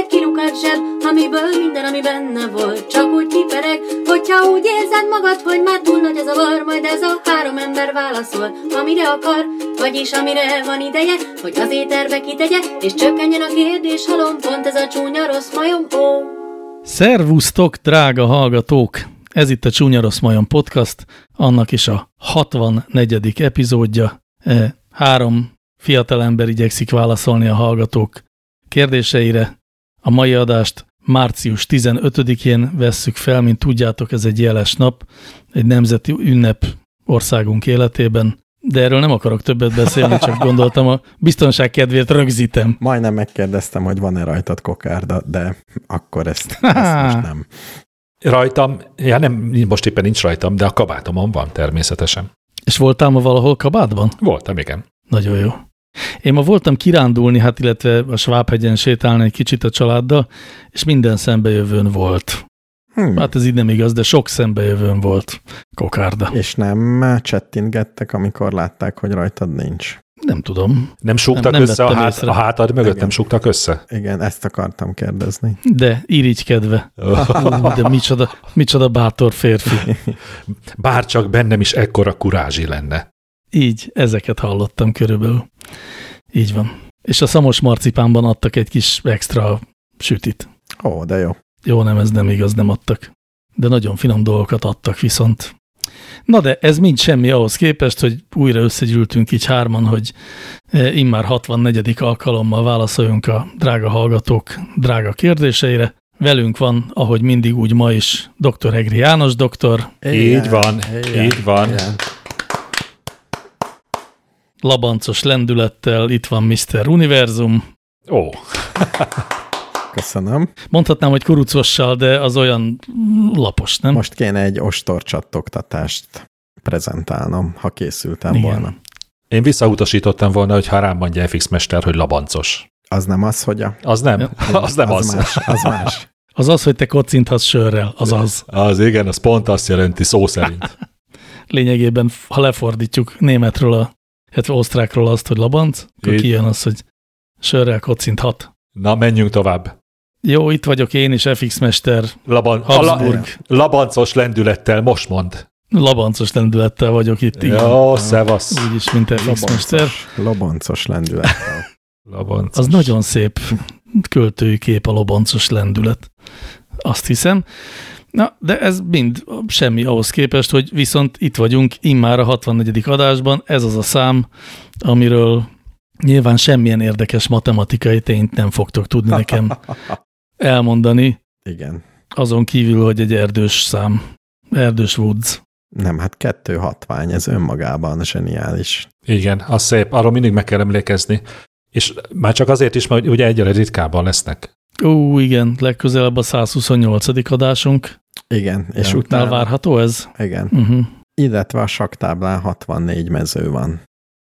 egy kilukat zseb, amiből minden, ami benne volt, csak úgy kipereg. Hogyha úgy érzed magad, hogy már túl nagy a zavar, majd ez a 3 ember válaszol, amire akar, vagyis amire van ideje, hogy az éterbe kitegye, és csökkenjen a kérdés halom, pont ez a csúnya rossz majom, ó. Szervusztok, drága hallgatók! Ez itt a Csúnya Rossz Majom Podcast, annak is a 64. epizódja. 3 fiatalember igyekszik válaszolni a hallgatók kérdéseire. A mai adást március 15-én vesszük fel, mint tudjátok, ez egy jeles nap, egy nemzeti ünnep országunk életében, de erről nem akarok többet beszélni, csak gondoltam, a biztonság kedvéért rögzítem. Majdnem megkérdeztem, hogy van-e rajtad kokárda, de akkor ezt most nem. Rajtam, nem, most éppen nincs rajtam, de a kabátomon van természetesen. És voltál ma valahol kabátban? Voltam, igen. Nagyon jó. Én ma voltam kirándulni, illetve a Svábhegyen sétálni egy kicsit a családdal, és minden szembejövőn volt. Hát ez így nem igaz, de sok szembejövőn volt kokárda. És nem csettintgettek, amikor látták, hogy rajtad nincs? Nem tudom. Nem súgtak össze a hátad mögött? Igen. Nem súgtak össze? Igen, ezt akartam kérdezni. De irigykedve. De micsoda bátor férfi. Bárcsak bennem is ekkora kurázsi lenne. Így, ezeket hallottam körülbelül. Így van. És a szamos marcipánban adtak egy kis extra sütit. Ó, de jó. Jó, nem, ez nem igaz, nem adtak. De nagyon finom dolgokat adtak viszont. Na de ez mind semmi ahhoz képest, hogy újra összegyűltünk így 3-an, hogy immár 64. alkalommal válaszoljunk a drága hallgatók drága kérdéseire. Velünk van, ahogy mindig úgy ma is, Dr. Egri János doktor. Így van, így van. Igen. Labancos lendülettel itt van Mr. Univerzum. Ó. Köszönöm. Mondhatnám, hogy kurucossal, de az olyan lapos, nem? Most kéne egy ostorcsattogtatást prezentálnom, ha készültem volna. Én visszautasítottam volna, hogy ha rám mondja FX Mester, hogy labancos. Az nem az, hogy a... Az nem. Az nem az. Más, az más. Az, hogy te kocinthatsz sörrel, az. Az igen, az pont azt jelenti szó szerint. Lényegében, ha lefordítjuk németről, illetve osztrákról azt, hogy labanc, akkor kijön az, hogy sörrel kocinthat. Na, menjünk tovább. Jó, itt vagyok én is, FX Mester, Habsburg. Labancos lendülettel, most mond. Labancos lendülettel vagyok itt. Jó, szevasz. Úgyis, mint FX Mester. Labancos lendülettel. Labancos. Az nagyon szép költői kép, a labancos lendület. Azt hiszem. Na, de ez mind semmi ahhoz képest, hogy viszont itt vagyunk immár a 64. adásban. Ez az a szám, amiről nyilván semmilyen érdekes matematikai tényt nem fogtok tudni nekem elmondani. Igen. Azon kívül, hogy egy erdős szám. Erdős Woods. Nem, hát 2 hatvány, ez önmagában zseniális. Igen, az szép, arról mindig meg kell emlékezni. És már csak azért is, mert ugye egyre ritkábban lesznek. Igen, legközelebb a 128. adásunk. Igen, és ja, utána várható ez? Igen. Illetve a saktáblán 64 mező van.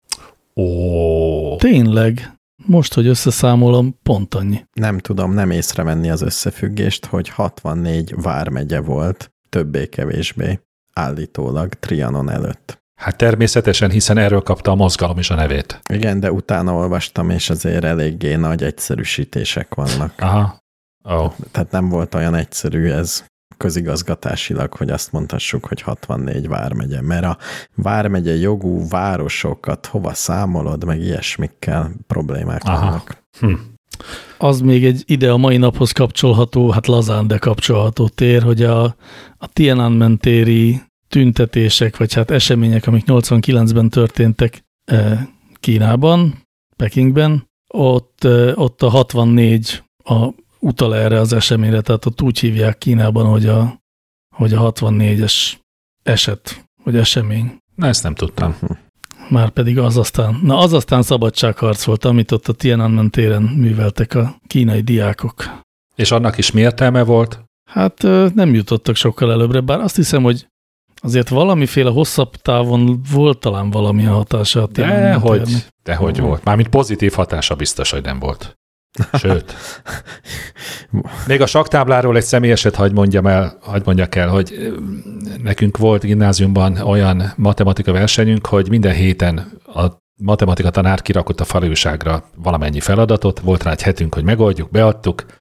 Ó. Tényleg? Most, hogy összeszámolom, pont annyi. Nem tudom nem észrevenni az összefüggést, hogy 64 vármegye volt, többé-kevésbé, állítólag Trianon előtt. Hát természetesen, hiszen erről kapta a mozgalom is a nevét. Igen, de utána olvastam, és azért eléggé nagy egyszerűsítések vannak. Aha. Oh. Tehát nem volt olyan egyszerű ez közigazgatásilag, hogy azt mondhassuk, hogy 64 vármegye, mert a vármegye jogú városokat hova számolod, meg ilyesmikkel problémák vannak. Az még egy ide a mai naphoz kapcsolható, hát lazán, de kapcsolható tér, hogy a Tiananmen téri tüntetések, vagy hát események, amik 89-ben történtek Kínában, Pekingben, ott a 64 utal erre az eseményre, tehát ott úgy hívják Kínában, hogy a 64-es eset, vagy esemény. Na, ezt nem tudtam. Márpedig az aztán szabadságharc volt, amit ott a Tiananmen téren műveltek a kínai diákok. És annak is mi értelme volt? Hát nem jutottak sokkal előbbre, bár azt hiszem, hogy azért valamiféle hosszabb távon volt talán valamilyen hatása a Tiananmen térnek. Dehogy volt. Mármint pozitív hatása biztos, hogy nem volt. Sőt. Még a saktábláról egy személyeset hagy mondjak el, hogy nekünk volt gimnáziumban olyan matematika versenyünk, hogy minden héten a matematika tanár kirakott a falúságra valamennyi feladatot, volt rá egy hetünk, hogy megoldjuk, beadtuk,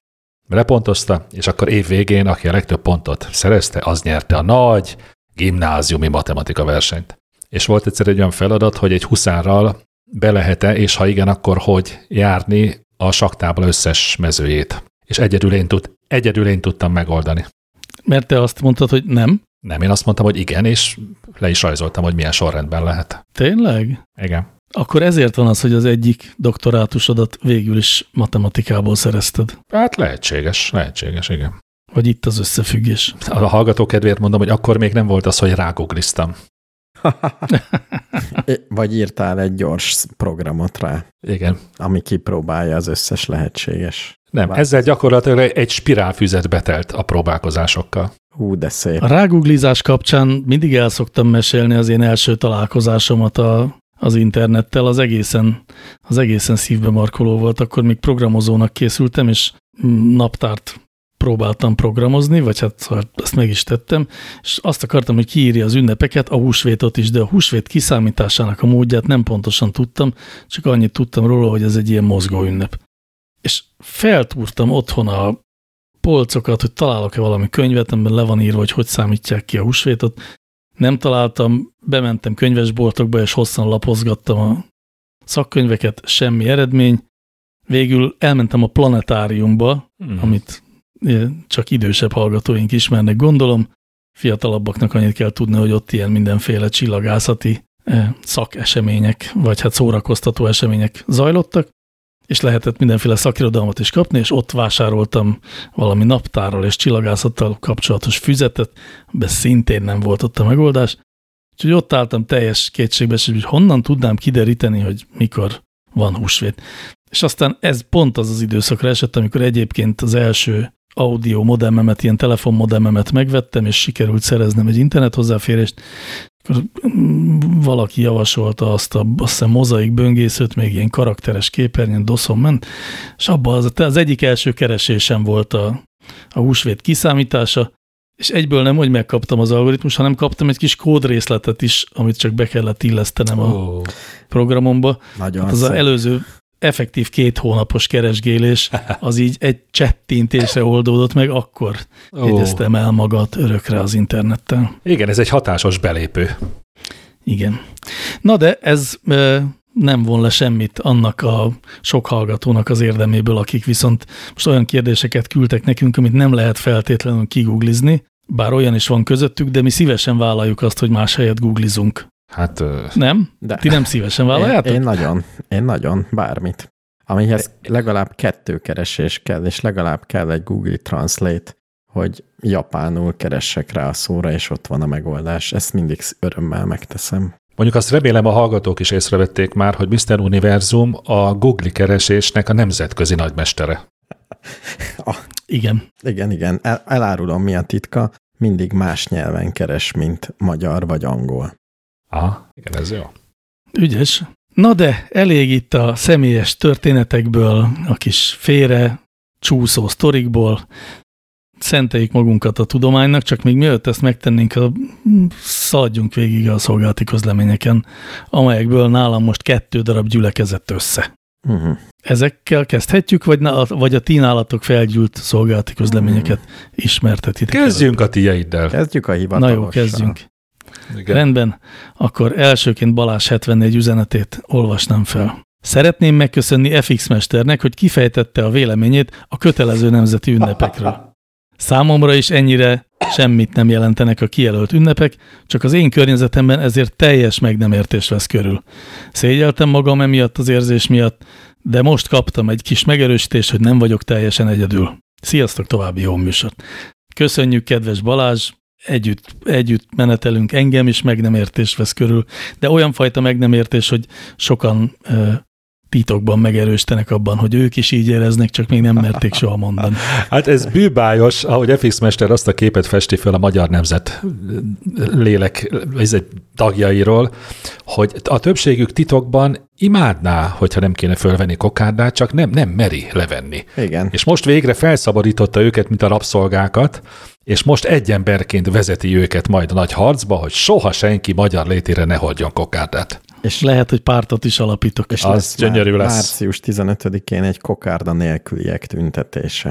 lepontozta, és akkor év végén, aki a legtöbb pontot szerezte, az nyerte a nagy gimnáziumi matematika versenyt. És volt egyszer egy olyan feladat, hogy egy huszárral be lehet-e, és ha igen, akkor hogy járni a sakktábla összes mezőjét. És egyedül én tudtam megoldani. Mert te azt mondtad, hogy nem? Nem, én azt mondtam, hogy igen, és le is rajzoltam, hogy milyen sorrendben lehet. Tényleg? Igen. Akkor ezért van az, hogy az egyik doktorátusodat végül is matematikából szerezted. Hát lehetséges, igen. Vagy itt az összefüggés. A hallgató kedvéért mondom, hogy akkor még nem volt az, hogy rágoogliztam. Vagy írtál egy gyors programot rá. Igen. Ami kipróbálja az összes lehetséges. Nem, ezzel gyakorlatilag egy spirálfüzet betelt a próbálkozásokkal. Hú, de szép. A rágooglizás kapcsán mindig el szoktam mesélni az én első találkozásomat az internettel, az egészen szívbe markoló volt. Akkor még programozónak készültem, és naptárt próbáltam programozni, vagy hát ezt meg is tettem, és azt akartam, hogy kiírja az ünnepeket, a húsvétot is, de a húsvét kiszámításának a módját nem pontosan tudtam, csak annyit tudtam róla, hogy ez egy ilyen mozgó ünnep. És feltúrtam otthon a polcokat, hogy találok-e valami könyvet, amiben le van írva, hogy számítják ki a húsvétot. Nem találtam, bementem könyvesboltokba, és hosszan lapozgattam a szakkönyveket, semmi eredmény. Végül elmentem a planetáriumba, amit csak idősebb hallgatóink ismernek, gondolom. Fiatalabbaknak annyit kell tudni, hogy ott ilyen mindenféle csillagászati szakesemények, vagy hát szórakoztató események zajlottak, és lehetett mindenféle szakirodalmat is kapni, és ott vásároltam valami naptárral és csillagászattal kapcsolatos füzetet, de szintén nem volt ott a megoldás. Úgyhogy ott álltam teljes kétségbeesésben, hogy honnan tudnám kideríteni, hogy mikor van húsvét. És aztán ez pont az időszakra esett, amikor egyébként az első audio modememet, ilyen telefonmodememet megvettem, és sikerült szereznem egy internet hozzáférést. Akkor valaki javasolta azt hiszem mozaik böngészőt, még ilyen karakteres képernyőn DOS-on ment, és abban az egyik első keresésem volt a húsvét kiszámítása, és egyből nem, hogy megkaptam az algoritmus, hanem kaptam egy kis kódrészletet is, amit csak be kellett illesztenem a programomba. Nagyon hát az előző effektív 2 hónapos keresgélés, az így egy csettintésre oldódott meg, akkor jegyeztem el magad örökre az internettel. Igen, ez egy hatásos belépő. Igen. Na de ez nem von le semmit annak a sok hallgatónak az érdeméből, akik viszont most olyan kérdéseket küldtek nekünk, amit nem lehet feltétlenül kigooglizni, bár olyan is van közöttük, de mi szívesen vállaljuk azt, hogy más helyet googlizunk. Hát... Nem? De. Ti nem szívesen vállaljátok? Én nagyon, bármit. Amihez legalább 2 keresés kell, és legalább kell egy Google Translate, hogy japánul keressek rá a szóra, és ott van a megoldás. Ezt mindig örömmel megteszem. Mondjuk azt remélem a hallgatók is észrevették már, hogy Mr. Univerzum a Google keresésnek a nemzetközi nagymestere. Igen. Igen. Elárulom, mi a titka. Mindig más nyelven keres, mint magyar vagy angol. Aha, igen, ez jó. Ügyes. Na de elég itt a személyes történetekből, a kis félre csúszó sztorikból. Szenteljük magunkat a tudománynak, csak még mielőtt ezt megtennénk, szaladjunk végig a szolgálati közleményeken, amelyekből nálam most 2 darab gyülekezett össze. Ezekkel kezdhetjük, vagy a ti nálatok felgyűlt szolgálati közleményeket ismertetitek? Kezdjünk a tieiddel. Kezdjük a hivatalossal. Na jó, kezdjünk. Igen. Rendben, akkor elsőként Balázs 74 üzenetét olvasnám fel. Szeretném megköszönni FX Mesternek, hogy kifejtette a véleményét a kötelező nemzeti ünnepekről. Számomra is ennyire semmit nem jelentenek a kijelölt ünnepek, csak az én környezetemben ezért teljes meg nem értés vesz körül. Szégyeltem magam emiatt az érzés miatt, de most kaptam egy kis megerősítést, hogy nem vagyok teljesen egyedül. Sziasztok, további jó műsort! Köszönjük, kedves Balázs! Együtt menetelünk, engem is meg nem értés vesz körül, de olyan fajta meg nem értés, hogy sokan titokban megerősítenek abban, hogy ők is így éreznek, csak még nem merték soha mondani. Hát ez bűbájos, ahogy FX Mester azt a képet festi fel a magyar nemzet lélek tagjairól, hogy a többségük titokban imádná, hogyha nem kéne fölvenni kokárdát, csak nem meri levenni. Igen. És most végre felszabadította őket, mint a rabszolgákat, és most egy emberként vezeti őket majd a nagy harcba, hogy soha senki magyar létére ne hordjon kokárdát. És lehet, hogy pártot is alapítok. És az gyönyörű lesz. Március 15-én egy kokárda nélküliek tüntetése.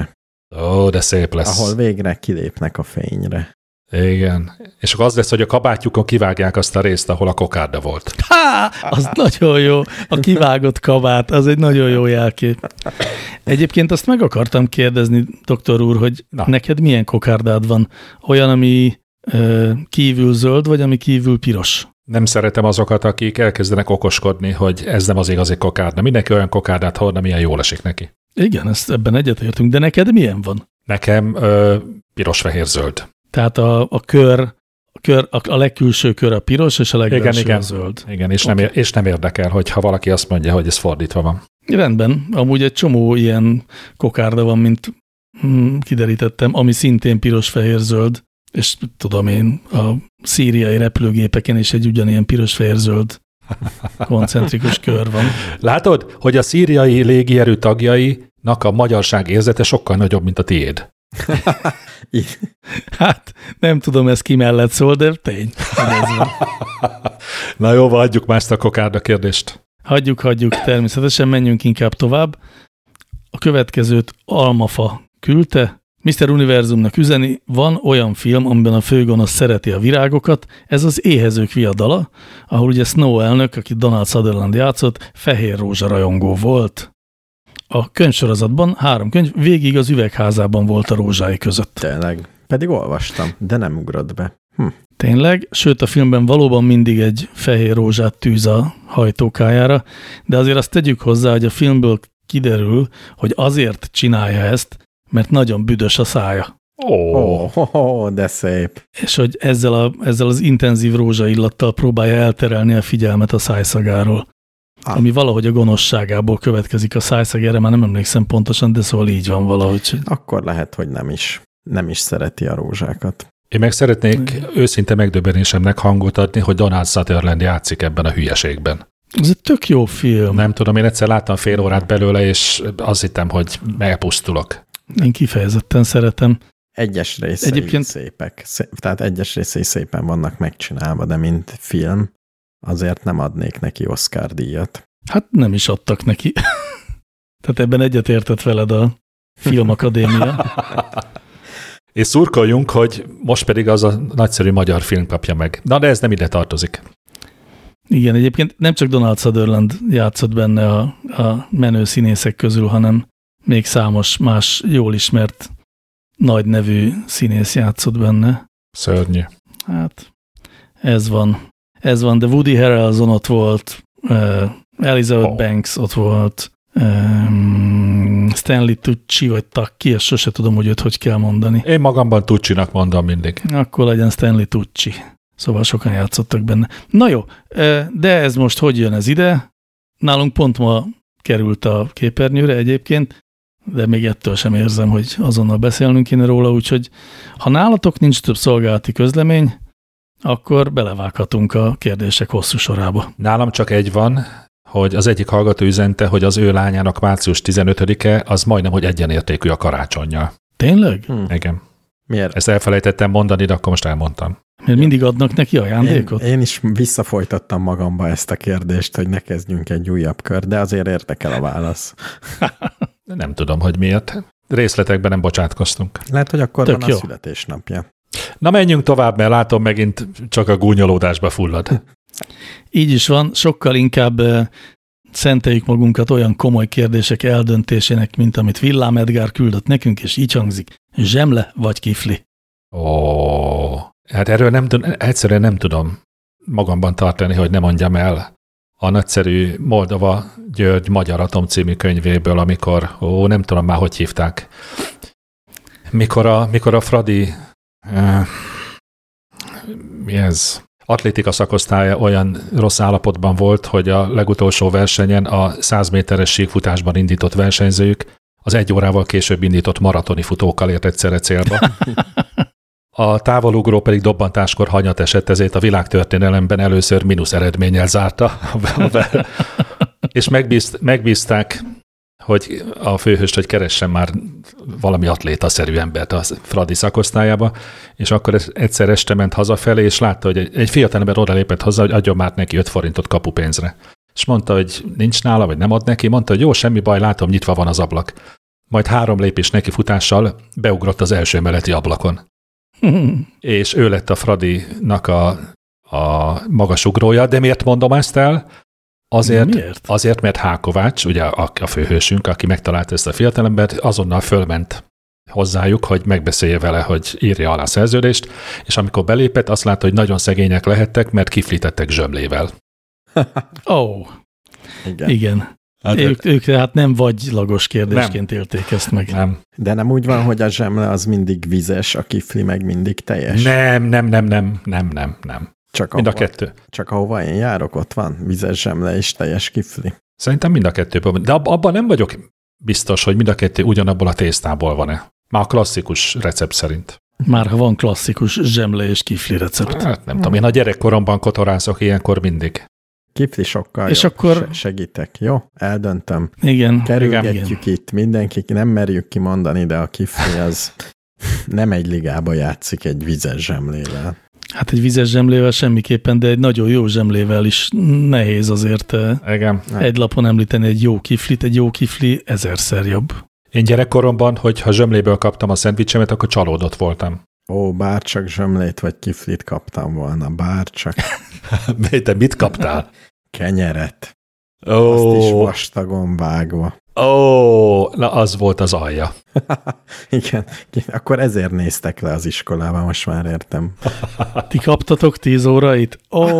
Ó, de szép lesz. Ahol végre kilépnek a fényre. Igen. És akkor az lesz, hogy a kabátjukon kivágják azt a részt, ahol a kokárda volt. Az nagyon jó. A kivágott kabát, az egy nagyon jó jelkép. Egyébként azt meg akartam kérdezni, doktor úr, hogy neked milyen kokárdád van? Olyan, ami kívül zöld, vagy ami kívül piros? Nem szeretem azokat, akik elkezdenek okoskodni, hogy ez nem az igazi kokárda. Mindenki olyan kokárdát hord, amilyen jól esik neki. Igen, ebben egyetértünk, de neked milyen van? Nekem piros-fehér-zöld. Tehát a legkülső kör a piros, és a legbelső a zöld. Igen, és nem érdekel, hogyha valaki azt mondja, hogy ez fordítva van. Rendben, amúgy egy csomó ilyen kokárda van, mint kiderítettem, ami szintén piros-fehér-zöld, és tudom én, a szíriai repülőgépeken is egy ugyanilyen piros-fehér-zöld koncentrikus kör van. Látod, hogy a szíriai légierő tagjainak a magyarság érzete sokkal nagyobb, mint a tiéd. Hát nem tudom, ez ki mellett szól, de tény. Ez van. Na jó, hagyjuk már ezt a kokárda kérdést. Hagyjuk, természetesen menjünk inkább tovább. A következőt Almafa küldte. Mr. Univerzumnak üzeni, van olyan film, amiben a főgonosz szereti a virágokat, ez az Éhezők viadala, ahol ugye Snow elnök, aki Donald Sutherland játszott, fehér rózsa rajongó volt. A könyvsorozatban 3 könyv, végig az üvegházában volt a rózsái között. Tényleg, pedig olvastam, de nem ugrott be. Tényleg, sőt a filmben valóban mindig egy fehér rózsát tűz a hajtókájára, de azért azt tegyük hozzá, hogy a filmből kiderül, hogy azért csinálja ezt, mert nagyon büdös a szája. De szép. És hogy ezzel az intenzív rózsaillattal próbálja elterelni a figyelmet a szájszagáról. Ami valahogy a gonoszságából következik a szájszag, erre már nem emlékszem pontosan, de szóval így van valahogy. Akkor lehet, hogy nem is szereti a rózsákat. Én meg szeretnék őszinte megdöbbenésemnek hangot adni, hogy Donald Sutherland játszik ebben a hülyeségben. Ez egy tök jó film. Nem tudom, én egyszer láttam fél órát belőle, és azt hittem, hogy megpusztulok. Én kifejezetten szeretem. Egyes részei szépek. Tehát egyes részei szépen vannak megcsinálva, de mint film azért nem adnék neki Oscar-díjat. Hát nem is adtak neki. Tehát ebben egyetértett veled a Filmakadémia. És szurkoljunk, hogy most pedig az a nagyszerű magyar film kapja meg. Na, de ez nem ide tartozik. Igen, egyébként nem csak Donald Sutherland játszott benne a menő színészek közül, hanem még számos más jól ismert nagy nevű színész játszott benne. Szörnyű. Hát, ez van, de Woody Harrelson ott volt, Elizabeth Banks ott volt, Stanley Tucci vagy Tucci, ezt sose tudom, hogy őt hogy kell mondani. Én magamban Tuccinak mondom mindig. Akkor legyen Stanley Tucci. Szóval sokan játszottak benne. Na jó, de ez most hogy jön ez ide? Nálunk pont ma került a képernyőre egyébként, de még ettől sem érzem, hogy azonnal beszélnünk kéne róla, úgyhogy ha nálatok nincs több szolgálati közlemény, akkor belevághatunk a kérdések hosszú sorába. Nálam csak egy van, hogy az egyik hallgató üzente, hogy az ő lányának március 15-e az majdnem, hogy egyenértékű a karácsonnyal. Tényleg? Igen. Miért? Ezt elfelejtettem mondani, de akkor most elmondtam. Mert mindig adnak neki ajándékot? Én is visszafolytattam magamba ezt a kérdést, hogy ne kezdjünk egy újabb kör, de azért érdekel a válasz. Nem tudom, hogy miért. Részletekben nem bocsátkoztunk. Lehet, hogy akkor Tök van jó. a születésnapja. Na menjünk tovább, mert látom megint csak a gúnyolódásba fullad. Így is van, sokkal inkább szenteljük magunkat olyan komoly kérdések eldöntésének, mint amit Villám Edgár küldött nekünk, és így hangzik, zsemle vagy kifli? Hát erről egyszerűen nem tudom magamban tartani, hogy ne mondjam el a nagyszerű Moldova György Magyar Atom című könyvéből, amikor, nem tudom már, hogy hívták, mikor a Fradi, mi ez? Atlétika szakosztálya olyan rossz állapotban volt, hogy a legutolsó versenyen a 100 méteres síkfutásban indított versenyzők az 1 órával később indított maratoni futókkal ért egyszerre célba. A távolugró pedig dobbantáskor hanyat esett, ezért a világtörténelemben először mínusz eredménnyel zárta. És megbízták, hogy a főhőst, hogy keressen már valami atlétaszerű embert a Fradi szakosztályába, és akkor egyszer este ment hazafelé, és látta, hogy egy fiatalember odalépett hozzá, hogy adjon már neki 5 forintot kapupénzre. És mondta, hogy nincs nála, vagy nem ad neki, mondta, hogy jó, semmi baj, látom, nyitva van az ablak. majd 3 lépés nekifutással beugrott az első emeleti ablakon. És ő lett a Fradinak a magasugrója, de miért mondom ezt el? Azért, mert H. Kovács, ugye a főhősünk, aki megtalálta ezt a fiatalembert, azonnal fölment hozzájuk, hogy megbeszélje vele, hogy írja alá a szerződést, és amikor belépett, azt látta, hogy nagyon szegények lehettek, mert kiflitettek zsömlével. Igen. Hát ők hát nem vagylagos kérdésként élték ezt meg. Nem. De nem úgy van, hogy a zsemle az mindig vizes, a kifli meg mindig teljes? Nem. Csak mind a kettő. Csak ahova én járok, ott van vizes zsemle és teljes kifli. Szerintem mind a kettőből. De abban nem vagyok biztos, hogy mind a kettő ugyanabból a tésztából van-e. Már a klasszikus recept szerint. Már ha van klasszikus zsemle és kifli recept. Hát nem tudom, én a gyerekkoromban kotorászok ilyenkor mindig. Kifli sokkal és jobb. Akkor... Segítek, jó? Eldöntöm. Igen. Kerülgetjük itt. Mindenki nem merjük kimondani, de a kifli az nem egy ligába játszik egy vizes zsemlével. Hát egy vizes zsemlével semmiképpen, de egy nagyon jó zsemlével is nehéz azért egy lapon említeni egy jó kiflit. Egy jó kifli 1000-szer jobb. Én gyerekkoromban, hogyha zsemléből kaptam a szendvicsemet, akkor csalódott voltam. Bárcsak zsemlét vagy kiflit kaptam volna, bárcsak. Te mit kaptál? Kenyeret. Azt is vastagon vágva. Na az volt az alja. Igen, akkor ezért néztek le az iskolában, most már értem. Ti kaptatok 10 órait?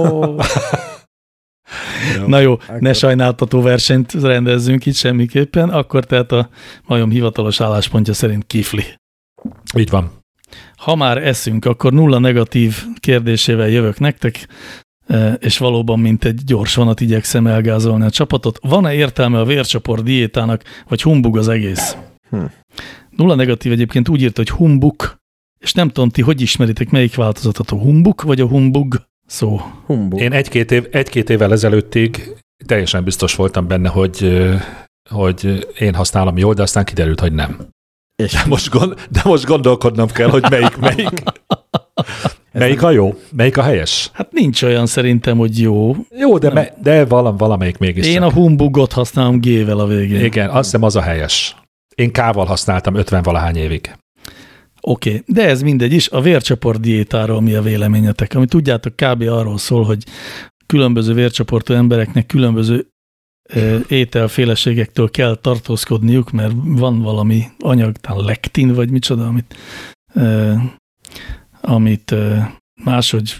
Na jó, ne sajnáltató versenyt rendezzünk itt semmiképpen, akkor tehát a majom hivatalos álláspontja szerint kifli. Így van. Ha már eszünk, akkor 0 negatív kérdésével jövök nektek, és valóban mint egy gyors vonat igyekszem elgázolni a csapatot. Van-e értelme a vércsoport diétának, vagy humbug az egész? 0 negatív egyébként úgy írt, hogy humbuk, és nem tudom, ti hogy ismeritek, melyik változatot, a humbuk vagy a humbug szó? Humbug. Én egy-két évvel ezelőttig teljesen biztos voltam benne, hogy én használom jól, de aztán kiderült, hogy nem. De most gondolkodnom kell, hogy melyik. Melyik a jó? Melyik a helyes? Hát nincs olyan szerintem, hogy jó. Jó, de valamelyik mégis. Én a humbugot használom G-vel a végén. Igen, azt hiszem az a helyes. Én K-val használtam 50-valahány évig. Oké, de ez mindegy is. A vércsoport diétáról mi a véleményetek? Ami tudjátok, kb. Arról szól, hogy különböző vércsoportú embereknek különböző ételféleségektől kell tartózkodniuk, mert van valami anyag, talán lektin, vagy micsoda, amit máshogy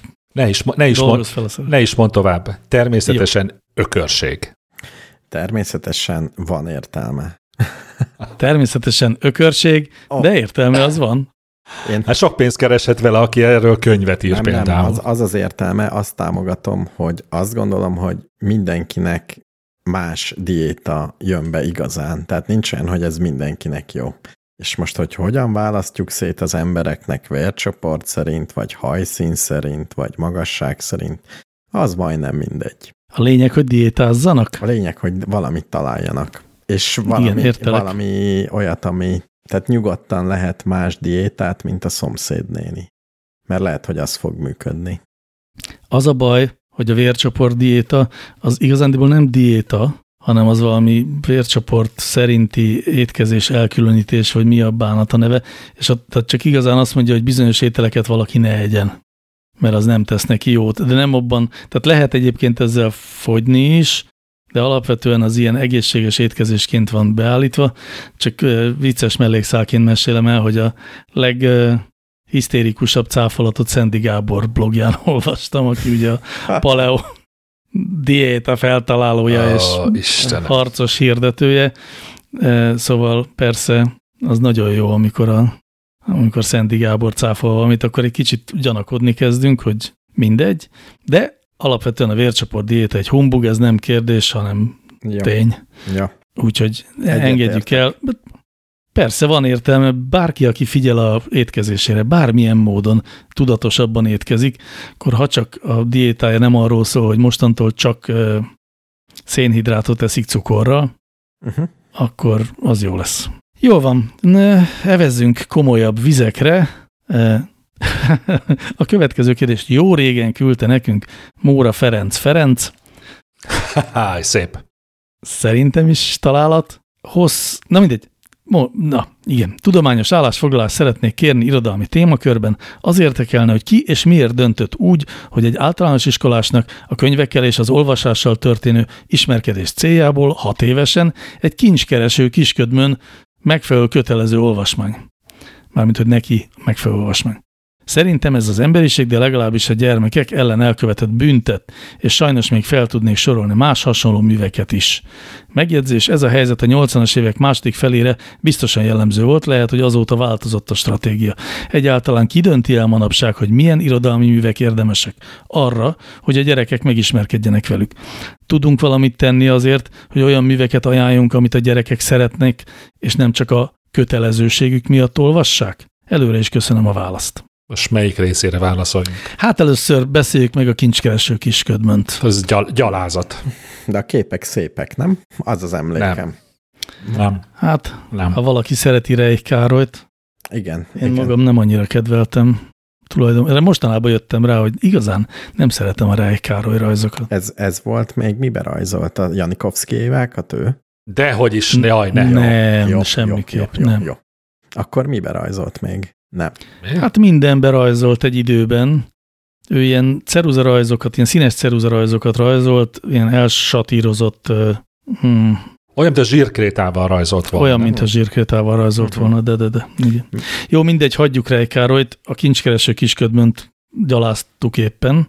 ne is mondd tovább. Természetesen ökörség. Természetesen van értelme. Természetesen ökörség, de értelme az van. Hát sok pénzt kereshet vele, aki erről könyvet ír például. Nem, az értelme, azt támogatom, hogy azt gondolom, hogy mindenkinek más diéta jön be igazán. Tehát nincs olyan, hogy ez mindenkinek jó. És most, hogy hogyan választjuk szét az embereknek vércsoport szerint, vagy hajszín szerint, vagy magasság szerint, az majdnem mindegy. A lényeg, hogy diétázzanak? A lényeg, hogy valamit találjanak. És valami olyat, tehát nyugodtan lehet más diétát, mint a szomszédnéni. Mert lehet, hogy az fog működni. Az a baj, hogy a vércsoport diéta az igazándiból nem diéta, hanem az valami vércsoport szerinti étkezés elkülönítés, vagy mi a bánat a neve, és tehát csak igazán azt mondja, hogy bizonyos ételeket valaki ne egyen, mert az nem tesz neki jót. De nem abban, tehát lehet egyébként ezzel fogyni is, de alapvetően az ilyen egészséges étkezésként van beállítva, csak vicces mellékszálként mesélem el, hogy a leghisztérikusabb cáfolatot Szendi Gábor blogján olvastam, aki ugye a paleo diéta feltalálója és Istenem. harcos hirdetője. Szóval persze az nagyon jó, amikor Szendi Gábor cáfol valamit, akkor egy kicsit gyanakodni kezdünk, hogy mindegy, de alapvetően a vércsoport diéta egy humbug, ez nem kérdés, hanem tény. Ja. Úgyhogy engedjük el. Persze van értelme, bárki, aki figyel a étkezésére, bármilyen módon tudatosabban étkezik, akkor ha csak a diétája nem arról szól, hogy mostantól csak szénhidrátot eszik cukorral, akkor az jó lesz. Jól van, evezzünk komolyabb vizekre. A következő kérdést jó régen küldte nekünk Móra Ferenc. Szép. Szerintem is találat. Na mindegy, Na, igen. Tudományos állásfoglalást szeretnék kérni irodalmi témakörben. Az érdekelne, hogy ki és miért döntött úgy, hogy egy általános iskolásnak a könyvekkel és az olvasással történő ismerkedés céljából 6 évesen egy kincskereső kisködmön megfelelő kötelező olvasmány. Mármint, hogy neki megfelelő olvasmány. Szerintem ez az emberiség, de legalábbis a gyermekek ellen elkövetett büntet, és sajnos még fel tudnék sorolni más hasonló műveket is. Megjegyzés, ez a helyzet a 80-as évek második felére biztosan jellemző volt, lehet, hogy azóta változott a stratégia. Egyáltalán ki dönti el manapság, hogy milyen irodalmi művek érdemesek arra, hogy a gyerekek megismerkedjenek velük. Tudunk valamit tenni azért, hogy olyan műveket ajánljunk, amit a gyerekek szeretnek, és nem csak a kötelezőségük miatt olvassák? Előre is köszönöm a választ. Most melyik részére válaszoljunk? Hát először beszéljük meg a kincskereső kisködmönt. Ez gyalázat. De a képek szépek, nem? Az az emlékem. Nem. Hát, nem. Ha valaki szereti Reich Károlyt, Igen. Én magam nem annyira kedveltem. Erre mostanában jöttem rá, hogy igazán nem szeretem a Reich Károly rajzokat. Ez volt még miben rajzolt? A Janikovszkijévákat ő? Dehogy is, jaj, ne. Nem, semmiképp, nem. Jó. Akkor miben rajzolt még? Nem. Hát mindenben rajzolt egy időben. Ő ilyen ceruzarajzokat, ilyen színes ceruzarajzokat rajzolt, ilyen elsatírozott... Olyan, mint a zsírkrétával rajzolt volna. Olyan, mint a zsírkrétával rajzolt volna, de. Igen. Jó, mindegy, hagyjuk Reich Károlyt, a kincskereső kisködmönt gyaláztuk éppen.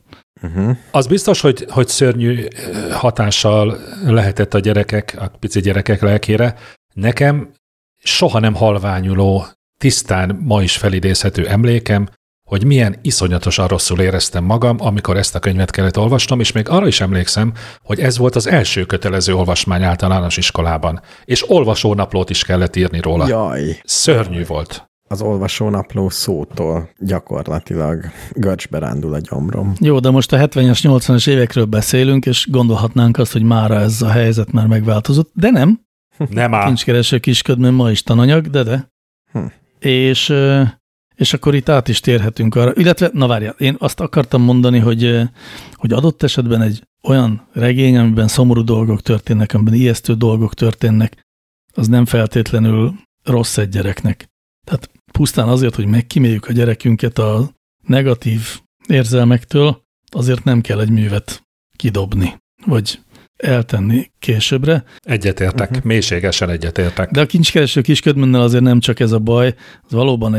Az biztos, hogy szörnyű hatással lehetett a gyerekek, a pici gyerekek lelkére. Nekem soha nem halványuló, tisztán ma is felidézhető emlékem, hogy milyen iszonyatosan rosszul éreztem magam, amikor ezt a könyvet kellett olvasnom, és még arra is emlékszem, hogy ez volt az első kötelező olvasmány általános iskolában, és olvasónaplót is kellett írni róla. Jaj. Szörnyű volt. Az olvasónapló szótól gyakorlatilag görcsbe rándul a gyomrom. Jó, de most a 70-es, 80-as évekről beszélünk, és gondolhatnánk azt, hogy mára ez a helyzet már megváltozott, de nem. Nem áll. Kincskereső kisködmön ma is tananyag, de. És akkor itt át is térhetünk arra. Illetve, na várjál, én azt akartam mondani, hogy adott esetben egy olyan regény, amiben szomorú dolgok történnek, amiben ijesztő dolgok történnek, az nem feltétlenül rossz egy gyereknek. Tehát pusztán azért, hogy megkíméljük a gyerekünket a negatív érzelmektől, azért nem kell egy művet kidobni, vagy eltenni későbbre. Egyetértek, mélységesen egyetértek. De a kincskereső kisködmönnel azért nem csak ez a baj, az valóban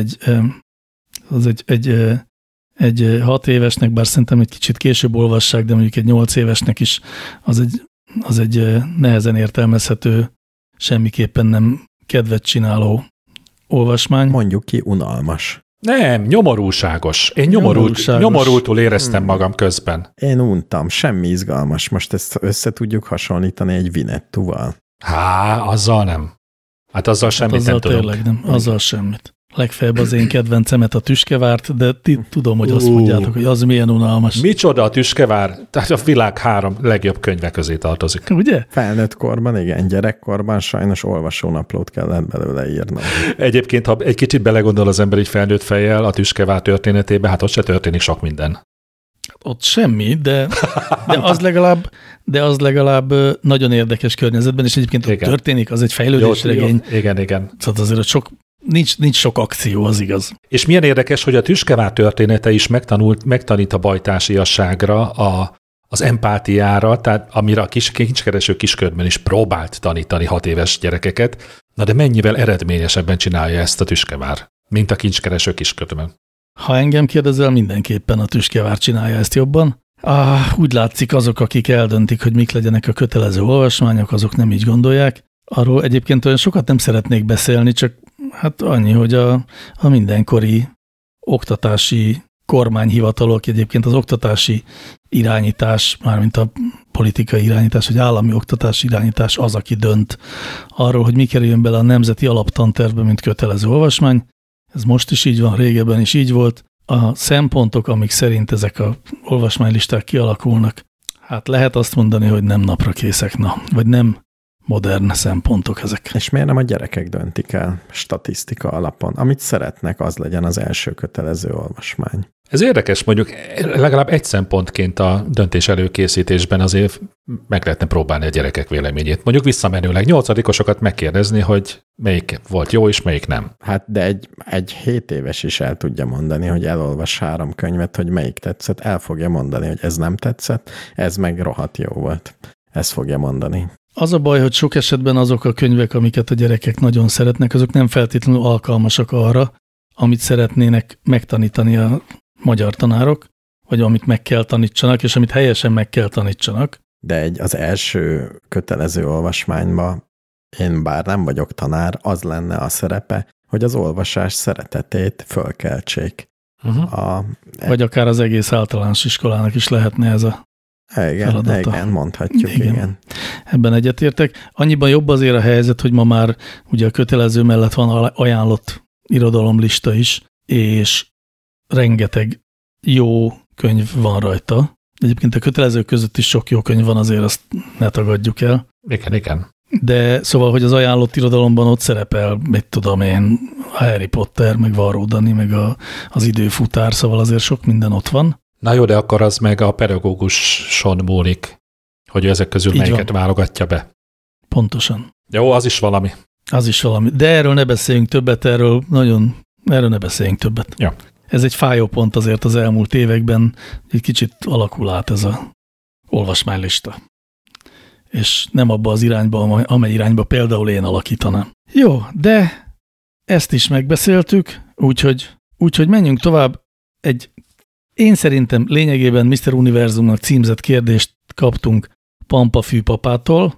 egy 6 évesnek, bár szerintem egy kicsit később olvassák, de mondjuk egy 8 évesnek is az egy nehezen értelmezhető, semmiképpen nem kedvet csináló olvasmány. Mondjuk ki, unalmas. Nem, nyomorúságos. Én nyomorultul éreztem magam közben. Én untam, semmi izgalmas. Most ezt össze tudjuk hasonlítani egy Vinettúval. Azzal nem. Hát azzal semmit nem tudunk. Tényleg nem, azzal semmit. Legfeljebb az én kedvencemet a Tüskevárt, de tudom, hogy azt mondjátok, hogy az milyen unalmas. Micsoda a Tüskevár? Tehát a világ 3 legjobb könyve közé tartozik. Ugye? Felnőtt korban, igen, gyerekkorban sajnos olvasónaplót kellett belőle írnom. Egyébként, ha egy kicsit belegondol az ember így felnőtt fejjel a Tüskevár történetébe, hát ott se történik sok minden. Ott semmi, de az legalább nagyon érdekes környezetben, és egyébként ott történik, az egy fejlődésregény. Igen. Szóval azért nincs sok akció, az igaz. És milyen érdekes, hogy a Tüskevár története is megtanít a bajtársiasságra, az empátiára, tehát amire a kincskereső kisködmön is próbált tanítani 6 éves gyerekeket, na de mennyivel eredményesebben csinálja ezt a Tüskevár, mint a kincskereső kisködmön. Ha engem kérdezel, mindenképpen a Tüskevár csinálja ezt jobban. Úgy látszik, azok, akik eldöntik, hogy mik legyenek a kötelező olvasmányok, azok nem így gondolják. Arról egyébként olyan sokat nem szeretnék beszélni, csak hát annyi, hogy a mindenkori oktatási kormányhivatalok, egyébként az oktatási irányítás, mármint a politikai irányítás, vagy állami oktatási irányítás az, aki dönt arról, hogy mi kerüljön bele a nemzeti alaptantervbe, mint kötelező olvasmány. Ez most is így van, régebben is így volt. A szempontok, amik szerint ezek a olvasmánylisták kialakulnak, hát lehet azt mondani, hogy nem napra készek, vagy nem modern szempontok ezek. És miért nem a gyerekek döntik el statisztika alapon? Amit szeretnek, az legyen az első kötelező olvasmány. Ez érdekes, mondjuk legalább egy szempontként a döntés előkészítésben azért meg lehetne próbálni a gyerekek véleményét. Mondjuk visszamenőleg 8-osokat megkérdezni, hogy melyik volt jó és melyik nem. Hát de egy 7 éves is el tudja mondani, hogy elolvas 3 könyvet, hogy melyik tetszett, el fogja mondani, hogy ez nem tetszett, ez meg rohadt jó volt. Ezt fogja mondani. Az a baj, hogy sok esetben azok a könyvek, amiket a gyerekek nagyon szeretnek, azok nem feltétlenül alkalmasak arra, amit szeretnének megtanítani a magyar tanárok, vagy amit meg kell tanítsanak, és amit helyesen meg kell tanítsanak. De az első kötelező olvasmányban, én bár nem vagyok tanár, az lenne a szerepe, hogy az olvasás szeretetét fölkeltsék. Vagy akár az egész általános iskolának is lehetne ez a feladata. Igen, mondhatjuk, igen. Ebben egyetértek. Annyiban jobb azért a helyzet, hogy ma már ugye a kötelező mellett van ajánlott irodalomlista is, és rengeteg jó könyv van rajta. Egyébként a kötelezők között is sok jó könyv van, azért azt ne tagadjuk el. Igen. De szóval, hogy az ajánlott irodalomban ott szerepel, mit tudom én, a Harry Potter, meg Varró Dani, meg az időfutár, szóval azért sok minden ott van. Na jó, de akkor az meg a pedagóguson múlik, hogy ezek közül így melyiket van. Válogatja be. Pontosan. Jó, az is valami. Az is valami. De erről ne beszéljünk többet, erről ne beszéljünk többet. Ja. Ez egy fájó pont azért az elmúlt években, egy kicsit alakul át ez a olvasmánylista. És nem abba az irányba, amely irányba például én alakítanám. Jó, de ezt is megbeszéltük, úgyhogy menjünk tovább. Én szerintem lényegében Mr. Univerzumnak címzett kérdést kaptunk Pampa Fűpapától.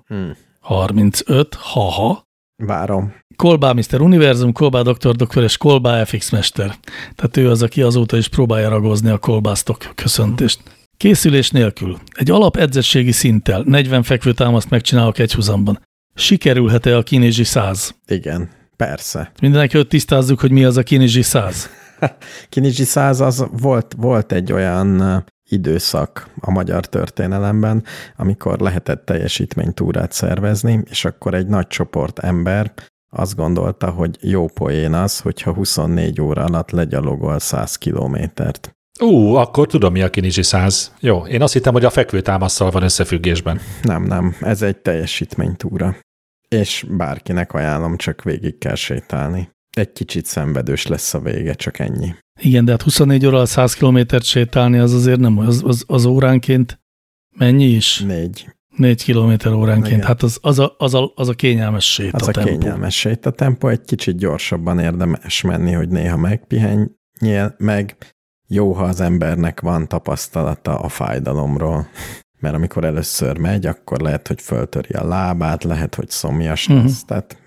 35, haha. Várom. Kolbá Mr. Univerzum, Kolbá Dr. és Kolbá FX Mester. Tehát ő az, aki azóta is próbálja ragozni a kolbásztok köszöntést. Készülés nélkül. Egy alapedzettségi szinttel 40 fekvőtámaszt megcsinálok egyhuzamban. Sikerülhet-e a Kinizsi 100? Igen, persze. Mindenekelőtt tisztázzuk, hogy mi az a Kinizsi 100. Kinizsi 100 az volt egy olyan időszak a magyar történelemben, amikor lehetett teljesítménytúrát szervezni, és akkor egy nagy csoport ember azt gondolta, hogy jó poén az, hogyha 24 óra alatt legyalogol 100 kilométert. Akkor tudom, mi a Kinizsi 100. Jó, én azt hittem, hogy a fekvőtámasszal van összefüggésben. Nem, ez egy teljesítménytúra. És bárkinek ajánlom, csak végig kell sétálni. Egy kicsit szenvedős lesz a vége, csak ennyi. Igen, de hát 24 óra 100 kilométert sétálni, az azért nem, az óránként mennyi is? 4 kilométer óránként. Igen. Hát az a kényelmes sét a tempó. Az a kényelmes sét a tempó, egy kicsit gyorsabban érdemes menni, hogy néha megpihenjél, meg jó, ha az embernek van tapasztalata a fájdalomról. Mert amikor először megy, akkor lehet, hogy föltöri a lábát, lehet, hogy szomjas lesz. Tehát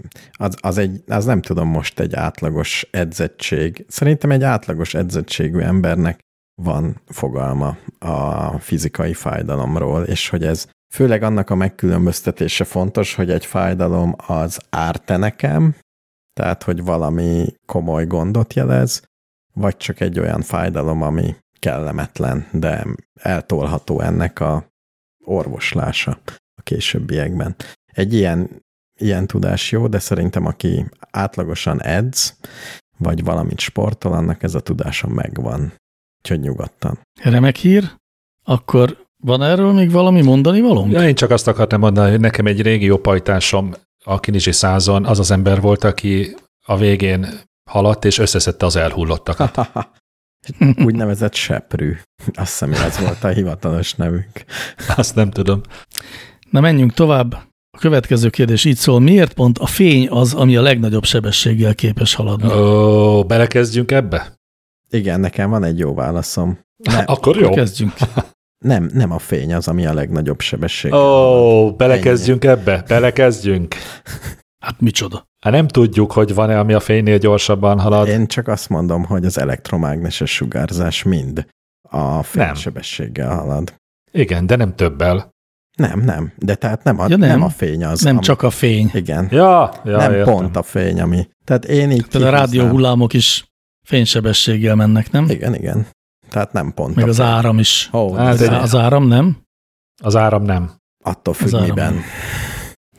az nem tudom, most egy átlagos edzettség. Szerintem egy átlagos edzettségű embernek van fogalma a fizikai fájdalomról, és hogy ez főleg annak a megkülönböztetése fontos, hogy egy fájdalom az árt-e nekem, tehát, hogy valami komoly gondot jelez, vagy csak egy olyan fájdalom, ami kellemetlen, de eltolható ennek a orvoslása a későbbiekben. Egy ilyen tudás jó, de szerintem aki átlagosan edz, vagy valamit sportol, annak ez a tudása megvan. Úgyhogy nyugodtan. Remek hír. Akkor van erről még valami mondani valónk? Ja, én csak azt akartam mondani, hogy nekem egy régi jó pajtásom a Kinizsi 100-on az ember volt, aki a végén haladt, és összeszedte az elhullottakat. Úgynevezett seprű. Azt hiszem, ez volt a hivatalos nevünk. Azt nem tudom. Na, menjünk tovább. A következő kérdés így szól. Miért pont a fény az, ami a legnagyobb sebességgel képes haladni? Belekezdjünk ebbe? Igen, nekem van egy jó válaszom. Akkor jó. Kezdjünk. Nem a fény az, ami a legnagyobb sebességgel. Belekezdjünk ebbe? Belekezdjünk. Hát micsoda? Hát nem tudjuk, hogy van-e, ami a fénynél gyorsabban halad. Én csak azt mondom, hogy az elektromágneses sugárzás mind a fénysebességgel halad. Igen, de nem többel. Nem, de tehát nem a fény az. Nem csak a fény. Igen. Ja, nem értem. Pont a fény, ami. Tehát én így a rádióhullámok is fénysebességgel mennek, nem? Igen. Tehát nem pont meg a az áram is. Az áram nem? Az áram nem. Attól függ, miben.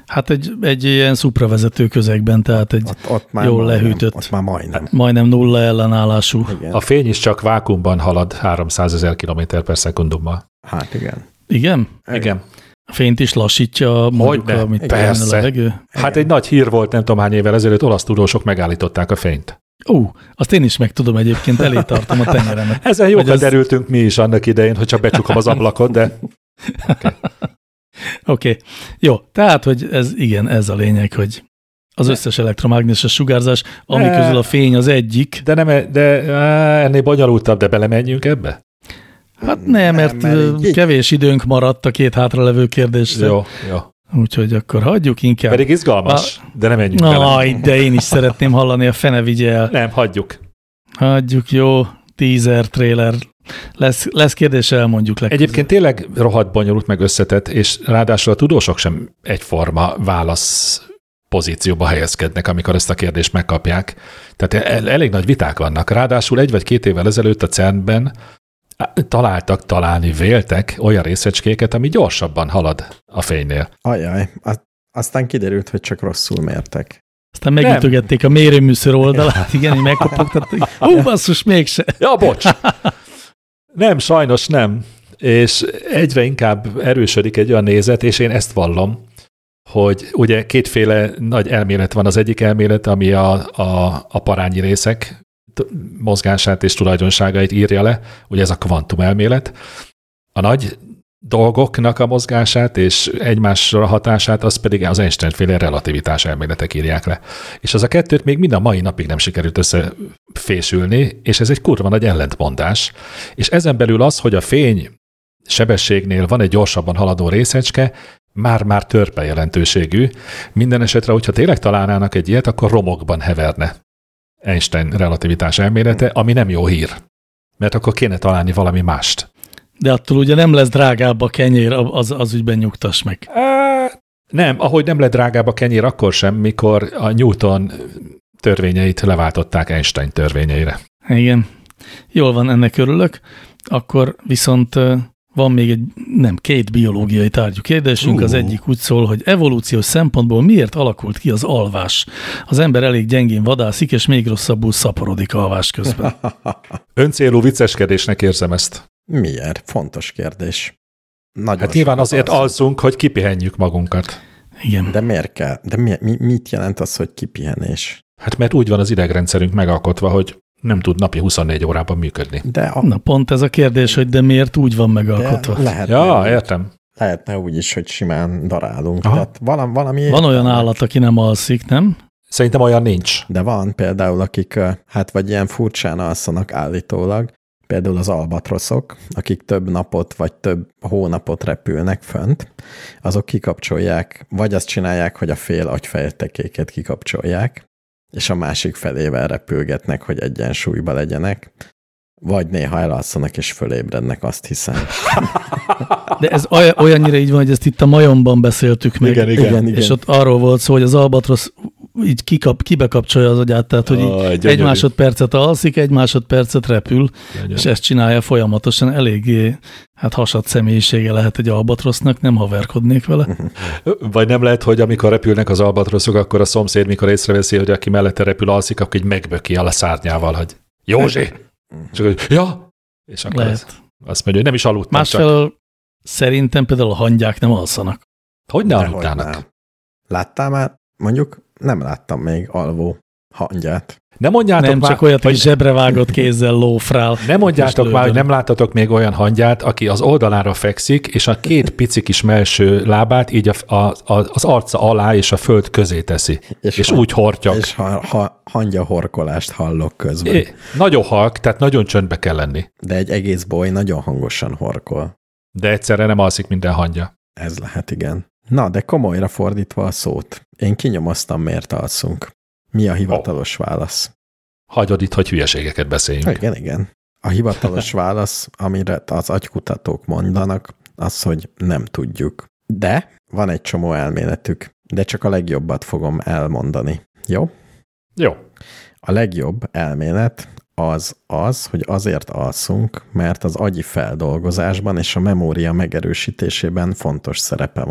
Hát egy ilyen szupravezető közegben, tehát egy ott jól lehűtött. Ott már majdnem. Majdnem nulla ellenállású. Igen. A fény is csak vákuumban halad 300 000 km/s. Hát igen. Igen? Igen. A fényt is lassítja mondjuk, Hogyne, amit persze. a levegő? Hát egy nagy hír volt nem tudom hány évvel ezelőtt, olasz tudósok megállították a fényt. Azt én is meg tudom egyébként, elé tartom a tenyeremet. Ezen jókat derültünk mi is annak idején, hogy csak becsukom az ablakot, de... Oké. Jó, tehát, hogy ez a lényeg, hogy az összes elektromágneses sugárzás, ami közül a fény az egyik. De ennél bonyolultabb, de belemenjünk ebbe? Hát nem, mert kevés időnk maradt a két hátralevő kérdésre. Jó. Úgyhogy akkor hagyjuk inkább. Pedig izgalmas, de nem menjünk bele. De én is szeretném hallani, a fene vigye el. Nem, hagyjuk. Hagyjuk, jó. Teaser, trailer. Lesz kérdés, elmondjuk legközelebb. Egyébként tényleg rohadt bonyolult, meg összetett, és ráadásul a tudósok sem egyforma válasz pozícióba helyezkednek, amikor ezt a kérdést megkapják. Tehát elég nagy viták vannak. Ráadásul 1 vagy 2 évvel ezelőtt a CERN-ben véltek olyan részecskéket, ami gyorsabban halad a fénynél. Ajaj, aztán kiderült, hogy csak rosszul mértek. Aztán megütögették a mérőműször oldalát, igen, így megkopogtatták. Basszus, mégse. Ja, bocs. Nem, sajnos nem. És egyre inkább erősödik egy olyan nézet, és én ezt vallom, hogy ugye kétféle nagy elmélet van. Az egyik elmélet, ami a parányi részek mozgását és tulajdonságait írja le, ugye ez a kvantum elmélet. A nagy dolgoknak a mozgását és egymásra hatását, az pedig az Einstein-féle relativitás elméletek írják le. És az a kettőt még mind a mai napig nem sikerült összefésülni, és ez egy kurva nagy ellentmondás. És ezen belül az, hogy a fény sebességnél van egy gyorsabban haladó részecske, már törpe jelentőségű. Minden esetre, hogyha tényleg találnának egy ilyet, akkor romokban heverne Einstein relativitás elmélete, ami nem jó hír. Mert akkor kéne találni valami mást. De attól ugye nem lesz drágább a kenyér, az ügyben nyugtass meg. Nem, ahogy nem lett drágább a kenyér, akkor sem, mikor a Newton törvényeit leváltották Einstein törvényeire. Igen. Jól van, ennek örülök. Akkor viszont van még két biológiai tárgyú kérdésünk. Az egyik úgy szól, hogy evolúciós szempontból miért alakult ki az alvás? Az ember elég gyengén vadászik, és még rosszabbul szaporodik alvás közben. Öncélú vicceskedésnek érzem ezt. Miért? Fontos kérdés. Nagyon hát nyilván azért alszunk, hogy kipihenjük magunkat. Igen. De miért kell? De mit jelent az, hogy kipihenés? Hát mert úgy van az idegrendszerünk megalkotva, hogy nem tud napi 24 órában működni. Na pont ez a kérdés, hogy de miért úgy van megalkotva? Értem. Lehetne úgy is, hogy simán darálunk. Tehát valami van olyan állat, aki nem alszik, nem? Szerintem olyan nincs. De van például, akik vagy ilyen furcsán alszanak állítólag, például az albatroszok, akik több napot vagy több hónapot repülnek fönt, azok kikapcsolják, vagy azt csinálják, hogy a fél agyfejtekéket kikapcsolják, és a másik felével repülgetnek, hogy egyensúlyba legyenek, vagy néha elalszanak és fölébrednek, azt hiszem. De ez olyannyira így van, hogy ezt itt a majomban beszéltük meg. Igen. És ott arról volt szó, hogy az albatrosz így kibekapcsolja az agyát, tehát hogy így egy másodpercet alszik, egy másodpercet repül, és ezt csinálja folyamatosan. Eléggé hasad személyisége lehet egy albatrosznak, nem haverkodnék vele. Vagy nem lehet, hogy amikor repülnek az albatroszok, akkor a szomszéd, mikor észreveszi, hogy aki mellette repül alszik, akkor így megböki a szárnyával, hogy Józsi! És akkor, ja! És akkor azt mondja, hogy nem is aludtam. Másfelől szerintem például a hangyák nem alszanak. Hogy ne aludtának? Láttál már? Mondjuk nem láttam még alvó hangyát. Nem mondjátok nem, már, csak olyat, hogy zsebre vágott kézzel lófrál. Nem mondjátok már, hogy nem láttatok még olyan hangyát, aki az oldalára fekszik, és a két pici kis mellső lábát így az arca alá és a föld közé teszi. És úgy hortyog. És hangya horkolást hallok közben. Nagyon halk, tehát nagyon csöndbe kell lenni. De egy egész boly nagyon hangosan horkol. De egyszerre nem alszik minden hangya. Ez lehet, igen. Na, de komolyra fordítva a szót. Én kinyomoztam, miért alszunk. Mi a hivatalos válasz? Hagyod itt, hogy hülyeségeket beszéljünk. Igen. A hivatalos válasz, amire az agykutatók mondanak, az, hogy nem tudjuk. De van egy csomó elméletük, de csak a legjobbat fogom elmondani. Jó? Jó. A legjobb elmélet az, hogy azért alszunk, mert az agyi feldolgozásban és a memória megerősítésében fontos szerepe van.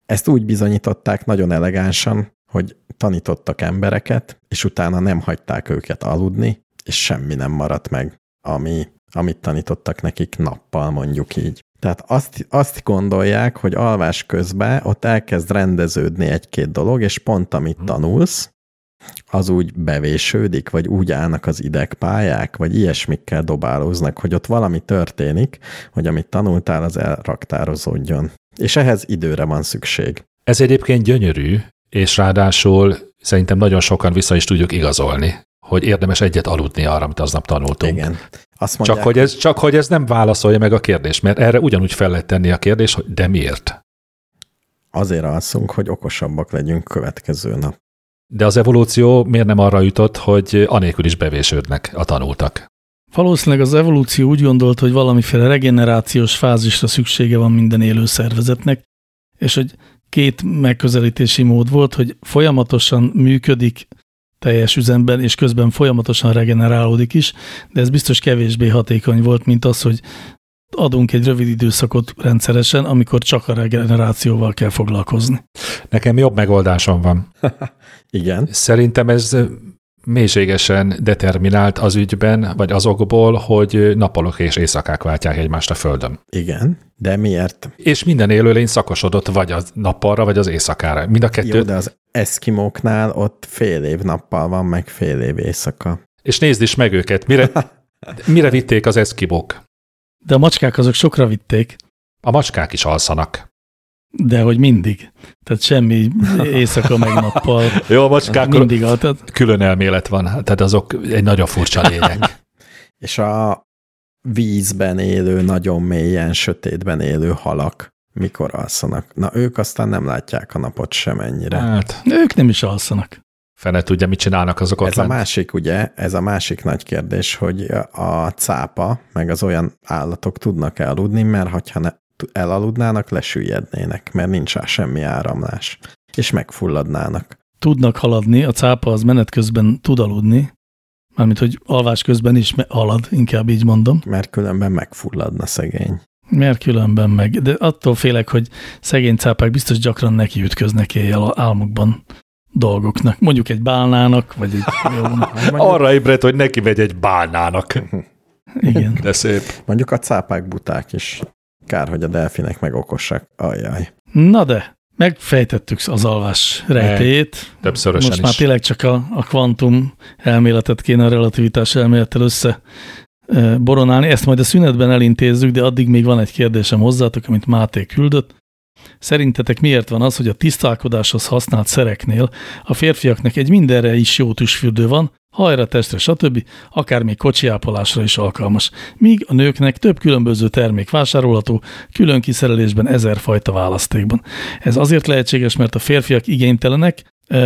ezt úgy bizonyították nagyon elegánsan, hogy tanítottak embereket, és utána nem hagyták őket aludni, és semmi nem maradt meg, amit tanítottak nekik nappal, mondjuk így. Tehát azt gondolják, hogy alvás közben ott elkezd rendeződni egy-két dolog, és pont amit tanulsz, az úgy bevésődik, vagy úgy állnak az idegpályák, vagy ilyesmikkel dobálóznak, hogy ott valami történik, hogy amit tanultál, az elraktározódjon. És ehhez időre van szükség. Ez egyébként gyönyörű, és ráadásul szerintem nagyon sokan vissza is tudjuk igazolni, hogy érdemes egyet aludni arra, amit aznap tanultunk. Igen. Azt mondják, csak hogy ez nem válaszolja meg a kérdést, mert erre ugyanúgy fel lehet tenni a kérdést, hogy de miért? Azért alszunk, hogy okosabbak legyünk következő nap. De az evolúció miért nem arra jutott, hogy anélkül is bevésődnek a tanultak? Valószínűleg az evolúció úgy gondolt, hogy valamiféle regenerációs fázisra szüksége van minden élő szervezetnek, és hogy két megközelítési mód volt, hogy folyamatosan működik teljes üzemben, és közben folyamatosan regenerálódik is, de ez biztos kevésbé hatékony volt, mint az, hogy adunk egy rövid időszakot rendszeresen, amikor csak a regenerációval kell foglalkozni. Nekem jobb megoldásom van. Igen. Szerintem ez mélységesen determinált az ügyben, vagy azokból, hogy nappalok és éjszakák váltják egymást a Földön. Igen, de miért? És minden élőlény szakosodott vagy a nappalra, vagy az éjszakára. Mind a kettő. Jó, de az eszkimóknál ott fél év nappal van, meg fél év éjszaka. És nézd is meg őket. Mire vitték az eszkimók? De a macskák azok sokra vitték. A macskák is alszanak. De hogy mindig. Tehát semmi éjszaka meg nappal. Jó, a macskák mindig altat. Külön elmélet van. Tehát azok egy nagyon furcsa lények. És a vízben élő, nagyon mélyen, sötétben élő halak mikor alszanak? Na, ők aztán nem látják a napot sem ennyire. Hát, ők nem is alszanak. Fene tudja, mit csinálnak azok ott ez lent. A másik, ugye, ez a másik nagy kérdés, hogy a cápa, meg az olyan állatok tudnak aludni, mert ha elaludnának, lesüllyednének, mert nincs rá semmi áramlás, és megfulladnának. Tudnak haladni, a cápa az menet közben tud aludni, mármint, hogy alvás közben is halad, inkább így mondom. Mert különben megfulladna szegény. Mert különben meg, de attól félek, hogy szegény cápák biztos gyakran nekiütköznek éjjel álmukban dolgoknak. Mondjuk egy bálnának, vagy egy... Arra ébredt, hogy neki megy egy bálnának. Igen. De szép. Mondjuk a cápák buták is. Kár, hogy a delfinek meg okosak. Ajjaj. Na de, megfejtettük az alvás rejtélyét. Többszörösen most már tényleg csak a kvantum elméletet kéne a relativitás elmélettel össze boronálni. Ezt majd a szünetben elintézzük, de addig még van egy kérdésem hozzátok, amit Máté küldött. Szerintetek miért van az, hogy a tisztálkodáshoz használt szereknél a férfiaknak egy mindenre is jó tusfürdő van, hajra, testre, stb., akár még kocsiápolásra is alkalmas, míg a nőknek több különböző termék vásárolható, külön kiszerelésben 1000 fajta választékban. Ez azért lehetséges, mert a férfiak igénytelenek,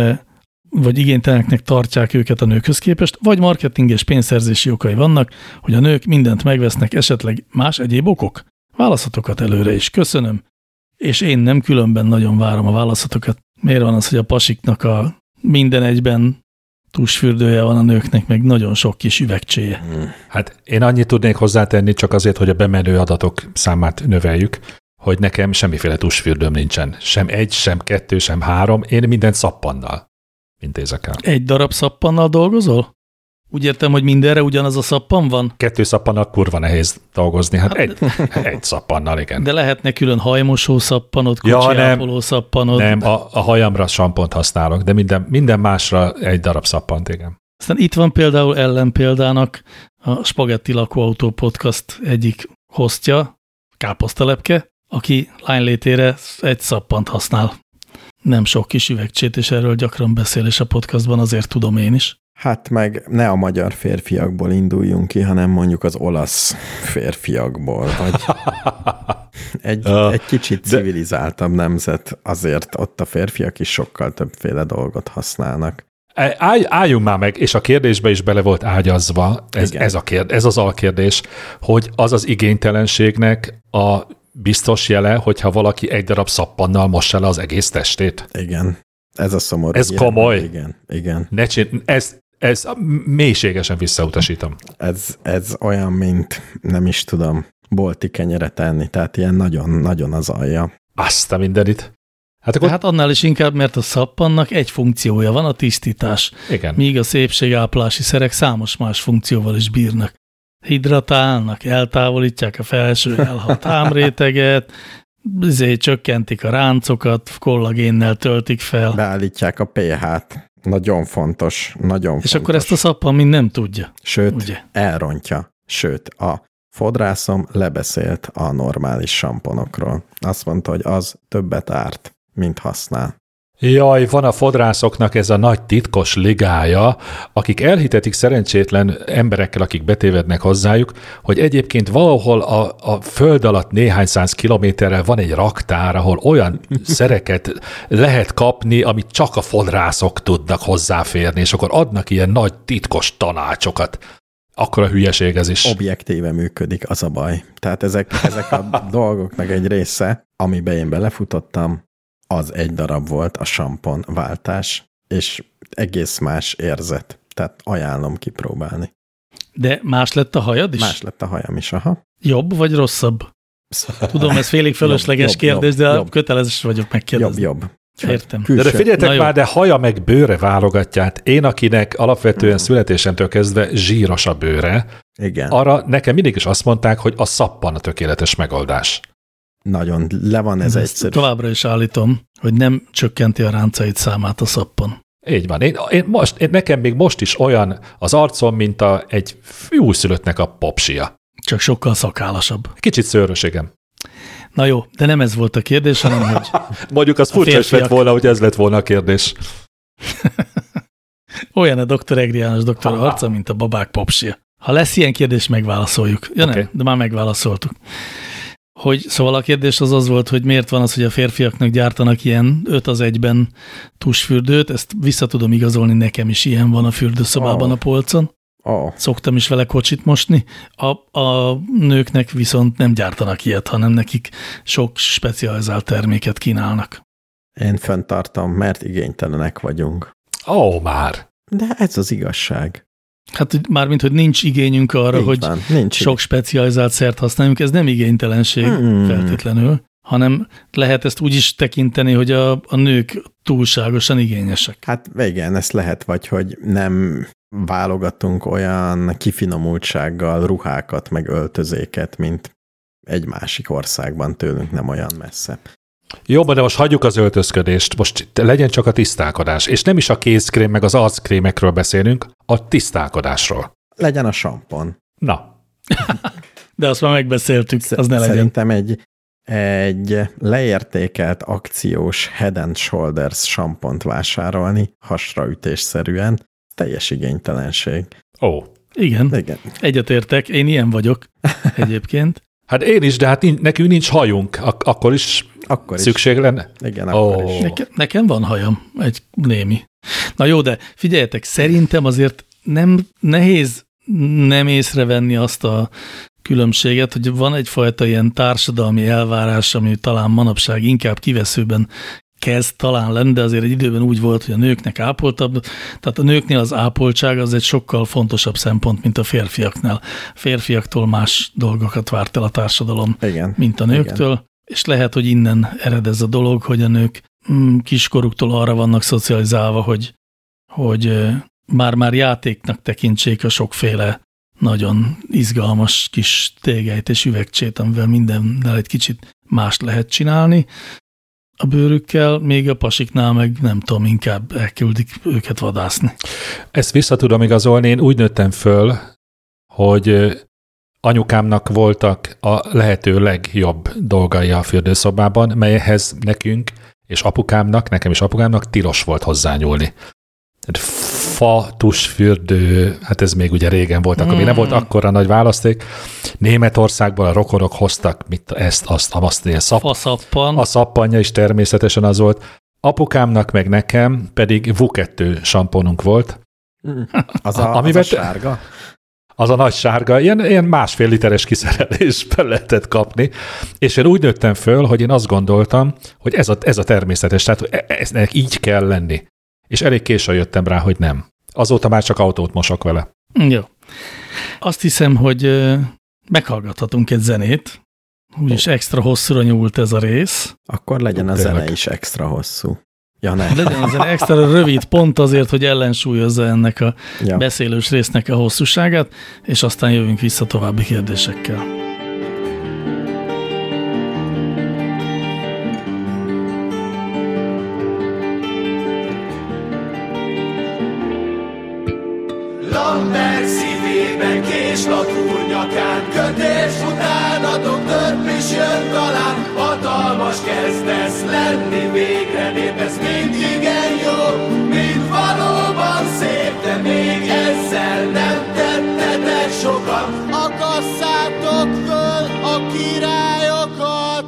vagy igényteleneknek tartják őket a nőkhöz képest, vagy marketing és pénzszerzési okai vannak, hogy a nők mindent megvesznek, esetleg más egyéb okok? Válaszatokat előre is. Köszönöm. És én nem, különben nagyon várom a válaszatokat. Miért van az, hogy a pasiknak a minden egyben tusfürdője van, a nőknek meg nagyon sok kis üvegcséje? Hát én annyit tudnék hozzátenni, csak azért, hogy a bemenő adatok számát növeljük, hogy nekem semmiféle tusfürdőm nincsen. Sem 1, sem 2, sem 3. Én mindent szappannal intézek el. Egy darab szappannal dolgozol? Úgy értem, hogy mindenre ugyanaz a szappan van? 2 szappannal kurva nehéz dolgozni. Hát egy szappannal, igen. De lehetne külön hajmosó szappanod, kocsiápoló szappanod? Nem, a hajamra sampont használok, de minden másra egy darab szappant, igen. Aztán itt van például ellenpéldának a Spagetti Lakóautó Podcast egyik hostja, Káposztalepke, aki lánylétére egy szappant használ. Nem sok kis üvegcsét, és erről gyakran beszél, és a podcastban azért tudom én is. Hát meg ne a magyar férfiakból induljunk ki, hanem mondjuk az olasz férfiakból, vagy egy kicsit civilizáltabb nemzet, azért ott a férfiak is sokkal többféle dolgot használnak. Álljunk már meg, és a kérdésbe is bele volt ágyazva, ez az alkérdés, hogy az az igénytelenségnek a biztos jele, hogyha valaki egy darab szappannal mossa le az egész testét. Igen. Ez a szomorú. Ez komoly. Igen. Ez mélységesen visszautasítom. Ez olyan, mint nem is tudom, bolti kenyeret enni, tehát ilyen nagyon-nagyon az alja. Azt a mindenit. Hát annál is inkább, mert a szappannak egy funkciója van, a tisztítás. Igen. Míg a szépségápolási szerek számos más funkcióval is bírnak. Hidratálnak, eltávolítják a felső elhat hámréteget, csökkentik a ráncokat, kollagénnel töltik fel. Beállítják a pH-t. Nagyon fontos, nagyon fontos. És akkor ezt a szappan mind nem tudja. Sőt, ugye? elrontja. Sőt, a fodrászom lebeszélt a normális samponokról. Azt mondta, hogy az többet árt, mint használ. Jaj, van a fodrászoknak ez a nagy titkos ligája, akik elhitetik szerencsétlen emberekkel, akik betévednek hozzájuk, hogy egyébként valahol a föld alatt néhány száz kilométerrel van egy raktár, ahol olyan szereket lehet kapni, amit csak a fodrászok tudnak hozzáférni, és akkor adnak ilyen nagy titkos tanácsokat. Akkor a hülyeség ez is. Objektíve működik, az a baj. Tehát ezek a dolgoknak egy része, amiben én belefutottam, az egy darab volt a samponváltás, és egész más érzet. Tehát ajánlom kipróbálni. De más lett a hajad is? Más lett a hajam is, aha. Jobb vagy rosszabb? Tudom, ez félig fölösleges kérdés, de kötelező vagyok megkérdezni. Jobb. Értem. De figyeljetek már, de haja meg bőre válogatját. Én, akinek alapvetően születésemtől kezdve zsíros a bőre, igen. Arra nekem mindig is azt mondták, hogy a szappan a tökéletes megoldás. Nagyon le van ez egyszerű. Továbbra is állítom, hogy nem csökkenti a ráncait számát a szappan. Így van. Nekem még most is olyan az arcom, mint egy újszülöttnek a popsia. Csak sokkal szakállasabb. Kicsit szőrös, igen. Na jó, de nem ez volt a kérdés, hanem hogy... Mondjuk az furcsa is lett volna, hogy ez lett volna a kérdés. Olyan a Dr. Egri János doktor arca, mint a babák popsia. Ha lesz ilyen kérdés, megválaszoljuk. Ja okay. Nem, de már megválaszoltuk. Szóval a kérdés az volt, hogy miért van az, hogy a férfiaknak gyártanak ilyen 5-1-ben tusfürdőt, ezt vissza tudom igazolni, nekem is ilyen van a fürdőszobában a polcon. Szoktam is vele kocsit mosni. A nőknek viszont nem gyártanak ilyet, hanem nekik sok specializált terméket kínálnak. Én fenntartom, mert igénytelenek vagyunk. Már. De ez az igazság. Hát mármint, hogy nincs igényünk arra, így hogy van, sok specializált szert használjunk, ez nem igénytelenség feltétlenül, hanem lehet ezt úgy is tekinteni, hogy a nők túlságosan igényesek. Hát igen, ezt lehet, vagy hogy nem válogatunk olyan kifinomultsággal ruhákat, meg öltözéket, mint egy másik országban tőlünk nem olyan messze. Jó, de most hagyjuk az öltözködést, most legyen csak a tisztálkodás, és nem is a kézkrém meg az arckrémekről beszélünk, a tisztálkodásról. Legyen a sampon. Na. De azt már megbeszéltük, az ne legyen. Szerintem egy leértékelt akciós Head and Shoulders sampont vásárolni, hasraütésszerűen, teljes igénytelenség. Igen. Egyetértek, én ilyen vagyok egyébként. Hát én is, de hát nekünk nincs hajunk, akkor is szükség lenne. Igen, akkor is. Nekem van hajam, egy némi. Na jó, de figyeljetek, szerintem azért nehéz nem észrevenni azt a különbséget, hogy van egyfajta ilyen társadalmi elvárás, ami talán manapság inkább kiveszőben kezd talán lenni, de azért egy időben úgy volt, hogy a nőknek ápoltabb, tehát a nőknél az ápoltság az egy sokkal fontosabb szempont, mint a férfiaknál. A férfiaktól más dolgokat várt el a társadalom, mint a nőktől, és lehet, hogy innen ered ez a dolog, hogy a nők kiskoruktól arra vannak szocializálva, hogy már játéknak tekintsék a sokféle nagyon izgalmas kis tégelyt és üvegcsét, amivel mindennel egy kicsit mást lehet csinálni a bőrükkel, még a pasiknál meg nem tudom, inkább elküldik őket vadászni. Ezt vissza tudom igazolni, én úgy nőttem föl, hogy anyukámnak voltak a lehető legjobb dolgai a fürdőszobában, melyhez nekünk és apukámnak, nekem és apukámnak tilos volt hozzányúlni. Fa, tusfürdő, hát ez még ugye régen volt, akkor még nem volt akkora nagy választék. Németországból a rokonok hoztak azt, ilyen faszappan. A szappanja is természetesen az volt. Apukámnak meg nekem pedig V2 samponunk volt. Az a sárga? Az a nagy sárga, ilyen 1,5 literes kiszerelésben lehetett kapni, és én úgy nőttem föl, hogy én azt gondoltam, hogy ez a természetes, tehát eznek így kell lenni. És elég későn jöttem rá, hogy nem. Azóta már csak autót mosok vele. Jó. Azt hiszem, hogy meghallgathatunk egy zenét, Úgyis extra hosszúra nyúlt ez a rész. Akkor legyen a zene is extra hosszú. Ja, ne. Legyen a zene extra rövid, pont azért, hogy ellensúlyozza ennek a beszélős résznek a hosszúságát, és aztán jövünk vissza további kérdésekkel. Lambert szívében, Késlatúr nyakán, kötés utánatok törpés jön talán, hatalmas kezdesz lenni végre, nép ez mind igen jó, mind valóban szép, de még ezzel nem tettetek sokat. Akasszátok föl a királyokat!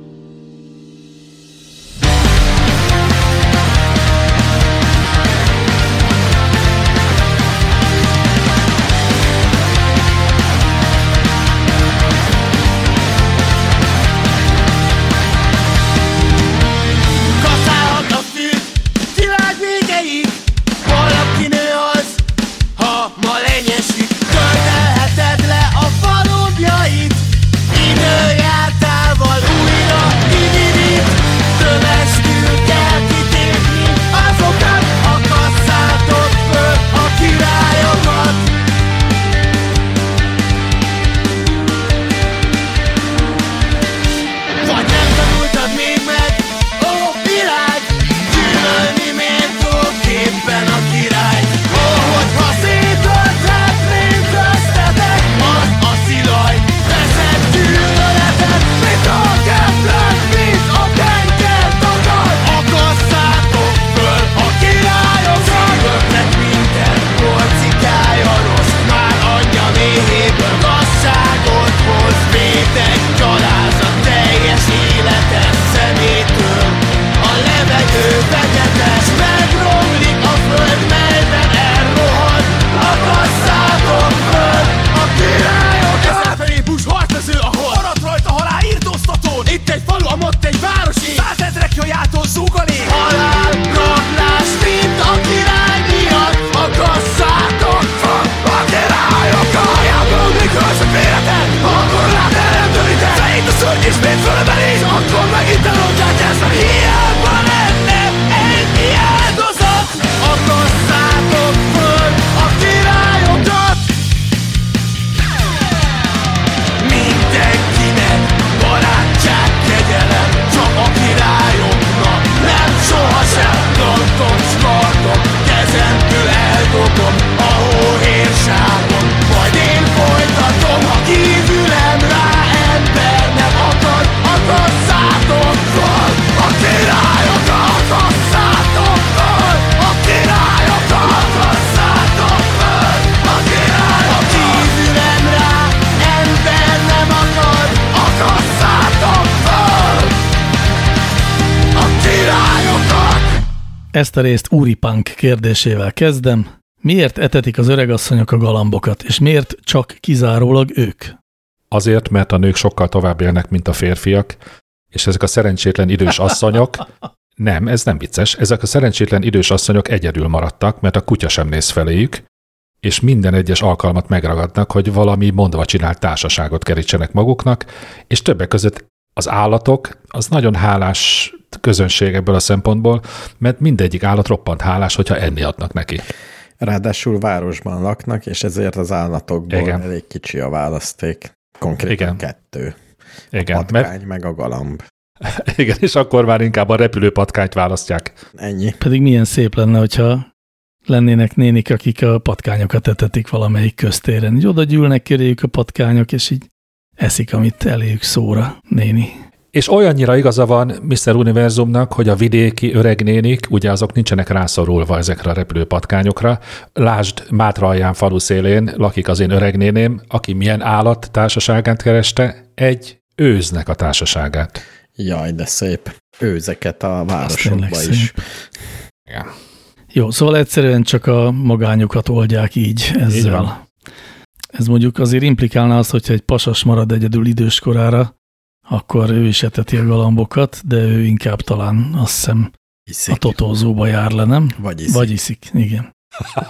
Ezt a részt úripánk kérdésével kezdem. Miért etetik az öregasszonyok a galambokat, és miért csak kizárólag ők? Azért, mert a nők sokkal tovább élnek, mint a férfiak, és ezek a szerencsétlen idős asszonyok, nem, ez nem vicces, ezek a szerencsétlen idős asszonyok egyedül maradtak, mert a kutya sem néz feléjük, és minden egyes alkalmat megragadnak, hogy valami mondva csinált társaságot kerítsenek maguknak, és többek között az állatok, az nagyon hálás közönség ebből a szempontból, mert mindegyik állat roppant hálás, hogyha enni adnak neki. Ráadásul városban laknak, és ezért az állatokból igen. Elég kicsi a választék. Konkrétan igen. 2. Igen, a patkány meg a galamb. Igen, és akkor már inkább a repülőpatkányt választják. Ennyi. Pedig milyen szép lenne, hogyha lennének nénik, akik a patkányokat etetik valamelyik köztéren. Így oda gyűlnek köréjük a patkányok, és így eszik, amit eléjük szóra, néni. És olyannyira igaza van Mr. Univerzumnak, hogy a vidéki öregnénik, ugye azok nincsenek rászorulva ezekre a repülőpatkányokra. Lásd, Mátraalján falu szélén lakik az én öregnéném, aki milyen állat társaságát kereste, egy őznek a társaságát. Jaj, de szép. Őzeket a városokba is. Igen. Jó, szóval egyszerűen csak a magányokat oldják így ezzel. Ez mondjuk azért implikálná azt, hogyha egy pasas marad egyedül időskorára, akkor ő is eteti a galambokat, de ő inkább talán azt hiszem iszik. A totózóba jár le, nem? Vagy iszik, igen.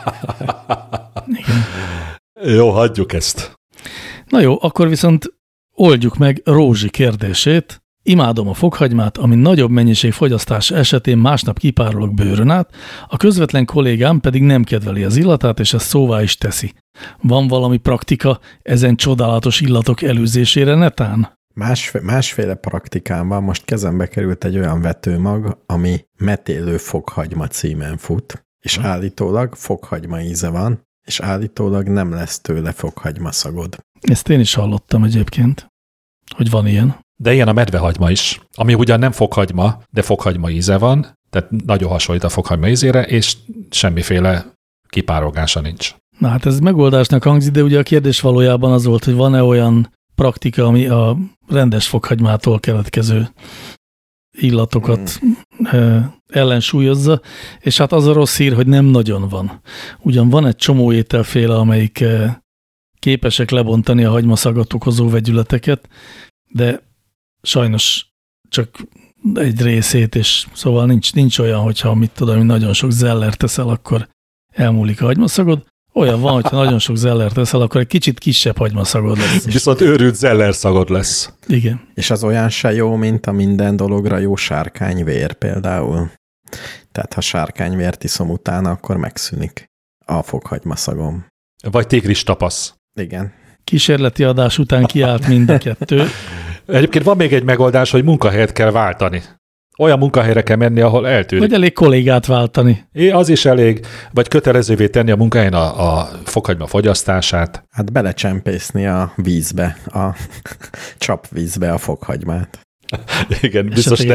Igen. Jó, hagyjuk ezt. Na jó, akkor viszont oldjuk meg Rózsi kérdését. Imádom a fokhagymát, ami nagyobb mennyiség fogyasztás esetén másnap kipárolok bőrön át, a közvetlen kollégám pedig nem kedveli az illatát, és ezt szóvá is teszi. Van valami praktika ezen csodálatos illatok előzésére netán? Másféle praktikám van, most kezembe került egy olyan vetőmag, ami metélő fokhagyma címen fut, és állítólag fokhagyma íze van, és állítólag nem lesz tőle fokhagyma szagod. Ezt én is hallottam egyébként, hogy van ilyen. De ilyen a medvehagyma is, ami ugyan nem fokhagyma, de fokhagyma íze van, tehát nagyon hasonlít a fokhagyma ízére, és semmiféle kipárolgása nincs. Na hát ez megoldásnak hangzik, de ugye a kérdés valójában az volt, hogy van-e olyan praktika, ami a rendes fokhagymától keletkező illatokat ellensúlyozza, és hát az a rossz hír, hogy nem nagyon van. Ugyan van egy csomó ételféle, amelyik képesek lebontani a hagymaszagot okozó vegyületeket, de sajnos csak egy részét, és szóval nincs olyan, hogyha mit tudom, nagyon sok zellert teszel, akkor elmúlik a hagymaszagod. Olyan van, hogyha nagyon sok zellert teszel, akkor egy kicsit kisebb hagymaszagod lesz. Viszont őrült zeller szagod lesz. Igen. És az olyan se jó, mint a minden dologra jó sárkányvér például. Tehát ha sárkányvért iszom utána, akkor megszűnik a fokhagymaszagom. Vagy tigris tapasz. Igen. Kísérleti adás után kiállt mind a kettő. Egyébként van még egy megoldás, hogy munkahelyet kell váltani. Olyan munkahelyre kell menni, ahol eltűnik. Vagy elég kollégát váltani. Az is elég, vagy kötelezővé tenni a munkahelyen a fokhagyma fogyasztását. Hát belecsempészni a vízbe, a csapvízbe a fokhagymát. Igen,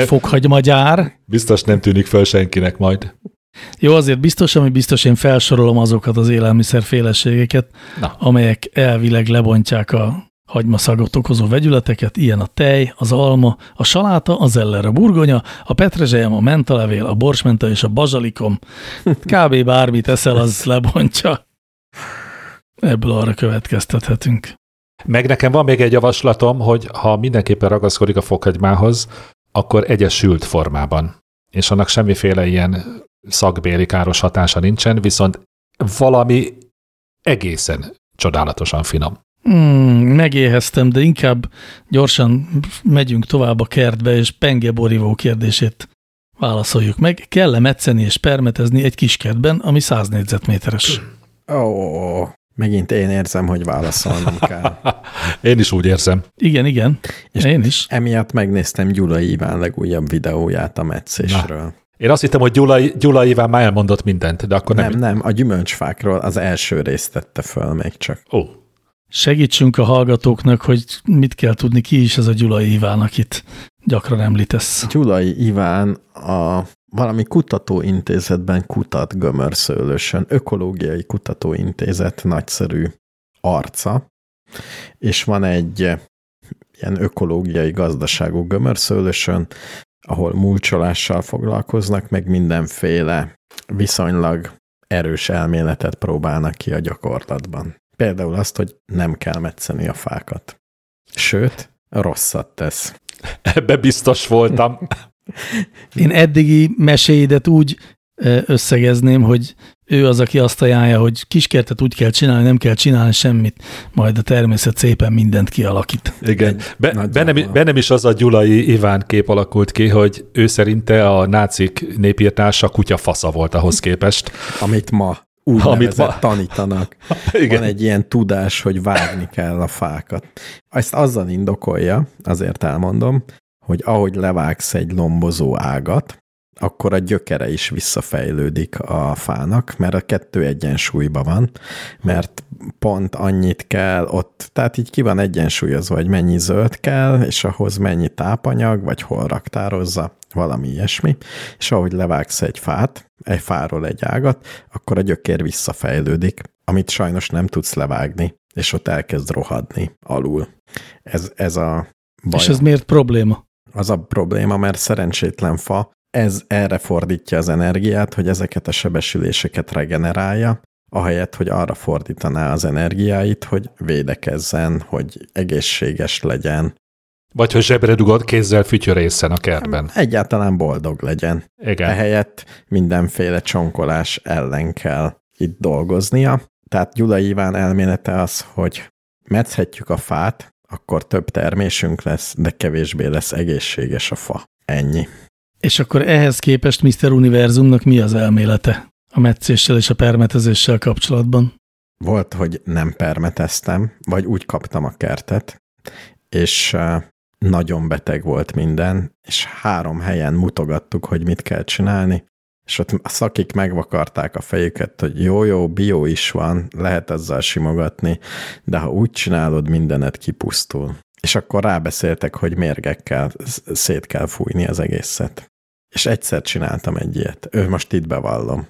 biztos nem tűnik föl senkinek majd. Jó, azért biztos én felsorolom azokat az élelmiszerféleségeket, amelyek elvileg lebontják a hagymaszagot okozó vegyületeket, ilyen a tej, az alma, a saláta, a zeller, a burgonya, a petrezselyem, a mentalevél, a borsmenta és a bazsalikom. Kb. Bármit eszel, az lebontja. Ebből arra következtethetünk. Meg nekem van még egy javaslatom, hogy ha mindenképpen ragaszkodik a fokhagymához, akkor egyesült formában. És annak semmiféle ilyen szakbéli káros hatása nincsen, viszont valami egészen csodálatosan finom. Megéheztem, de inkább gyorsan megyünk tovább a kertbe, és Penge borívó kérdését válaszoljuk meg. Kell-e metszeni és permetezni egy kis kertben, ami 100 négyzetméteres? Megint én érzem, hogy válaszolnom kell. Én is úgy érzem. Igen, és én is. Emiatt megnéztem Gyulai Iván legújabb videóját a metszésről. Én azt hittem, hogy Gyulai Iván már elmondott mindent, de akkor nem, a gyümölcsfákról az első részt tette föl még csak. Segítsünk a hallgatóknak, hogy mit kell tudni, ki is ez a Gyulai Iván, akit gyakran említesz. Gyulai Iván a valami kutatóintézetben kutat Gömörszőlősön, ökológiai kutatóintézet nagyszerű arca, és van egy ilyen ökológiai gazdaságú Gömörszőlősön, ahol mulcsolással foglalkoznak, meg mindenféle viszonylag erős elméletet próbálnak ki a gyakorlatban. Például azt, hogy nem kell metszeni a fákat. Sőt, rosszat tesz. Ebbe biztos voltam. Én eddigi meséidet úgy összegezném, hogy ő az, aki azt ajánlja, hogy kiskertet úgy kell csinálni, nem kell csinálni semmit, majd a természet szépen mindent kialakít. Igen. Bennem is az a Gyulai Iván kép alakult ki, hogy ő szerinte a nácik népírtása kutyafasza volt ahhoz képest. Amit ma tanítanak. Igen. Van egy ilyen tudás, hogy vágni kell a fákat. Ezt azzal indokolja, azért elmondom, hogy ahogy levágsz egy lombozó ágat, akkor a gyökere is visszafejlődik a fának, mert a kettő egyensúlyban van, mert pont annyit kell ott, tehát így ki van egyensúlyozva, hogy mennyi zöld kell, és ahhoz mennyi tápanyag, vagy hol raktározza, valami ilyesmi, és ahogy levágsz egy fáról egy ágat, akkor a gyökér visszafejlődik, amit sajnos nem tudsz levágni, és ott elkezd rohadni alul. Ez a baj. És ez miért probléma? Az a probléma, mert szerencsétlen fa, ez erre fordítja az energiát, hogy ezeket a sebesüléseket regenerálja, ahelyett, hogy arra fordítaná az energiáit, hogy védekezzen, hogy egészséges legyen. Vagy hogy zsebre dugott kézzel fütyörészen a kertben. Egyáltalán boldog legyen. Igen. Ehelyett mindenféle csonkolás ellen kell itt dolgoznia. Tehát Gyulai Iván elmélete az, hogy metszhetjük a fát, akkor több termésünk lesz, de kevésbé lesz egészséges a fa. Ennyi. És akkor ehhez képest Mr. Univerzumnak mi az elmélete a metszéssel és a permetezéssel kapcsolatban? Volt, hogy nem permeteztem, vagy úgy kaptam a kertet, és nagyon beteg volt minden, és 3 helyen mutogattuk, hogy mit kell csinálni, és ott a szakik megvakarták a fejüket, hogy jó, bio is van, lehet azzal simogatni, de ha úgy csinálod, mindened kipusztul. És akkor rábeszéltek, hogy mérgekkel szét kell fújni az egészet. És egyszer csináltam egy ilyet. Most itt bevallom.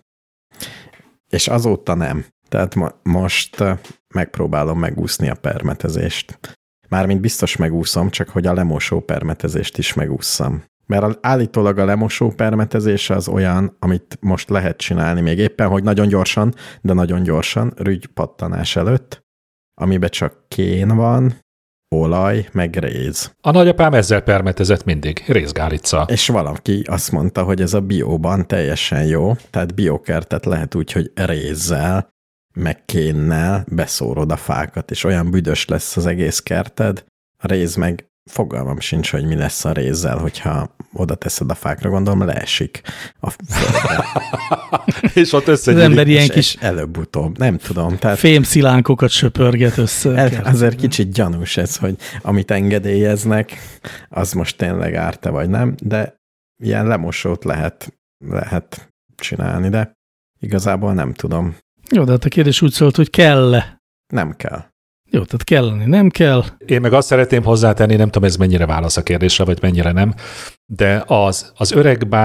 És azóta nem. Tehát most megpróbálom megúszni a permetezést. Mármint biztos megúszom, csak hogy a lemosó permetezést is megússzam. Mert állítólag a lemosó permetezés az olyan, amit most lehet csinálni, még éppen, hogy nagyon gyorsan, rügypattanás előtt, amiben csak kén van, olaj, meg réz. A nagyapám ezzel permetezett mindig, rézgálica. És valaki azt mondta, hogy ez a bióban teljesen jó, tehát biokertet lehet úgy, hogy rézzel, meg kénnel beszórod a fákat, és olyan büdös lesz az egész kerted, a réz meg fogalmam sincs, hogy mi lesz a rézzel, hogyha oda teszed a fákra, gondolom, leesik a földre. És ott az ember ilyen kis előbb-utóbb, nem tudom. Tehát fémszilánkokat söpörget össze. Azért kicsit gyanús ez, hogy amit engedélyeznek, az most tényleg árt-e vagy nem, de ilyen lemosót lehet csinálni, de igazából nem tudom. Jó, de hát a kérdés úgy szólt, hogy kell-e? Nem kell. Jó, tehát kelleni nem kell. Én meg azt szeretném hozzátenni, nem tudom, ez mennyire válasz a kérdésre, vagy mennyire nem, de az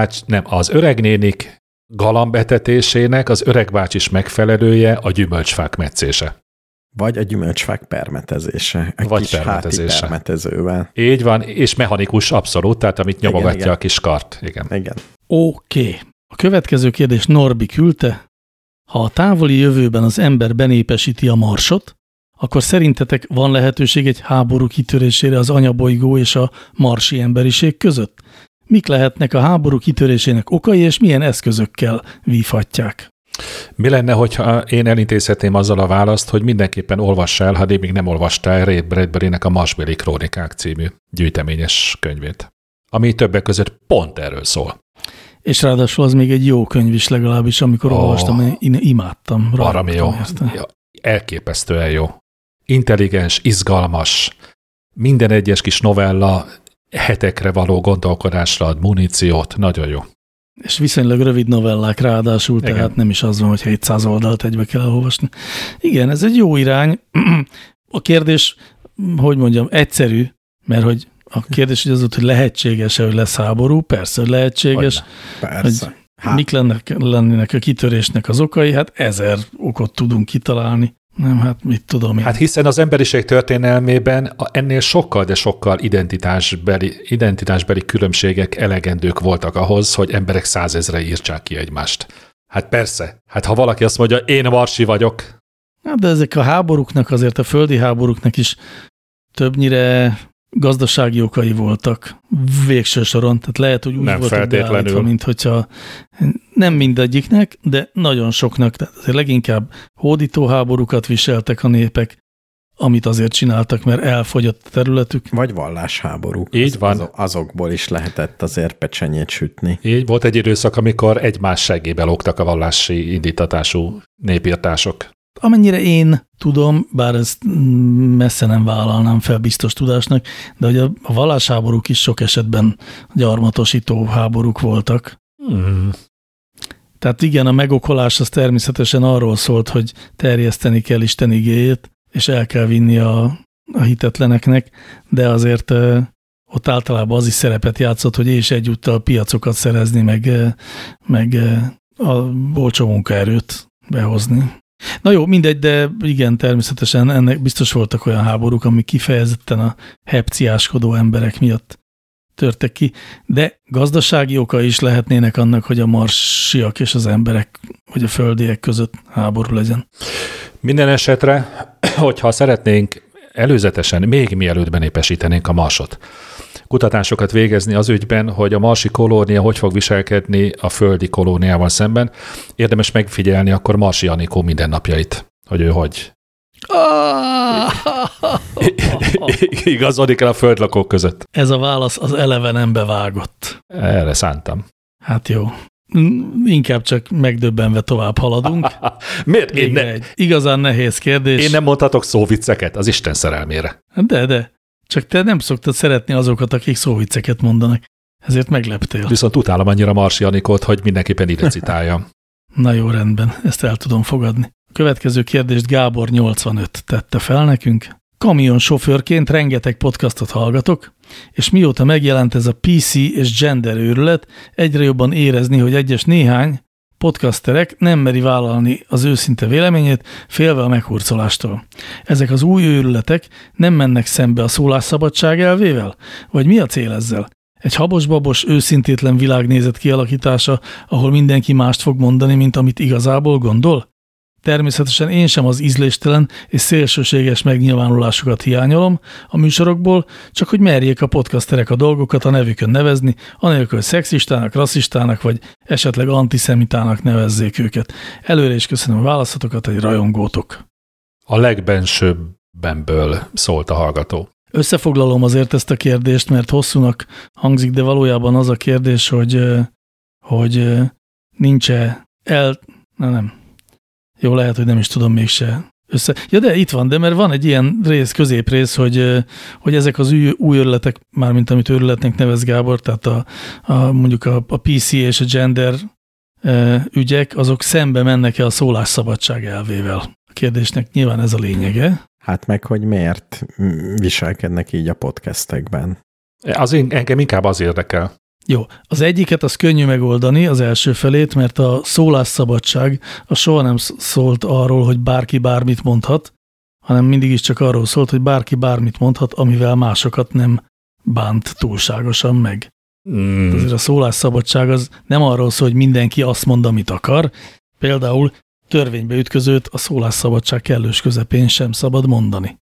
öregnénik galambetetésének az öregbácsis megfelelője a gyümölcsfák metszése. Vagy a gyümölcsfák permetezése. Vagy permetezése. Háti permetezővel. Így van, és mechanikus abszolút, tehát amit nyomogatja igen. A kis kart. Igen. Oké. A következő kérdés Norbi küldte. Ha a távoli jövőben az ember benépesíti a Marsot, akkor szerintetek van lehetőség egy háború kitörésére az anyabolygó és a marsi emberiség között? Mik lehetnek a háború kitörésének okai, és milyen eszközökkel vívhatják? Mi lenne, hogyha én elintézhetném azzal a választ, hogy mindenképpen olvass el, ha még nem olvastál Ray Bradburynek a Marsbéli Krónikák című gyűjteményes könyvét, ami többek között pont erről szól. És ráadásul az még egy jó könyv is legalábbis, amikor olvastam, én imádtam. Baromi jó. Ja, elképesztően jó. Intelligens, izgalmas, minden egyes kis novella hetekre való gondolkodásra ad muníciót, nagyon jó. És viszonylag rövid novellák ráadásul, igen. Tehát nem is az van, hogy 700 oldalt egybe kell elolvasni. Igen, ez egy jó irány. A kérdés, hogy mondjam, egyszerű, mert hogy a kérdés hogy az ott, hogy lehetséges-e, hogy lesz háború? Persze, hogy lehetséges. Persze. Hogy mik lennének a kitörésnek az okai? Hát 1000 okot tudunk kitalálni. Nem, hát mit tudom én. Hát hiszen az emberiség történelmében ennél sokkal, de sokkal identitásbeli különbségek elegendők voltak ahhoz, hogy emberek 100 000 írtsák ki egymást. Hát persze, hát ha valaki azt mondja, én marsi vagyok. Hát de ezek a háborúknak, azért a földi háborúknak is többnyire gazdasági okai voltak végső soron. Tehát lehet, hogy úgy nem voltak beállítva, mint hogyha nem mindegyiknek, de nagyon soknak. Tehát azért leginkább hódítóháborúkat viseltek a népek, amit azért csináltak, mert elfogyott a területük. Vagy vallásháborúk. Így van. Azokból is lehetett azért pecsenyét sütni. Így volt egy időszak, amikor egymás seggébe lógtak a vallási indítatású népírtások. Amennyire én tudom, bár ezt messze nem vállalnám fel biztos tudásnak, de hogy a vallásháborúk is sok esetben gyarmatosító háborúk voltak. Tehát igen, a megokolás az természetesen arról szólt, hogy terjeszteni kell Isten igéjét, és el kell vinni a hitetleneknek, de azért ott általában az is szerepet játszott, hogy és egyúttal piacokat szerezni, meg a olcsó munkaerőt behozni. Na jó, mindegy, de igen, természetesen ennek biztos voltak olyan háborúk, amik kifejezetten a hepciáskodó emberek miatt törtek ki, de gazdasági oka is lehetnének annak, hogy a marsiak és az emberek, vagy a földiek között háború legyen. Minden esetre, hogyha szeretnénk előzetesen, még mielőtt benépesítenénk a Marsot, kutatásokat végezni az ügyben, hogy a marsi kolónia hogy fog viselkedni a földi kolóniával szemben, érdemes megfigyelni akkor Marsi Anikó mindennapjait, hogy ő hogy. igazodik el a földlakók között. Ez a válasz az eleve nem bevágott. Erre szántam. Hát jó. Inkább csak megdöbbenve tovább haladunk. Miért? Egy igazán nehéz kérdés. Én nem mondhatok szóvicceket az Isten szerelmére. De. Csak te nem szoktad szeretni azokat, akik szóvicceket mondanak. Ezért megleptél. Viszont utálom annyira Marsi Anikót, hogy mindenképpen ide citáljam. Na jó, rendben. Ezt el tudom fogadni. A következő kérdést Gábor 85 tette fel nekünk. Kamionsofőrként rengeteg podcastot hallgatok, és mióta megjelent ez a PC és gender őrület, egyre jobban érezni, hogy néhány podcasterek nem meri vállalni az őszinte véleményét, félve a meghurcolástól. Ezek az új őrületek nem mennek szembe a szólásszabadság elvével? Vagy mi a cél ezzel? Egy habos-babos, őszintétlen világnézet kialakítása, ahol mindenki mást fog mondani, mint amit igazából gondol? Természetesen én sem az ízléstelen és szélsőséges megnyilvánulásokat hiányolom a műsorokból, csak hogy merjék a podcasterek a dolgokat a nevükön nevezni, anélkül, hogy szexistának, rasszistának vagy esetleg antiszemitának nevezzék őket. Előre is köszönöm a választotokat, egy rajongótok. A legbensőbbenből szólt a hallgató. Összefoglalom azért ezt a kérdést, mert hosszúnak hangzik, de valójában az a kérdés, hogy nincs-e nem. Jó, lehet, hogy nem is tudom mégse Ja, de itt van, de mert van egy ilyen középrész, hogy ezek az új őrületek, mármint amit őrületnek nevez Gábor, tehát mondjuk a PC és a gender ügyek, azok szembe mennek-e a szólásszabadság elvével. A kérdésnek nyilván ez a lényege. Hát meg, hogy miért viselkednek így a podcastekben. Engem inkább az érdekel. Jó, az egyiket az könnyű megoldani, az első felét, mert a szólásszabadság az soha nem szólt arról, hogy bárki bármit mondhat, hanem mindig is csak arról szólt, hogy bárki bármit mondhat, amivel másokat nem bánt túlságosan meg. Azért a szólásszabadság az nem arról szól, hogy mindenki azt mond, amit akar. Például törvénybe ütközőt a szólásszabadság kellős közepén sem szabad mondani.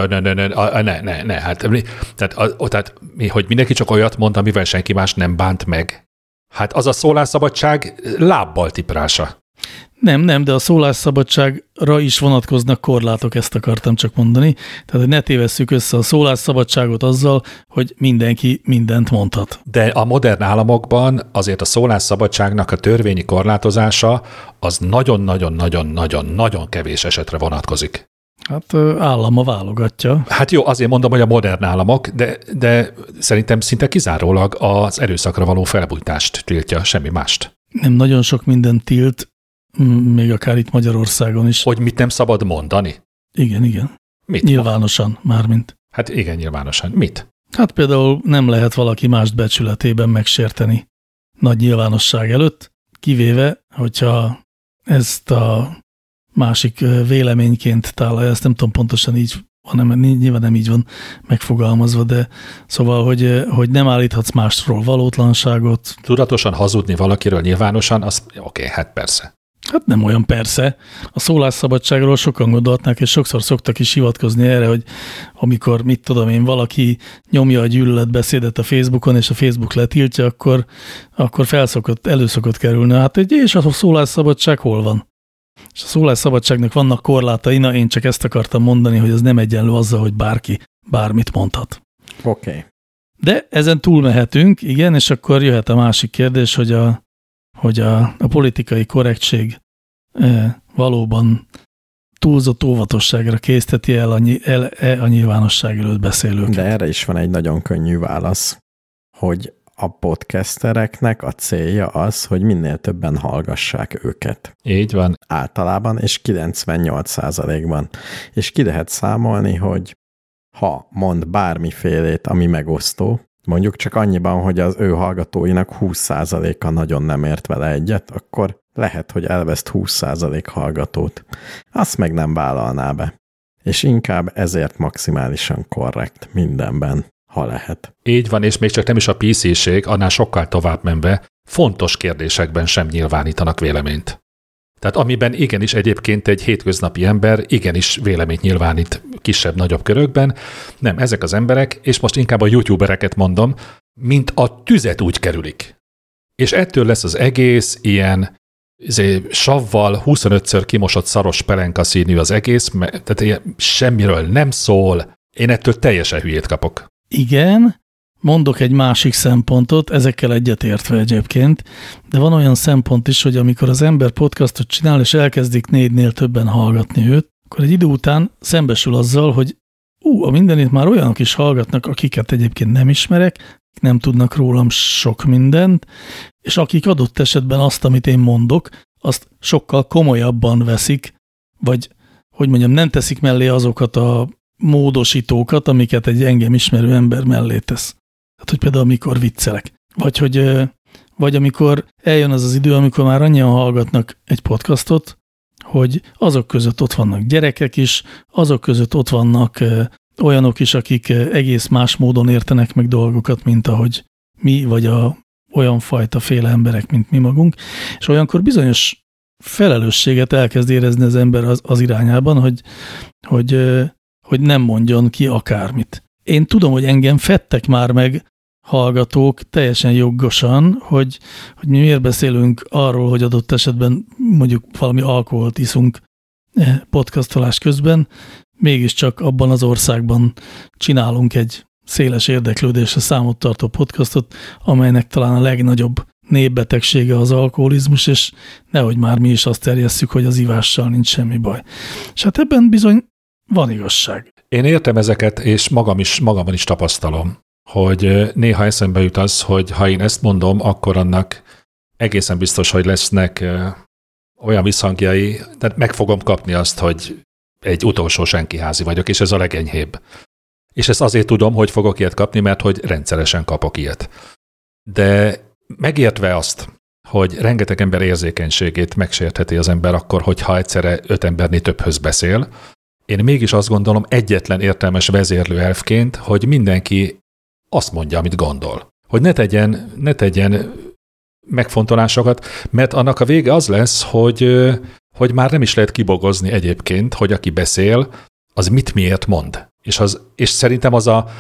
Ne. Tehát, hogy mindenki csak olyat mond, amivel senki más nem bánt meg. Hát az a szólásszabadság lábbal tiprása. Nem, de a szólásszabadságra is vonatkoznak korlátok, ezt akartam csak mondani. Tehát, hogy ne tévesszük össze a szólásszabadságot azzal, hogy mindenki mindent mondhat. De a modern államokban azért a szólásszabadságnak a törvényi korlátozása az nagyon-nagyon-nagyon-nagyon kevés esetre vonatkozik. Hát állama válogatja. Hát jó, azért mondom, hogy a modern államok, de szerintem szinte kizárólag az erőszakra való felbújtást tiltja, semmi mást. Nem, nagyon sok mindent tilt, még akár itt Magyarországon is. Hogy mit nem szabad mondani? Igen. Mit? Nyilvánosan mármint. Hát igen, nyilvánosan. Mit? Hát például nem lehet valaki mást becsületében megsérteni nagy nyilvánosság előtt, kivéve, hogyha ezt a másik véleményként tálalja, ezt nem tudom pontosan így, hanem nyilván nem így van megfogalmazva, de szóval, hogy nem állíthatsz másról valótlanságot. Tudatosan hazudni valakiről nyilvánosan, az oké, hát persze. Hát nem olyan persze. A szólásszabadságról sokan gondolhatnák, és sokszor szoktak is hivatkozni erre, hogy amikor, mit tudom én, valaki nyomja a gyűlöletbeszédet a Facebookon, és a Facebook letiltja, akkor elő szokott kerülni. Hát és a szólásszabadság hol van? És a szólásszabadságnak vannak korlátai, én csak ezt akartam mondani, hogy ez nem egyenlő azzal, hogy bárki bármit mondhat. Oké. De ezen túlmehetünk, igen, és akkor jöhet a másik kérdés, hogy a politikai korrektség valóban túlzott óvatosságra készteti el a nyilvánosság előtt beszélőket. De erre is van egy nagyon könnyű válasz, hogy a podcastereknek a célja az, hogy minél többen hallgassák őket. Így van. Általában, és 98%-ban. És ki lehet számolni, hogy ha mond bármifélét, ami megosztó, mondjuk csak annyiban, hogy az ő hallgatóinak 20%-a nagyon nem ért vele egyet, akkor lehet, hogy elveszt 20% hallgatót. Azt meg nem vállalná be. És inkább ezért maximálisan korrekt mindenben, ha lehet. Így van, és még csak nem is a PC-ség, annál sokkal tovább menve, fontos kérdésekben sem nyilvánítanak véleményt. Tehát amiben igenis egyébként egy hétköznapi ember igenis véleményt nyilvánít kisebb-nagyobb körökben, nem, ezek az emberek, és most inkább a youtubereket mondom, mint a tüzet úgy kerülik. És ettől lesz az egész ilyen savval 25-ször kimosott szaros pelenkaszínű az egész, tehát ilyen semmiről nem szól, Én ettől teljesen hülyét kapok. Igen, mondok egy másik szempontot, ezekkel egyetértve egyébként, de van olyan szempont is, hogy amikor az ember podcastot csinál, és elkezdik 4-nél többen hallgatni őt, akkor egy idő után szembesül azzal, hogy a mindenit már olyanok is hallgatnak, akiket egyébként nem ismerek, nem tudnak rólam sok mindent, és akik adott esetben azt, amit én mondok, azt sokkal komolyabban veszik, vagy, hogy mondjam, nem teszik mellé azokat a módosítókat, amiket egy engem ismerő ember mellé tesz. Tehát, hogy például amikor viccelek. Vagy amikor eljön az az idő, amikor már annyian hallgatnak egy podcastot, hogy azok között ott vannak gyerekek is, azok között ott vannak olyanok is, akik egész más módon értenek meg dolgokat, mint ahogy mi, vagy olyan fajta féle emberek, mint mi magunk, és olyankor bizonyos felelősséget elkezd érezni az ember az irányában, hogy nem mondjon ki akármit. Én tudom, hogy engem fedtek már meg hallgatók teljesen jogosan, hogy mi miért beszélünk arról, hogy adott esetben mondjuk valami alkoholt iszunk podcastolás közben, mégiscsak abban az országban csinálunk egy széles érdeklődésre számot tartó podcastot, amelynek talán a legnagyobb népbetegsége az alkoholizmus, és nehogy már mi is azt terjesszük, hogy az ivással nincs semmi baj. És hát ebben bizony van igazság. Én értem ezeket, és magamban is tapasztalom, hogy néha eszembe jut az, hogy ha én ezt mondom, akkor annak egészen biztos, hogy lesznek olyan visszhangjai, tehát meg fogom kapni azt, hogy egy utolsó senkiházi vagyok, és ez a legenyhébb. És ezt azért tudom, hogy fogok ilyet kapni, mert hogy rendszeresen kapok ilyet. De megértve azt, hogy rengeteg ember érzékenységét megsértheti az ember akkor, hogyha egyszerre 5 embernél többhöz beszél, én mégis azt gondolom egyetlen értelmes vezérlőelvként, hogy mindenki azt mondja, amit gondol. Hogy ne tegyen megfontolásos, mert annak a vége az lesz, hogy már nem is lehet kibogozni egyébként, hogy aki beszél, az miért mond. És szerintem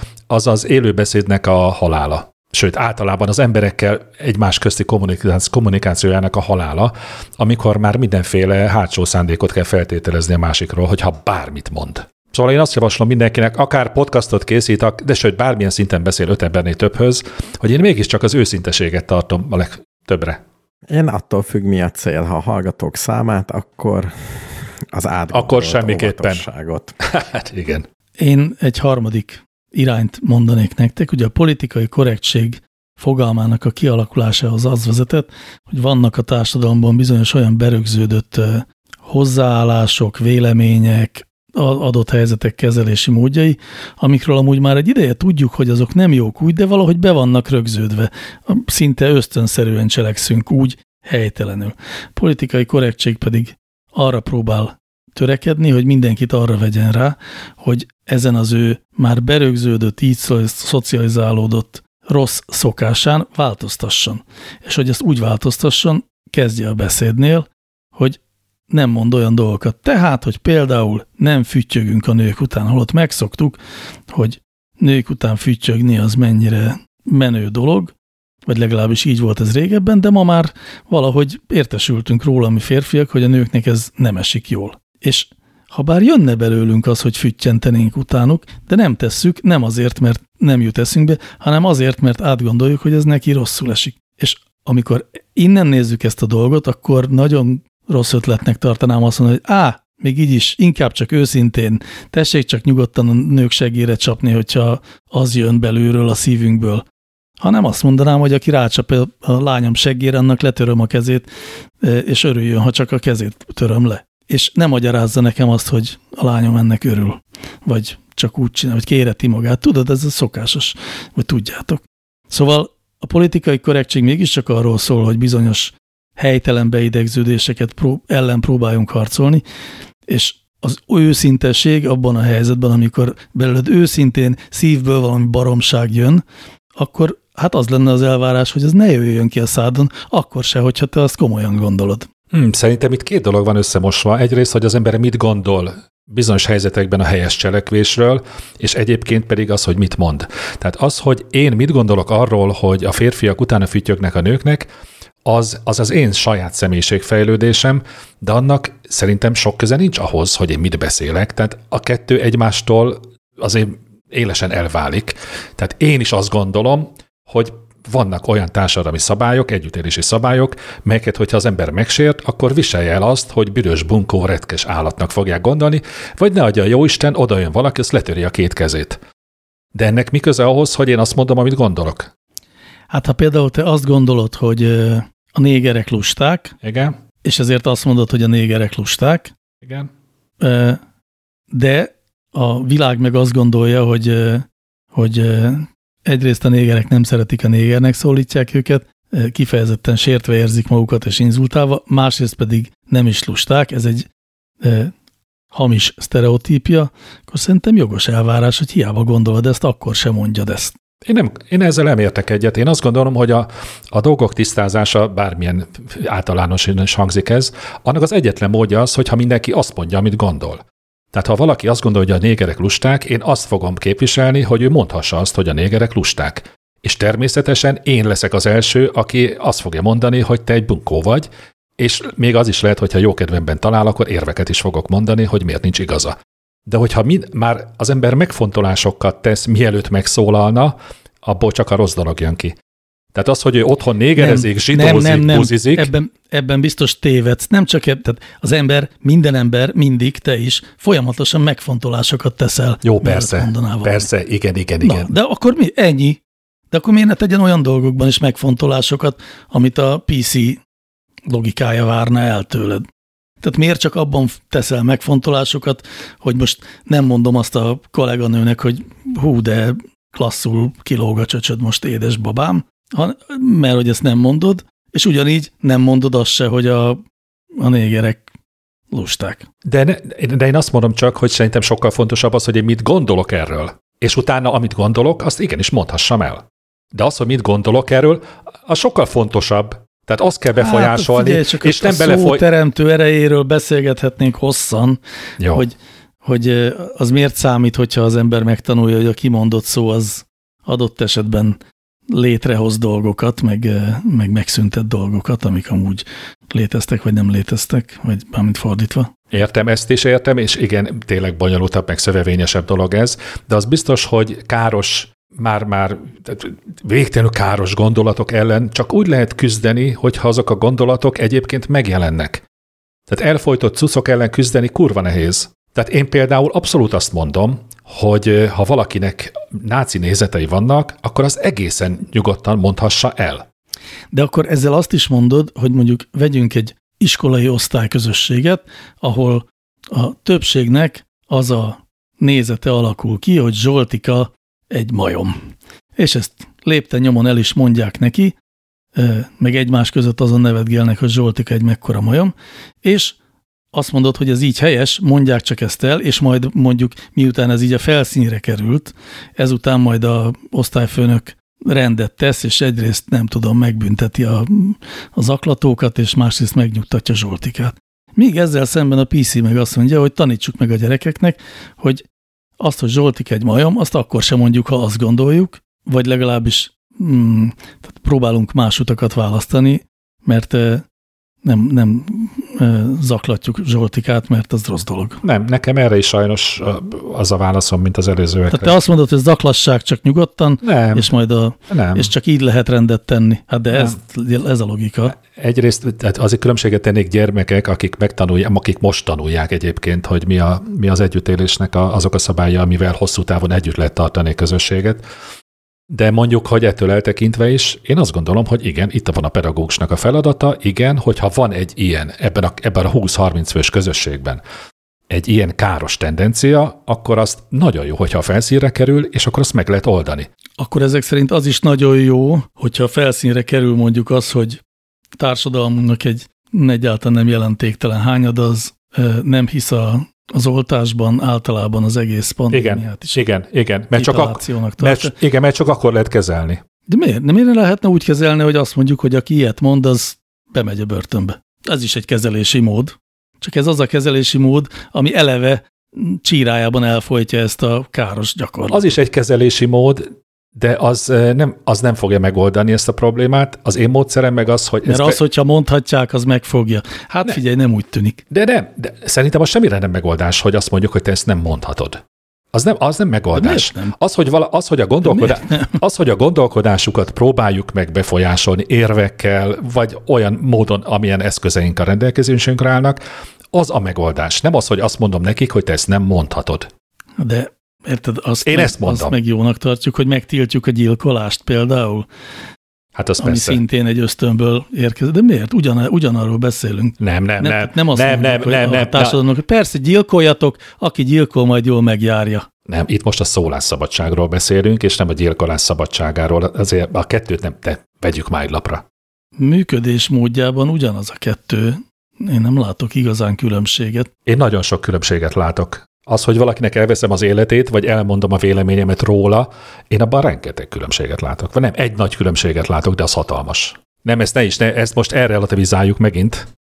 az élőbeszédnek a halála. Sőt, általában az emberekkel egymás közti kommunikációjának a halála, amikor már mindenféle hátsó szándékot kell feltételezni a másikról, hogyha bármit mond. Szóval én azt javaslom mindenkinek, akár podcastot készítek, de sőt, bármilyen szinten beszél 5 embernél többhöz, hogy én mégiscsak az őszinteséget tartom a legtöbbre. Én attól függ, mi a cél. Ha hallgatók számát, akkor az átgondolt óvatosságot. Hát igen. Én egy harmadik irányt mondanék nektek. Ugye a politikai korrektség fogalmának a kialakulásához az vezetett, hogy vannak a társadalomban bizonyos olyan berögződött hozzáállások, vélemények, adott helyzetek kezelési módjai, amikről amúgy már egy ideje tudjuk, hogy azok nem jók úgy, de valahogy be vannak rögződve. Szinte ösztönszerűen cselekszünk úgy, helytelenül. Politikai korrektség pedig arra próbál törekedni, hogy mindenkit arra vegyen rá, hogy ezen az ő már berögződött, így szocializálódott rossz szokásán változtasson. És hogy ezt úgy változtasson, kezdje a beszédnél, hogy nem mond olyan dolgokat. Tehát, hogy például nem füttyögünk a nők után, holott megszoktuk, hogy nők után füttyögni az mennyire menő dolog, vagy legalábbis így volt ez régebben, de ma már valahogy értesültünk róla, mi férfiak, hogy a nőknek ez nem esik jól. És ha bár jönne belőlünk az, hogy füttyentenénk utánuk, de nem tesszük, nem azért, mert nem jut eszünkbe, hanem azért, mert átgondoljuk, hogy ez neki rosszul esik. És amikor innen nézzük ezt a dolgot, akkor nagyon rossz ötletnek tartanám azt mondani, hogy még így is, inkább csak őszintén, tessék csak nyugodtan a nők segére csapni, hogyha az jön belülről a szívünkből. Hanem azt mondanám, hogy aki rácsap a lányom seggére, annak letöröm a kezét, és örüljön, ha csak a kezét töröm le. És nem magyarázza nekem azt, hogy a lányom ennek örül, vagy csak úgy csinál, vagy kéreti magát. Tudod, ez a szokásos, vagy tudjátok. Szóval a politikai korrektség mégiscsak arról szól, hogy bizonyos helytelen beidegződéseket ellen próbáljunk harcolni, és az őszintesség abban a helyzetben, amikor belőled őszintén szívből valami baromság jön, akkor hát az lenne az elvárás, hogy ez ne jöjjön ki a szádon, akkor se, hogyha te azt komolyan gondolod. Szerintem itt 2 dolog van összemosva. Egyrészt, hogy az ember mit gondol bizonyos helyzetekben a helyes cselekvésről, és egyébként pedig az, hogy mit mond. Tehát az, hogy én mit gondolok arról, hogy a férfiak utána füttyögnek a nőknek, az én saját személyiségfejlődésem, de annak szerintem sok köze nincs ahhoz, hogy én mit beszélek. Tehát a kettő egymástól azért élesen elválik. Tehát én is azt gondolom, hogy vannak olyan társadalmi szabályok, együttélési szabályok, melyeket, hogyha az ember megsért, akkor viselje el azt, hogy büdös, bunkó, retkes állatnak fogják gondolni, vagy ne adja a jóisten, oda jön valaki, azt letöri a két kezét. De ennek mi köze ahhoz, hogy én azt mondom, amit gondolok? Hát ha például te azt gondolod, hogy a négerek lusták, Igen. és ezért azt mondod, hogy a négerek lusták, Igen. de a világ meg azt gondolja, hogy egyrészt a négerek nem szeretik a négernek szólítják őket, kifejezetten sértve érzik magukat és inzultálva, másrészt pedig nem is lusták, ez egy hamis sztereotípia, akkor szerintem jogos elvárás, hogy hiába gondolod ezt, akkor sem mondjad ezt. Én ezzel nem értek egyet. Én azt gondolom, hogy a dolgok tisztázása, bármilyen általánosan is hangzik ez, annak az egyetlen módja az, hogyha mindenki azt mondja, amit gondol. Tehát ha valaki azt gondolja, hogy a négerek lusták, én azt fogom képviselni, hogy ő mondhassa azt, hogy a négerek lusták. És természetesen én leszek az első, aki azt fogja mondani, hogy te egy bunkó vagy, és még az is lehet, hogyha jókedvemben talál, akkor érveket is fogok mondani, hogy miért nincs igaza. De hogyha már az ember megfontolásokat tesz, mielőtt megszólalna, abból csak a rossz dolog jön ki. Tehát az, hogy ő otthon négerezik, zsidózik, buzizik. Ebben biztos tévedsz. Nem csak tehát az ember, minden ember, mindig, te is folyamatosan megfontolásokat teszel. Jó, persze, igen. Na, de akkor mi? Ennyi. De akkor miért ne tegyen olyan dolgokban is megfontolásokat, amit a PC logikája várna el tőled? Tehát miért csak abban teszel megfontolásokat, hogy most nem mondom azt a kolléganőnek, hogy hú, de klasszul kilóg a csöcsöd most, édes babám, mert hogy ezt nem mondod, és ugyanígy nem mondod azt se, hogy a négerek lusták. De én azt mondom csak, hogy szerintem sokkal fontosabb az, hogy én mit gondolok erről. És utána, amit gondolok, azt igenis mondhassam el. De az, hogy mit gondolok erről, az sokkal fontosabb. Tehát azt kell befolyásolni, figyelj, csak és nem szó teremtő erejéről beszélgethetnénk hosszan, hogy az miért számít, hogyha az ember megtanulja, hogy a kimondott szó az adott esetben létrehoz dolgokat, meg megszüntet dolgokat, amik amúgy léteztek, vagy nem léteztek, vagy bármint fordítva. Értem, ezt is értem, és igen, tényleg bonyolultabb, meg szövevényesebb dolog ez, de az biztos, hogy káros, már végtelenül káros gondolatok ellen csak úgy lehet küzdeni, hogyha azok a gondolatok egyébként megjelennek. Tehát elfojtott cuccok ellen küzdeni kurva nehéz. Tehát én például abszolút azt mondom, hogy ha valakinek náci nézetei vannak, akkor az egészen nyugodtan mondhassa el. De akkor ezzel azt is mondod, hogy mondjuk vegyünk egy iskolai osztályközösséget, ahol a többségnek az a nézete alakul ki, hogy Zsoltika egy majom. És ezt lépten nyomon el is mondják neki, meg egymás között azon nevetgélnek, hogy Zsoltika egy mekkora majom, és azt mondod, hogy ez így helyes, mondják csak ezt el, és majd mondjuk miután ez így a felszínre került, ezután majd a osztályfőnök rendet tesz, és egyrészt nem tudom, megbünteti a zaklatókat, és másrészt megnyugtatja Zsoltikát. Míg ezzel szemben a PC meg azt mondja, hogy tanítsuk meg a gyerekeknek, hogy azt, hogy Zsoltika egy majom, azt akkor sem mondjuk, ha azt gondoljuk, vagy legalábbis tehát próbálunk más utakat választani, mert nem zaklatjuk Zsoltikát, mert az rossz dolog. Nem, nekem erre is sajnos az a válaszom, mint az előzőekre. Tehát te azt mondod, hogy zaklassák csak nyugodtan, nem. És majd és csak így lehet rendet tenni. Hát de ez a logika. Egyrészt tehát azért különbséget tennék gyermekek, akik megtanulják, akik most tanulják egyébként, hogy mi az együttélésnek azok a szabálya, amivel hosszú távon együtt lehet tartani a közösséget. De mondjuk, hogy ettől eltekintve is, én azt gondolom, hogy igen, itt van a pedagógusnak a feladata, igen, hogyha van egy ilyen, ebben a 20-30 fős közösségben egy ilyen káros tendencia, akkor azt nagyon jó, hogyha a felszínre kerül, és akkor azt meg lehet oldani. Akkor ezek szerint az is nagyon jó, hogyha a felszínre kerül mondjuk az, hogy társadalmunknak egy egyáltalán nem jelentéktelen hányad, az nem hisz az oltásban, általában az egész pandémiát is. Igen, mert csak akkor lehet kezelni. De miért? Nem lehetne úgy kezelni, hogy azt mondjuk, hogy aki ilyet mond, az bemegy a börtönbe. Ez is egy kezelési mód. Csak ez az a kezelési mód, ami eleve csírájában elfolytja ezt a káros gyakorlatot. Az is egy kezelési mód, de az nem fogja megoldani ezt a problémát. Az én módszerem meg az, hogy... Mert hogyha mondhatják, az megfogja. Hát figyelj, nem úgy tűnik. De szerintem az semmire nem megoldás, hogy azt mondjuk, hogy te ezt nem mondhatod. Az nem megoldás. Nem? Az, hogy a gondolkodásukat próbáljuk meg befolyásolni érvekkel, vagy olyan módon, amilyen eszközeink a rendelkezésünkre állnak, az a megoldás. Nem az, hogy azt mondom nekik, hogy te ezt nem mondhatod. De érted, ezt mondom. Azt meg jónak tartjuk, hogy megtiltjuk a gyilkolást például. Hát az ami persze. Szintén egy ösztönből érkezik. De miért? Ugyanarról beszélünk. Nem. Nem azt mondjuk, hogy a társadalomnak, hogy persze gyilkoljatok, aki gyilkol, majd jól megjárja. Nem, itt most a szólásszabadságról beszélünk, és nem a gyilkolás szabadságáról. Azért a kettőt vegyük már egy lapra. Működés módjában ugyanaz a kettő. Én nem látok igazán különbséget. Én nagyon sok különbséget látok. Az, hogy valakinek elveszem az életét, vagy elmondom a véleményemet róla, én abban rengeteg különbséget látok. Vagy nem, egy nagy különbséget látok, de az hatalmas. Nem, ezt most elrelativizáljuk megint.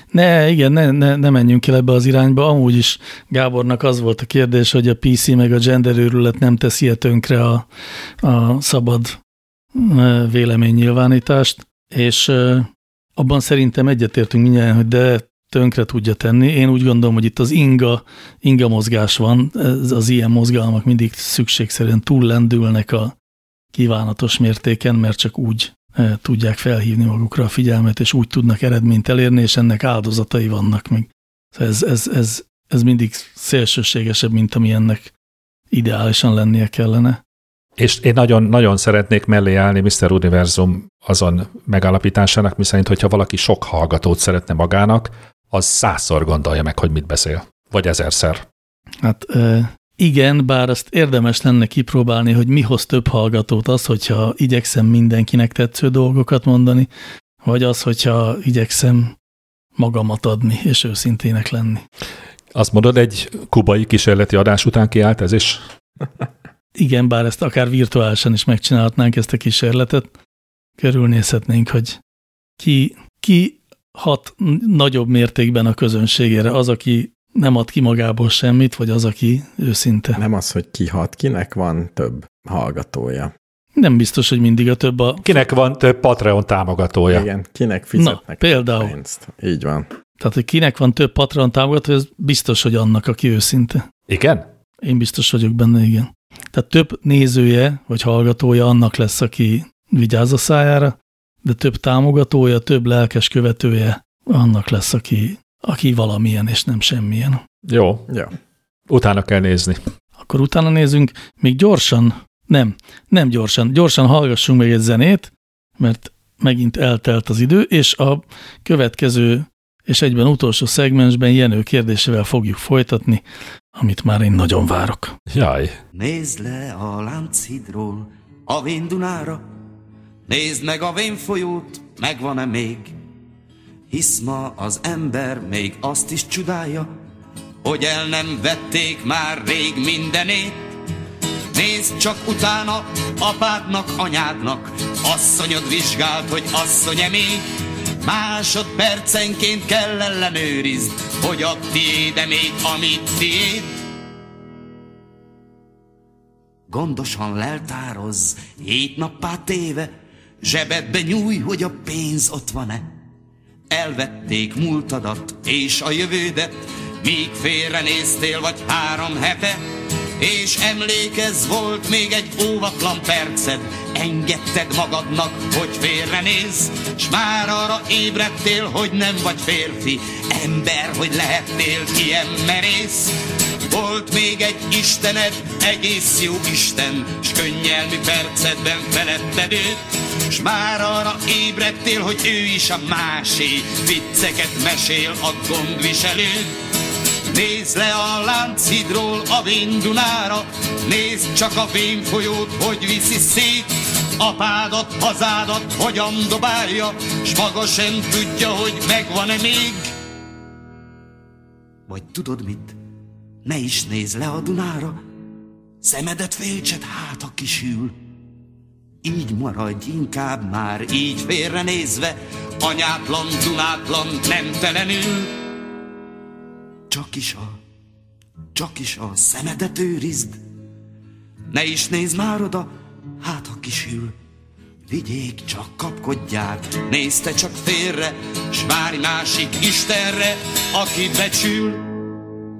Ne menjünk el ebbe az irányba. Amúgy is Gábornak az volt a kérdés, hogy a PC meg a genderőrület nem teszi tönkre a szabad véleménynyilvánítást, és abban szerintem egyetértünk mindjárt, hogy de tönkre tudja tenni. Én úgy gondolom, hogy itt az inga mozgás van, az ilyen mozgalmak mindig szükségszerűen túllendülnek a kívánatos mértéken, mert csak úgy tudják felhívni magukra a figyelmet, és úgy tudnak eredményt elérni, és ennek áldozatai vannak még. Ez mindig szélsőségesebb, mint ami ennek ideálisan lennie kellene. És én nagyon szeretnék mellé állni Mr. Univerzum azon megállapításának, miszerint, hogyha valaki sok hallgatót szeretne magának, az 100-szor gondolja meg, hogy mit beszél. Vagy 1000-szer. Hát igen, bár azt érdemes lenne kipróbálni, hogy mi hoz több hallgatót, az, hogyha igyekszem mindenkinek tetsző dolgokat mondani, vagy az, hogyha igyekszem magamat adni, és őszintének lenni. Azt mondod, egy kubai kísérleti adás után kiállt ez is? Igen, bár ezt akár virtuálisan is megcsinálhatnánk, ezt a kísérletet. Körülnézhetnénk, hogy ki hat nagyobb mértékben a közönségére, az, aki nem ad ki magából semmit, vagy az, aki őszinte. Nem az, hogy ki hat, kinek van több hallgatója. Nem biztos, hogy mindig a több a... Kinek van több Patreon támogatója. Igen, kinek fizetnek például. pénzt. Így van. Tehát, hogy kinek van több Patreon támogatója, ez biztos, hogy annak, aki őszinte. Igen? Én biztos vagyok benne, igen. Tehát több nézője, vagy hallgatója annak lesz, aki vigyáz a szájára, de több támogatója, több lelkes követője annak lesz, aki valamilyen, és nem semmilyen. Jó. Utána kell nézni. Akkor utána nézzünk, még gyorsan, nem gyorsan hallgassunk meg egy zenét, mert megint eltelt az idő, és a következő és egyben utolsó szegmensben Jenő kérdésével fogjuk folytatni, amit már én nagyon várok. Jaj. Nézd le a Lánchídról a Vén Dunára, nézd meg a Vén folyót, megvan-e még? Hisz ma az ember még azt is csodálja, hogy el nem vették már rég mindenét. Nézd csak utána apádnak, anyádnak, asszonyod vizsgált, hogy asszony-e még. Másodpercenként kell ellenőrizd, hogy a tiéd-e még, amit tiéd. Gondosan leltározz, 7 nappá téve, zsebedbe nyújj, hogy a pénz ott van-e. Elvették múltadat és a jövődet, míg félrenéztél vagy 3 hete. És emlékezz, volt még egy óvatlan perced, engedted magadnak, hogy félrenézz, s már arra ébredtél, hogy nem vagy férfi, ember, hogy lehetnél ilyen merész. Volt még egy istened, egész jó Isten, s könnyelmi percedben feletted őt, s már arra ébredtél, hogy ő is a másé, vicceket mesél a gondviselőd. Nézd le a Lánchídról a Vén Dunára, nézd csak a Vén folyót, hogy viszi szét. Apádat, hazádat hogyan dobálja, s maga sem tudja, hogy megvan-e még. Vagy tudod mit? Ne is nézz le a Dunára, szemedet féltsed, hát ha kisül. Így maradj inkább már így félrenézve, anyátlan, dunátlan, nemtelenül. Csak is a szemedet őrizd, ne is nézz már oda, hát ha kisül. Vigyék, csak kapkodják, nézd te csak félre, s várj másik Istenre, aki becsül.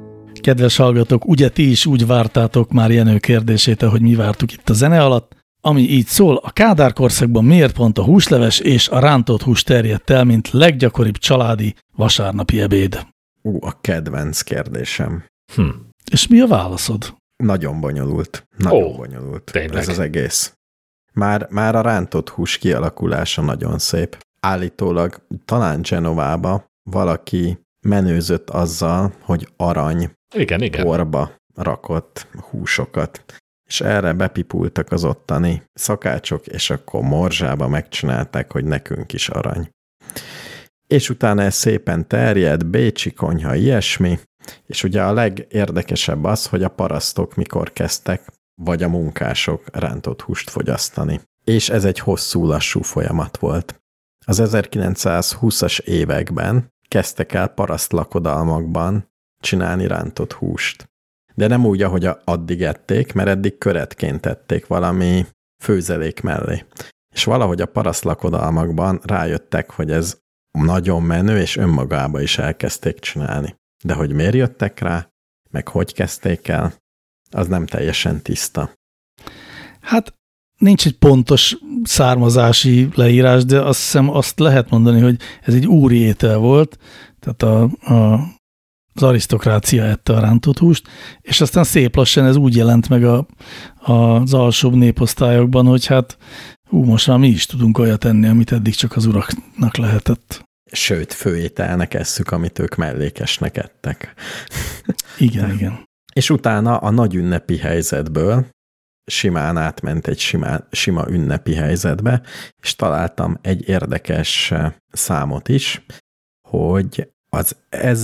Kedves hallgatók, ugye ti is úgy vártátok már Jenő kérdését, ahogy mi vártuk itt a zene alatt, ami így szól, a Kádár korszakban miért pont a húsleves és a rántott hús terjedt el, mint leggyakoribb családi vasárnapi ebéd? A kedvenc kérdésem. És mi a válaszod? Nagyon bonyolult. Nagyon bonyolult. Tényleg. Ez az egész. Már a rántott hús kialakulása nagyon szép. Állítólag talán Genovába valaki menőzött azzal, hogy arany Igen. porba rakott húsokat, és erre bepipultak az ottani szakácsok, és akkor morzsába megcsinálták, hogy nekünk is arany. És utána ez szépen terjed, bécsi konyha, ilyesmi, és ugye a legérdekesebb az, hogy a parasztok mikor kezdtek, vagy a munkások rántott húst fogyasztani. És ez egy hosszú, lassú folyamat volt. Az 1920-as években kezdtek el parasztlakodalmakban csinálni rántott húst. De nem úgy, ahogy addig ették, mert eddig köretként ették valami főzelék mellé. És valahogy a parasztlakodalmakban rájöttek, hogy ez nagyon menő, és önmagába is elkezdték csinálni. De hogy miért jöttek rá, meg hogy kezdték el, az nem teljesen tiszta. Hát nincs egy pontos származási leírás, de azt hiszem azt lehet mondani, hogy ez egy úri étel volt, tehát az arisztokrácia ette a rántott húst, és aztán szép lassan ez úgy jelent meg az alsóbb néposztályokban, hogy hát most már mi is tudunk olyat enni, amit eddig csak az uraknak lehetett. Sőt, főételnek esszük, amit ők mellékesnek ettek. Igen. És utána a nagy ünnepi helyzetből simán átment egy sima ünnepi helyzetbe, és találtam egy érdekes számot is, hogy az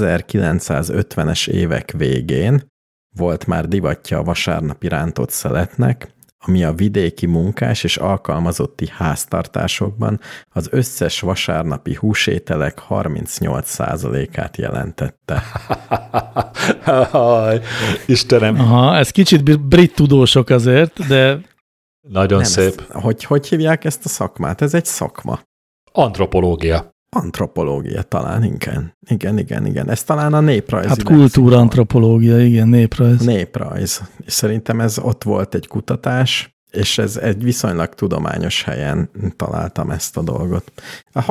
1950-es évek végén volt már divatja a vasárnapi rántott szeletnek, ami a vidéki munkás és alkalmazotti háztartásokban az összes vasárnapi húsételek 38%-át jelentette. Istenem. Aha, ez kicsit brit tudósok azért, de... Nagyon nem, szép. Hogy hívják ezt a szakmát? Ez egy szakma. Antropológia. Antropológia talán, igen. Ez talán a néprajzi. Hát kultúrantropológia, igen, néprajz. Néprajz. És szerintem ez ott volt egy kutatás, és ez egy viszonylag tudományos helyen találtam ezt a dolgot. A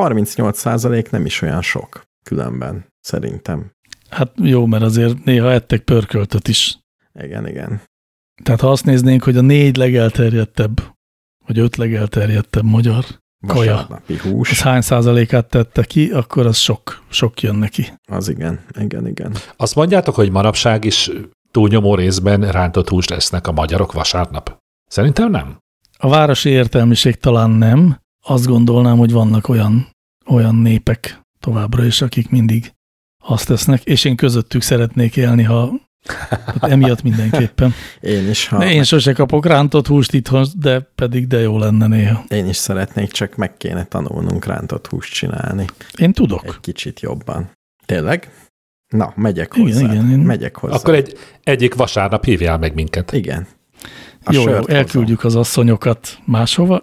38% nem is olyan sok különben, szerintem. Hát jó, mert azért néha ettek pörköltöt is. Igen. Tehát ha azt néznénk, hogy a 4 legelterjedtebb, vagy 5 legelterjedtebb magyar kaja, hús. az hány százalékát tette ki, akkor az sok jön neki. Az igen. Azt mondjátok, hogy manapság is túlnyomó részben rántott húst esznek a magyarok vasárnap? Szerintem nem. A városi értelmiség talán nem. Azt gondolnám, hogy vannak olyan népek továbbra is, akik mindig azt tesznek, és én közöttük szeretnék élni, hát emiatt mindenképpen. Én is. Én sose kapok rántott húst itthon, de jó lenne néha. Én is szeretnék, csak meg kéne tanulnunk rántott húst csinálni. Én tudok. Egy kicsit jobban. Tényleg? Na, megyek hozzá. Igen, megyek hozzá. Akkor egyik vasárnap hívjál meg minket. Igen. Jó, elküldjük az asszonyokat máshova.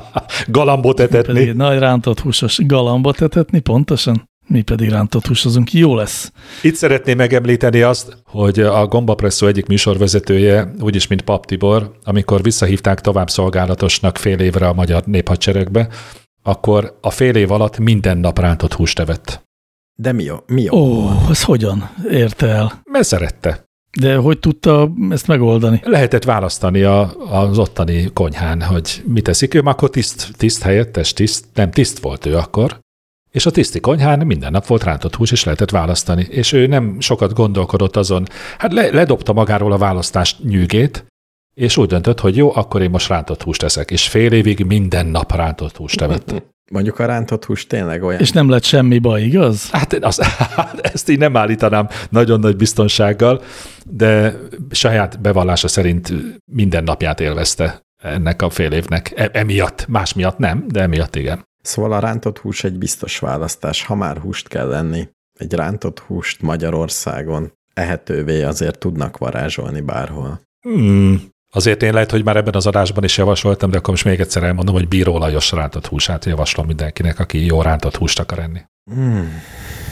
Galambot etetni. Egy nagy rántott húsos galambot etetni, pontosan. Mi pedig rántott húsozunk. Jó lesz. Itt szeretném megemlíteni azt, hogy a Gombapresszó egyik műsorvezetője, úgyis, mint Pap Tibor, amikor visszahívták tovább szolgálatosnak fél évre a magyar néphadseregbe, akkor a fél év alatt minden nap rántott húst evett. De mi jó? Ó, ez hogyan érte el? Mert szerette. De hogy tudta ezt megoldani? Lehetett választani az ottani konyhán, hogy mit teszik. Ő akkor tiszt helyettes, nem tiszt volt ő akkor, és a tiszti konyhán minden nap volt rántott hús, és lehetett választani. És ő nem sokat gondolkodott azon, hát ledobta magáról a választás nyűgét, és úgy döntött, hogy jó, akkor én most rántott húst eszek. És fél évig minden nap rántott húst evett. Mondjuk a rántott hús tényleg olyan. És nem lett semmi baj, igaz? Hát ezt így nem állítanám nagyon nagy biztonsággal, de saját bevallása szerint minden napját élvezte ennek a fél évnek. Emiatt, más miatt nem, de emiatt igen. Szóval a rántott hús egy biztos választás. Ha már húst kell lenni, egy rántott húst Magyarországon ehetővé azért tudnak varázsolni bárhol. Azért én lehet, hogy már ebben az adásban is javasoltam, de akkor most még egyszer elmondom, hogy Bíró Lajos rántott húsát javaslom mindenkinek, aki jó rántott húst akar enni.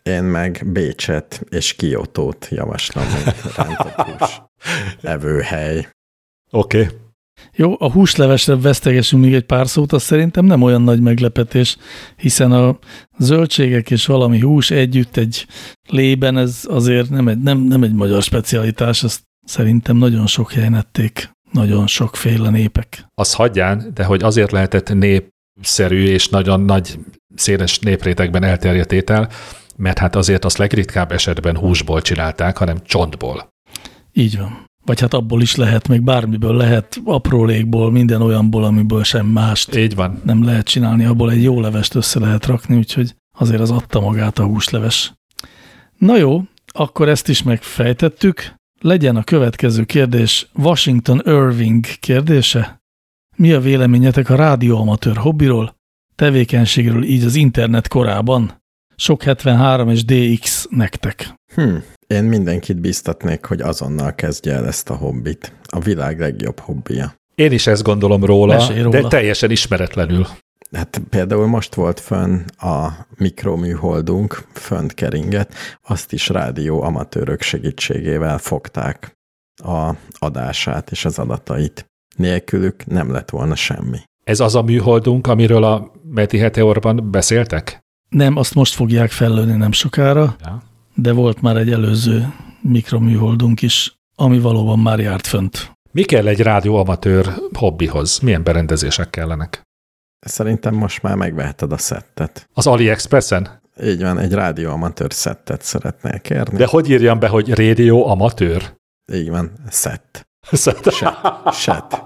Én meg Bécset és Kiotót javaslom, mint rántott hús evőhely. Oké. Jó, a húslevesre vesztegesünk még egy pár szót, az szerintem nem olyan nagy meglepetés, hiszen a zöldségek és valami hús együtt egy lében, ez azért nem egy magyar specialitás, ezt szerintem nagyon sok helyen ették, nagyon sokféle népek. Az hagyján, de hogy azért lehetett népszerű és nagyon nagy, széles néprétegben elterjedt étel, mert hát azért azt legritkább esetben húsból csinálták, hanem csontból. Így van. Vagy hát abból is lehet, meg bármiből lehet, aprólékból, minden olyanból, amiből sem mást. Így van. Nem lehet csinálni, abból egy jó levest össze lehet rakni, úgyhogy azért az adta magát a húsleves. Na jó, akkor ezt is megfejtettük. Legyen a következő kérdés Washington Irving kérdése. Mi a véleményetek a rádióamatőr hobbiról, tevékenységről így az internet korában? Sok 73 és DX nektek. Én mindenkit bíztatnék, hogy azonnal kezdje el ezt a hobbit. A világ legjobb hobbija. Én is ezt gondolom róla, de teljesen ismeretlenül. Hát például most volt fönn a mikroműholdunk, fönt keringett, azt is rádióamatőrök segítségével fogták a adását és az adatait. Nélkülük nem lett volna semmi. Ez az a műholdunk, amiről a Meti Heteorban beszéltek? Nem, azt most fogják fellőni nem sokára, Ja. De volt már egy előző mikroműholdunk is, ami valóban már járt fönt. Mi kell egy rádióamatőr hobbihoz? Milyen berendezések kellenek? Szerintem most már megveheted a szettet. Az AliExpressen? Így van, egy rádióamatőr szettet szeretnél kérni. De hogy írjam be, hogy rádióamatőr? Így van, szett. Set.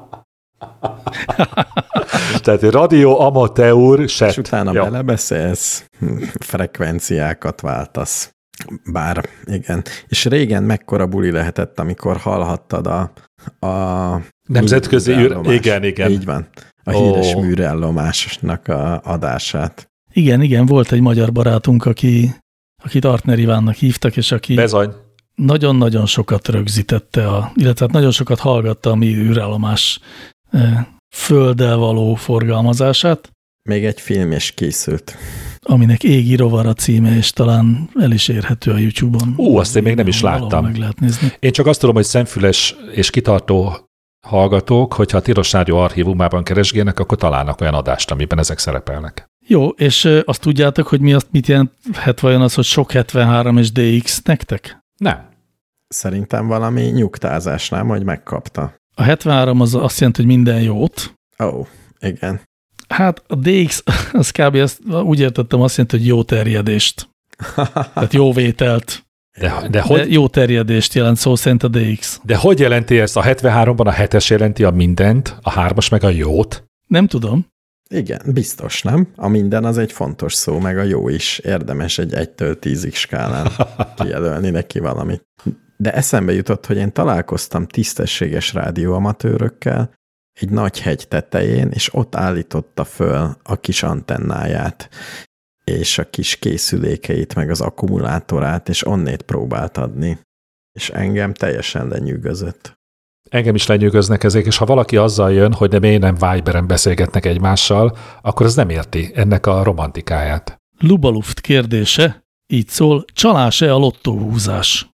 Tehát rádióamatőr set. És utána belebeszélsz, frekvenciákat váltasz. Bár, igen. És régen mekkora buli lehetett, amikor hallhattad a nemzetközi igen. Így van. A híres műreállomásnak a adását. Igen, volt egy magyar barátunk, akit Artner Ivánnak hívtak, és aki Bezony. nagyon-nagyon sokat rögzítette, illetve nagyon sokat hallgatta a mi űrállomás földdel való forgalmazását. Még egy film is készült. Aminek Égi rovar a címe, és talán el is érhető a YouTube-on. Azt én még nem is láttam. Meg lehet nézni. Én csak azt tudom, hogy szemfüles és kitartó hallgatók, hogyha a Tilos Rádió archívumában keresgélnek, akkor találnak olyan adást, amiben ezek szerepelnek. Jó, és azt tudjátok, hogy mit jelenthet vajon az, hogy sok 73 és DX nektek? Nem. Szerintem valami nyugtázás, nem, hogy megkapta. A 73 az azt jelenti, hogy minden jót. Igen. Hát a DX, az kb. Úgy értettem, azt jelenti, hogy jó terjedést. Tehát jó vételt. De jó terjedést jelent szó szerint a DX. De hogy jelenti ezt? A 73-ban a 7-es jelenti a mindent, a 3-as meg a jót? Nem tudom. Igen, biztos, nem? A minden az egy fontos szó, meg a jó is. Érdemes egy 1-től 10-ig skálán kijelölni neki valamit. De eszembe jutott, hogy én találkoztam tisztességes rádióamatőrökkel egy nagy hegy tetején, és ott állította föl a kis antennáját, és a kis készülékeit, meg az akkumulátorát, és onnét próbált adni. És engem teljesen lenyűgözött. Engem is lenyűgöznek ezek, és ha valaki azzal jön, hogy de miért nem Viberen beszélgetnek egymással, akkor az nem érti ennek a romantikáját. Lubaluft kérdése, így szól, csalás-e a lottóhúzás?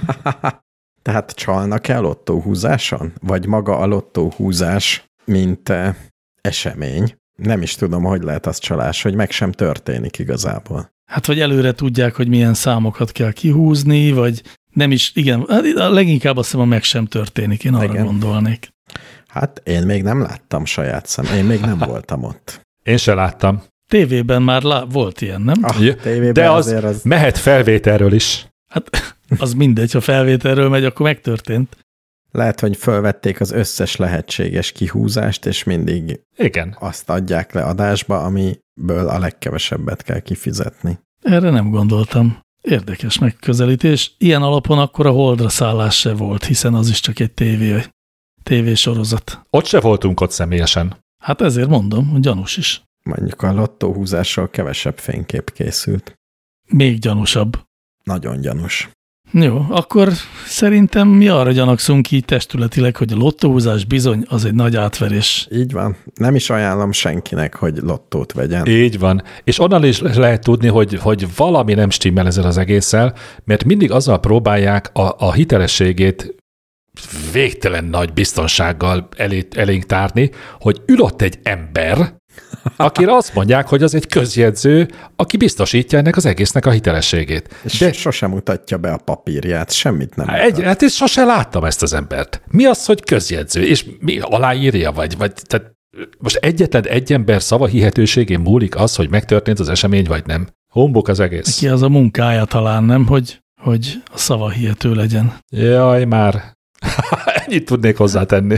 Tehát csalnak-e a lottóhúzáson? Vagy maga a lottóhúzás, mint esemény? Nem is tudom, hogy lehet az csalás, hogy meg sem történik igazából. Hát, vagy előre tudják, hogy milyen számokat kell kihúzni, vagy nem is, igen, leginkább azt hiszem, a meg sem történik, én arra gondolnék. Hát én még nem láttam saját szem, én még nem voltam ott. Én se láttam. Tévében már volt ilyen, nem? De az mehet felvételről is. Hát az mindegy, ha felvételről megy, akkor megtörtént. Lehet, hogy fölvették az összes lehetséges kihúzást, és mindig azt adják le adásba, amiből a legkevesebbet kell kifizetni. Erre nem gondoltam. Érdekes megközelítés. Ilyen alapon akkor a Holdra szállás se volt, hiszen az is csak egy tévésorozat. Ott se voltunk ott személyesen. Hát ezért mondom, hogy gyanús is. Mondjuk a lottóhúzással kevesebb fénykép készült. Még gyanúsabb. Nagyon gyanús. Jó, akkor szerintem mi arra gyanakszunk így testületileg, hogy a lottóhúzás bizony az egy nagy átverés. Így van. Nem is ajánlom senkinek, hogy lottót vegyen. Így van. És onnan is lehet tudni, hogy valami nem stimmel ezzel az egésszel, mert mindig azzal próbálják a hitelességét végtelen nagy biztonsággal elénk tárni, hogy ül ott egy ember, akire azt mondják, hogy az egy közjegyző, aki biztosítja ennek az egésznek a hitelességét. De sosem mutatja be a papírját, semmit nem mutat. Hát én sosem láttam ezt az embert. Mi az, hogy közjegyző? És mi aláírja? Vagy tehát most egyetlen egy ember szava hihetőségén múlik az, hogy megtörtént az esemény, vagy nem. Humbuk az egész. Neki az a munkája talán, nem? Hogy a szava hihető legyen. Jaj, már. Ennyit tudnék hozzátenni.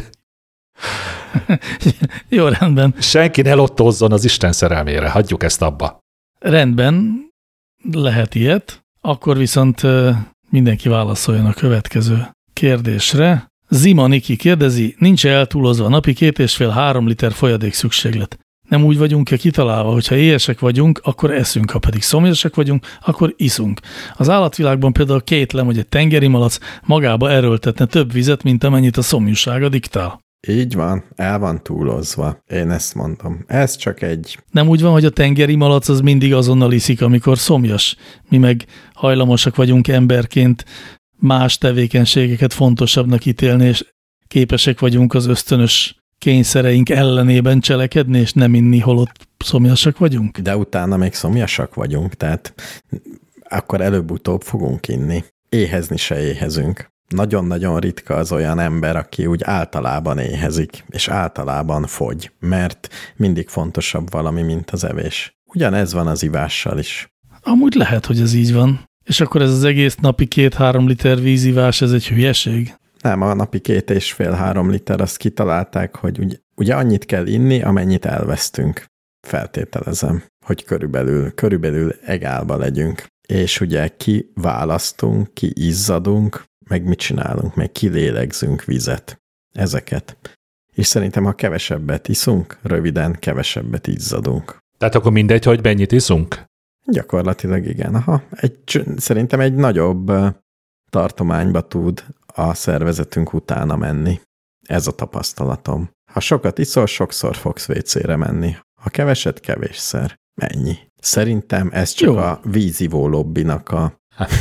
Jó, rendben. Senki ne lottózzon az Isten szerelmére, hagyjuk ezt abba. Rendben, lehet ilyet. Akkor viszont mindenki válaszoljon a következő kérdésre. Zima Niki kérdezi, nincs-e eltúlozva napi 2,5-3 liter folyadék szükséglet? Nem úgy vagyunk-e kitalálva, hogyha éhesek vagyunk, akkor eszünk, ha pedig szomjasak vagyunk, akkor iszunk. Az állatvilágban például kétlem, hogy egy tengeri malac magába erőltetne több vizet, mint amennyit a szomjúsága diktál. Így van, el van túlozva. Én ezt mondom. Ez csak egy... Nem úgy van, hogy a tengeri malac az mindig azonnal iszik, amikor szomjas. Mi meg hajlamosak vagyunk emberként más tevékenységeket fontosabbnak ítélni, és képesek vagyunk az ösztönös kényszereink ellenében cselekedni, és nem inni, holott szomjasak vagyunk? De utána még szomjasak vagyunk, tehát akkor előbb-utóbb fogunk inni. Éhezni se éhezünk. Nagyon-nagyon ritka az olyan ember, aki úgy általában éhezik, és általában fogy, mert mindig fontosabb valami, mint az evés. Ugyanez van az ivással is. Amúgy lehet, hogy ez így van. És akkor ez az egész napi 2-3 liter vízivás, ez egy hülyeség? Nem, a napi 2,5-3 liter, azt kitalálták, hogy ugye annyit kell inni, amennyit elvesztünk. Feltételezem, hogy körülbelül egálba legyünk. És ugye kiválasztunk, kiizzadunk, meg mit csinálunk, meg kilélegzünk vizet. Ezeket. És szerintem, ha kevesebbet iszunk, röviden kevesebbet izzadunk. Tehát akkor mindegy, hogy mennyit iszunk? Gyakorlatilag igen. Aha. Szerintem egy nagyobb tartományba tud a szervezetünk utána menni. Ez a tapasztalatom. Ha sokat iszol, sokszor fogsz WC-re menni. Ha keveset, kevésszer. Ennyi. Szerintem ez csak jó. A vízivó lobbinak a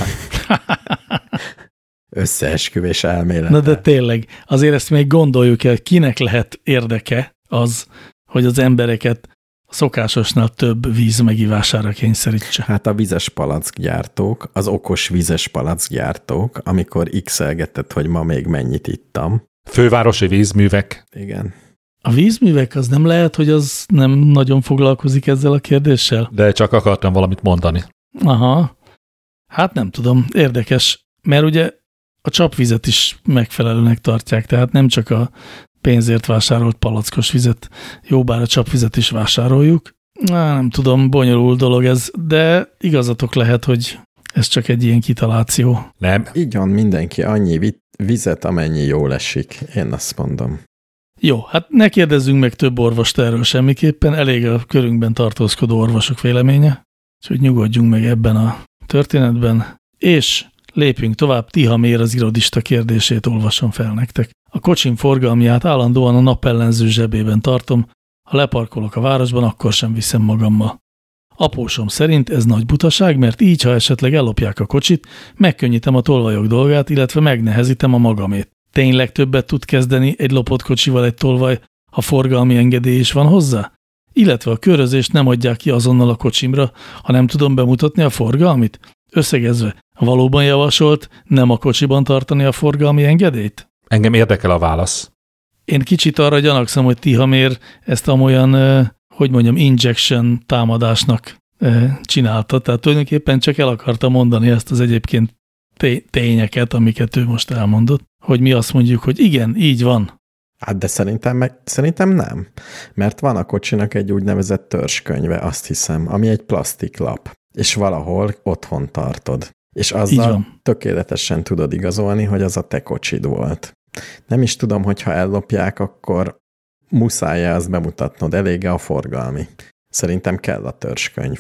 összeesküvés elmélete. Na de tényleg, azért ezt még gondoljuk el, kinek lehet érdeke az, hogy az embereket szokásosnál több víz megivására kényszerítse. Hát a vizes palackgyártók, az okos vizes palackgyártók, amikor x-elgetett, hogy ma még mennyit ittam. Fővárosi vízművek. Igen. A vízművek az nem lehet, hogy az nem nagyon foglalkozik ezzel a kérdéssel? De csak akartam valamit mondani. Aha. Hát nem tudom, érdekes, mert ugye a csapvizet is megfelelőnek tartják, tehát nem csak a pénzért vásárolt palackos vizet, jó, bár a csapvizet is vásároljuk. Nem tudom, bonyolult dolog ez, de igazatok lehet, hogy ez csak egy ilyen kitaláció. Nem. Így van, mindenki annyi vizet, amennyi jól esik, én azt mondom. Jó, hát ne kérdezzünk meg több orvost erről semmiképpen, elég a körünkben tartózkodó orvosok véleménye, úgyhogy nyugodjunk meg ebben a történetben, és lépjünk tovább, Tihamér az irodista kérdését olvasom fel nektek. A kocsim forgalmiát állandóan a napellenző zsebében tartom, ha leparkolok a városban, akkor sem viszem magammal. Apósom szerint ez nagy butaság, mert így, ha esetleg ellopják a kocsit, megkönnyítem a tolvajok dolgát, illetve megnehezítem a magamét. Tényleg többet tud kezdeni egy lopott kocsival egy tolvaj, ha forgalmi engedély is van hozzá? Illetve a körözést nem adják ki azonnal a kocsimra, ha nem tudom bemutatni a forgalmit? Összegezve, valóban javasolt nem a kocsiban tartani a forgalmi engedélyt? Engem érdekel a válasz. Én kicsit arra gyanakszom, hogy Tihamér ezt amolyan, hogy mondjam, injection támadásnak csinálta. Tehát tulajdonképpen csak el akarta mondani ezt az egyébként tényeket, amiket ő most elmondott, hogy mi azt mondjuk, hogy igen, így van. Hát de szerintem nem. Mert van a kocsinak egy úgynevezett törzskönyve, azt hiszem, ami egy plastiklap, és valahol otthon tartod. És azzal tökéletesen tudod igazolni, hogy az a te kocsid volt. Nem is tudom, hogyha ellopják, akkor muszáj azt bemutatnod, elége a forgalmi. Szerintem kell a törzskönyv.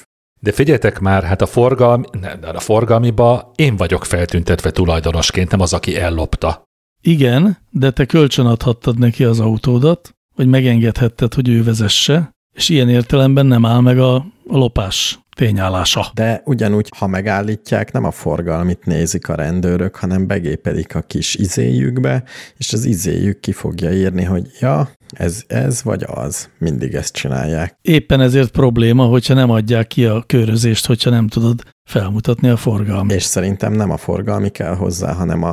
De figyeljetek már, hát a forgalmiba én vagyok feltüntetve tulajdonosként, nem az, aki ellopta. Igen, de te kölcsönadhattad neki az autódat, vagy megengedhetted, hogy ő vezesse, és ilyen értelemben nem áll meg a lopás tényállása. De ugyanúgy, ha megállítják, nem a forgalmit nézik a rendőrök, hanem begépelik a kis izéjükbe, és az izéjük ki fogja írni, hogy ja, ez vagy az. Mindig ezt csinálják. Éppen ezért probléma, hogyha nem adják ki a körözést, hogyha nem tudod felmutatni a forgalmit. És szerintem nem a forgalmi kell hozzá, hanem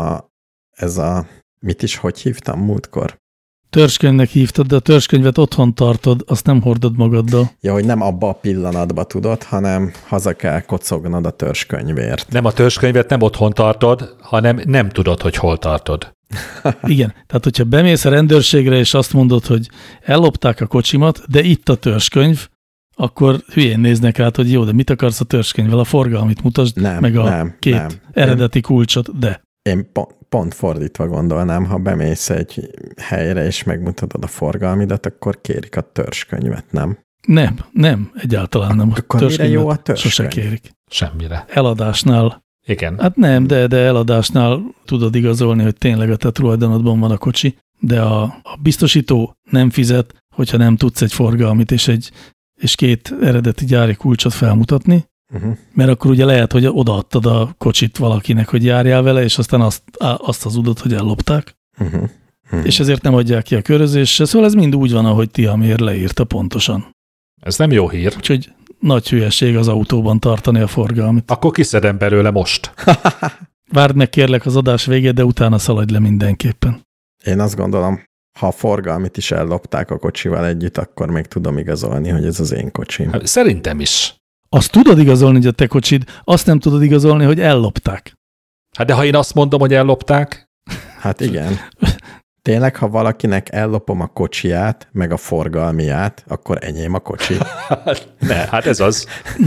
hogy hívtam múltkor? Törzskönyvnek hívtad, de a törzskönyvet otthon tartod, azt nem hordod magaddal. Ja, hogy nem abba a pillanatba tudod, hanem haza kell kocognod a törzskönyvért. Nem a törzskönyvet nem otthon tartod, hanem nem tudod, hogy hol tartod. Igen, tehát hogyha bemész a rendőrségre, és azt mondod, hogy ellopták a kocsimat, de itt a törzskönyv, akkor hülyén néznek át, hogy jó, de mit akarsz a törzskönyvvel? A forgalmit mutasd, meg a két eredeti kulcsot, de... Én pont fordítva gondolnám, ha bemész egy helyre, és megmutatod a forgalmidat, akkor kérik a törzskönyvet, nem? Nem, egyáltalán nem. Akkor mire jó a törzskönyv? Sose kérik. Semmire. Eladásnál. Igen. Hát nem, de eladásnál tudod igazolni, hogy tényleg a te tulajdonodban van a kocsi, de a biztosító nem fizet, hogyha nem tudsz egy forgalmit és két eredeti gyári kulcsot felmutatni, mert akkor ugye lehet, hogy odaadtad a kocsit valakinek, hogy járjál vele, és aztán azt hazudod, hogy ellopták. És ezért nem adják ki a körözésre. Szóval ez mind úgy van, ahogy Tihamér leírta pontosan. Ez nem jó hír. Úgyhogy nagy hülyeség az autóban tartani a forgalmit. Akkor kiszedem belőle most. Várd meg kérlek az adás végét, de utána szaladj le mindenképpen. Én azt gondolom, ha a forgalmit is ellopták a kocsival együtt, akkor még tudom igazolni, hogy ez az én kocsim. Hát szerintem is. Azt tudod igazolni, hogy a te kocsid, azt nem tudod igazolni, hogy ellopták. Hát de ha én azt mondom, hogy ellopták? Hát igen. Tényleg, ha valakinek ellopom a kocsiját, meg a forgalmiát, akkor enyém a kocsi. Hát ez az.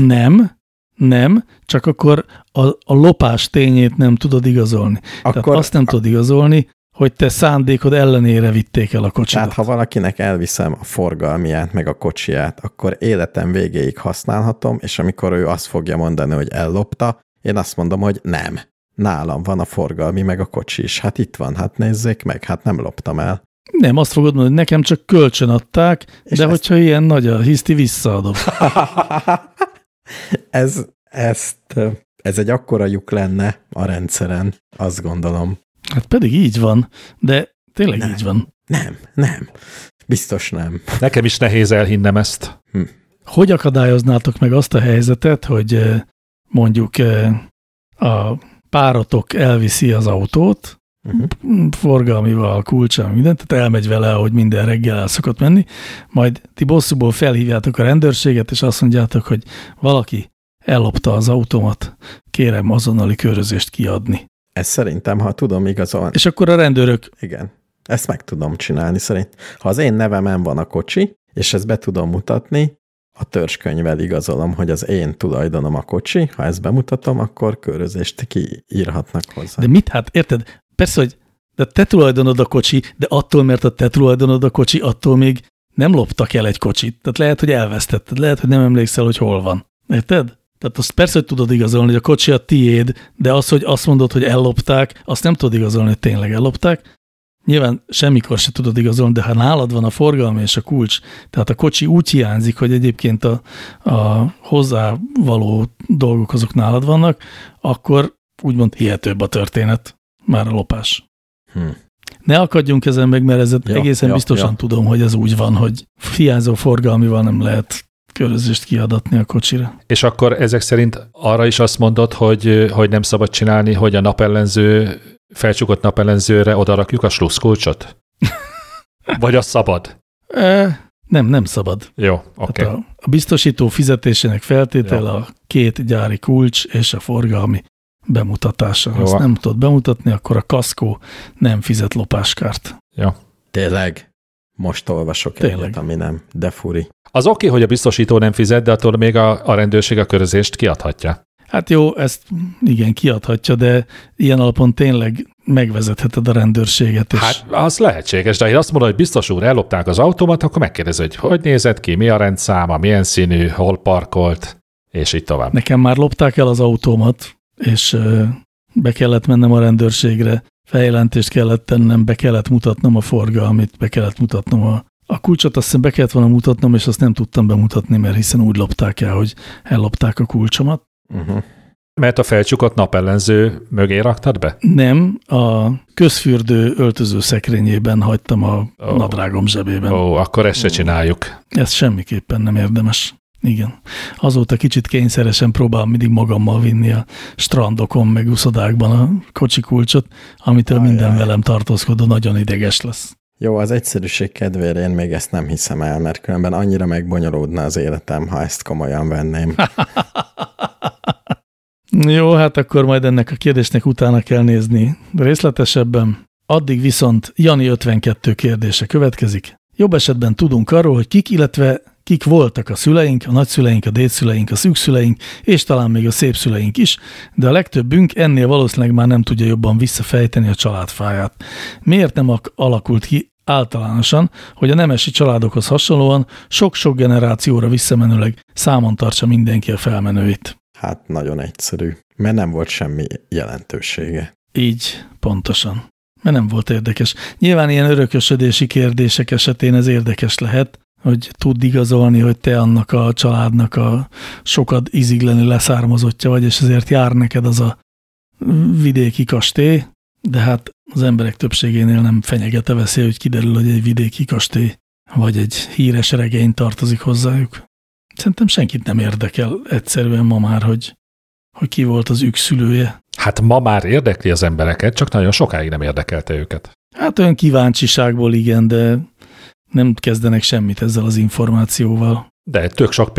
Nem, csak akkor a lopás tényét nem tudod igazolni. Tehát azt nem tudod igazolni, hogy te szándékod ellenére vitték el a kocsidat. Tehát ha valakinek elviszem a forgalmiát, meg a kocsiját, akkor életem végéig használhatom, és amikor ő azt fogja mondani, hogy ellopta, én azt mondom, hogy nem. Nálam van a forgalmi, meg a kocsi is. Hát itt van, hát nézzék meg, hát nem loptam el. Nem, azt fogod mondani, hogy nekem csak kölcsön adták, és de hogyha ilyen nagy a hiszti, visszaadom. Ez egy akkora lyuk lenne a rendszeren, azt gondolom. Hát pedig így van, de tényleg nem, így van. Nem. Biztos nem. Nekem is nehéz elhinnem ezt. Hogy akadályoznátok meg azt a helyzetet, hogy mondjuk a páratok elviszi az autót, forgalmival, kulccsal, mindent, tehát elmegy vele, ahogy minden reggel el szokott menni, majd ti bosszúból felhívjátok a rendőrséget, és azt mondjátok, hogy valaki ellopta az autómat, kérem azonnali körözést kiadni. Ez szerintem, ha tudom igazolni. És akkor a rendőrök... Igen, ezt meg tudom csinálni szerint. Ha az én nevemen van a kocsi, és ezt be tudom mutatni, a törzskönyvvel igazolom, hogy az én tulajdonom a kocsi, ha ezt bemutatom, akkor körözést kiírhatnak hozzá. De mit? Hát érted? Persze, hogy de te tulajdonod a kocsi, de attól, mert a te tulajdonod a kocsi, attól még nem loptak el egy kocsit. Tehát lehet, hogy elvesztetted, lehet, hogy nem emlékszel, hogy hol van. Érted? Tehát azt persze, hogy tudod igazolni, hogy a kocsi a tiéd, de az, hogy azt mondod, hogy ellopták, azt nem tudod igazolni, hogy tényleg ellopták. Nyilván semmikor se tudod igazolni, de ha nálad van a forgalmi és a kulcs, tehát a kocsi úgy hiányzik, hogy egyébként a hozzávaló dolgok azok nálad vannak, akkor úgymond hihetőbb a történet, már a lopás. Ne akadjunk ezen meg, mert egészen biztosan tudom, hogy ez úgy van, hogy hiányzó forgalmival nem lehet körözést kiadatni a kocsira. És akkor ezek szerint arra is azt mondod, hogy nem szabad csinálni, hogy a napellenző, felcsukott napellenzőre odarakjuk a slusszkulcsot? Vagy az szabad? Nem szabad. Jó, oké. Okay. A biztosító fizetésének feltétele a két gyári kulcs és a forgalmi bemutatása. Ha azt nem tudod bemutatni, akkor a kaszkó nem fizet lopáskárt. Ja. Tényleg? Most olvasok egyet, ami nem, de furi. Az oké, hogy a biztosító nem fizet, de attól még a rendőrség a körözést kiadhatja. Hát jó, ezt igen, kiadhatja, de ilyen alapon tényleg megvezetheted a rendőrséget. És... Hát az lehetséges, de ha azt mondod, hogy biztos úr, ellopták az autómat, akkor megkérdezed, hogy nézett ki, mi a rendszáma, milyen színű, hol parkolt, és így tovább. Nekem már lopták el az autómat, és be kellett mennem a rendőrségre, feljelentést kellett tennem, be kellett mutatnom a forgalmit, be kellett mutatnom a kulcsot, azt hiszem be kellett volna mutatnom, és azt nem tudtam bemutatni, mert hiszen úgy lopták el, hogy ellopták a kulcsomat. Mert a felcsukott napellenző mögé raktad be? Nem, a közfürdő öltöző szekrényében hagytam a nadrágom zsebében. Akkor ezt se csináljuk. Ez semmiképpen nem érdemes. Igen. Azóta kicsit kényszeresen próbálom mindig magammal vinni a strandokon, meg uszodákban a kocsikulcsot, amitől minden velem tartózkodó nagyon ideges lesz. Jó, az egyszerűség kedvére én még ezt nem hiszem el, mert különben annyira megbonyolódna az életem, ha ezt komolyan venném. Jó, hát akkor majd ennek a kérdésnek utána kell nézni részletesebben. Addig viszont Jani 52 kérdése következik. Jobb esetben tudunk arról, hogy kik, illetve kik voltak a szüleink, a nagyszüleink, a dédszüleink, a szűkszüleink, és talán még a szépszüleink is, de a legtöbbünk ennél valószínűleg már nem tudja jobban visszafejteni a családfáját. Miért nem alakult ki általánosan, hogy a nemesi családokhoz hasonlóan sok-sok generációra visszamenőleg számon tartsa mindenki a felmenőit? Hát nagyon egyszerű, mert nem volt semmi jelentősége. Így, pontosan. Mert nem volt érdekes. Nyilván ilyen örökösödési kérdések esetén ez érdekes lehet, hogy tudd igazolni, hogy te annak a családnak a sokat iziglenő leszármazottja vagy, és ezért jár neked az a vidéki kastély, de hát az emberek többségénél nem fenyeget a veszély, hogy kiderül, hogy egy vidéki kastély vagy egy híres regény tartozik hozzájuk. Szerintem senkit nem érdekel egyszerűen ma már, hogy ki volt az szülője. Hát ma már érdekli az embereket, csak nagyon sokáig nem érdekelte őket. Hát olyan kíváncsiságból igen, de nem kezdenek semmit ezzel az információval. De tök sok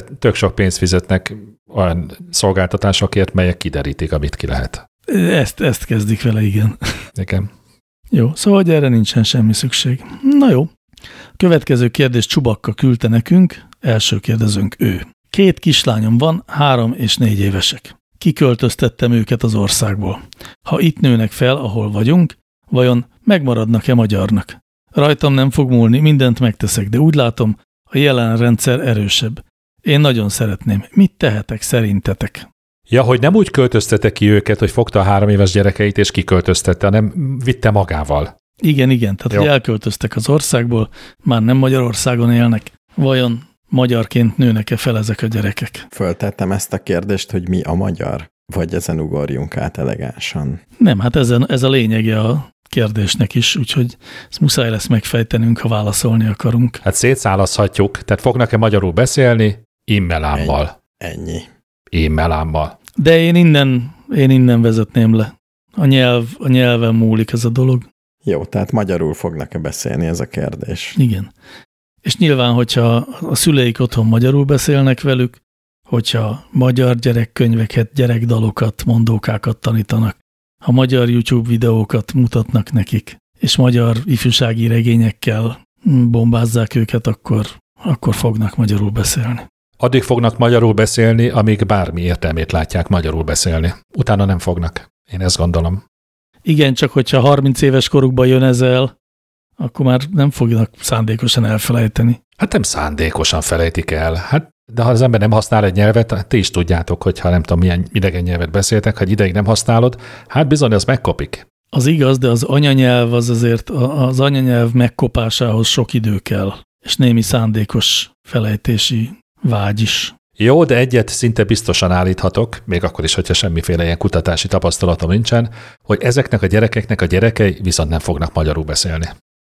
pénzt fizetnek olyan szolgáltatásokért, melyek kiderítik, amit ki lehet. Ezt kezdik vele, igen. Igen. Jó, szóval hogy erre nincsen semmi szükség. Na jó. Következő kérdés Csubakka küldte nekünk, első kérdezőnk ő. 2 kislányom van, 3 és 4 évesek. Kiköltöztettem őket az országból. Ha itt nőnek fel, ahol vagyunk, vajon megmaradnak-e magyarnak? Rajtam nem fog múlni, mindent megteszek, de úgy látom, a jelen rendszer erősebb. Én nagyon szeretném. Mit tehetek szerintetek? Ja, hogy nem úgy költöztette ki őket, hogy fogta a 3 éves gyerekeit és kiköltöztette, hanem vitte magával. Igen, tehát hogy elköltöztek az országból, már nem Magyarországon élnek. Vajon magyarként nőnek-e fel ezek a gyerekek? Föltettem ezt a kérdést, hogy mi a magyar? Vagy ezen ugorjunk át elegánsan? Nem, hát ez a lényege a kérdésnek is, úgyhogy ezt muszáj lesz megfejtenünk, ha válaszolni akarunk. Hát szétszálaszhatjuk, tehát fognak-e magyarul beszélni? Immelámmal. Ennyi. Immelámmal. De én innen vezetném le. A nyelven múlik ez a dolog. Jó, tehát magyarul fognak-e beszélni, ez a kérdés? Igen. És nyilván, hogyha a szüleik otthon magyarul beszélnek velük, hogyha magyar gyerekkönyveket, gyerekdalokat, mondókákat tanítanak, ha magyar YouTube videókat mutatnak nekik, és magyar ifjúsági regényekkel bombázzák őket, akkor fognak magyarul beszélni. Addig fognak magyarul beszélni, amíg bármi értelmét látják magyarul beszélni. Utána nem fognak. Én ezt gondolom. Igen, csak hogyha 30 éves korukban jön ezzel, akkor már nem fognak szándékosan elfelejteni. Hát nem szándékosan felejtik el. Hát, de ha az ember nem használ egy nyelvet, ti is tudjátok, hogy ha nem tudom, milyen idegen nyelvet beszéltek, ha egy ideig nem használod, hát bizony az megkopik. Az igaz, de az anyanyelv az azért az anyanyelv megkopásához sok idő kell, és némi szándékos felejtési vágy is. Jó, de egyet szinte biztosan állíthatok, még akkor is, hogyha semmiféle ilyen kutatási tapasztalatom nincsen, hogy ezeknek a gyerekeknek a gyerekei viszont nem fognak magyarul beszélni.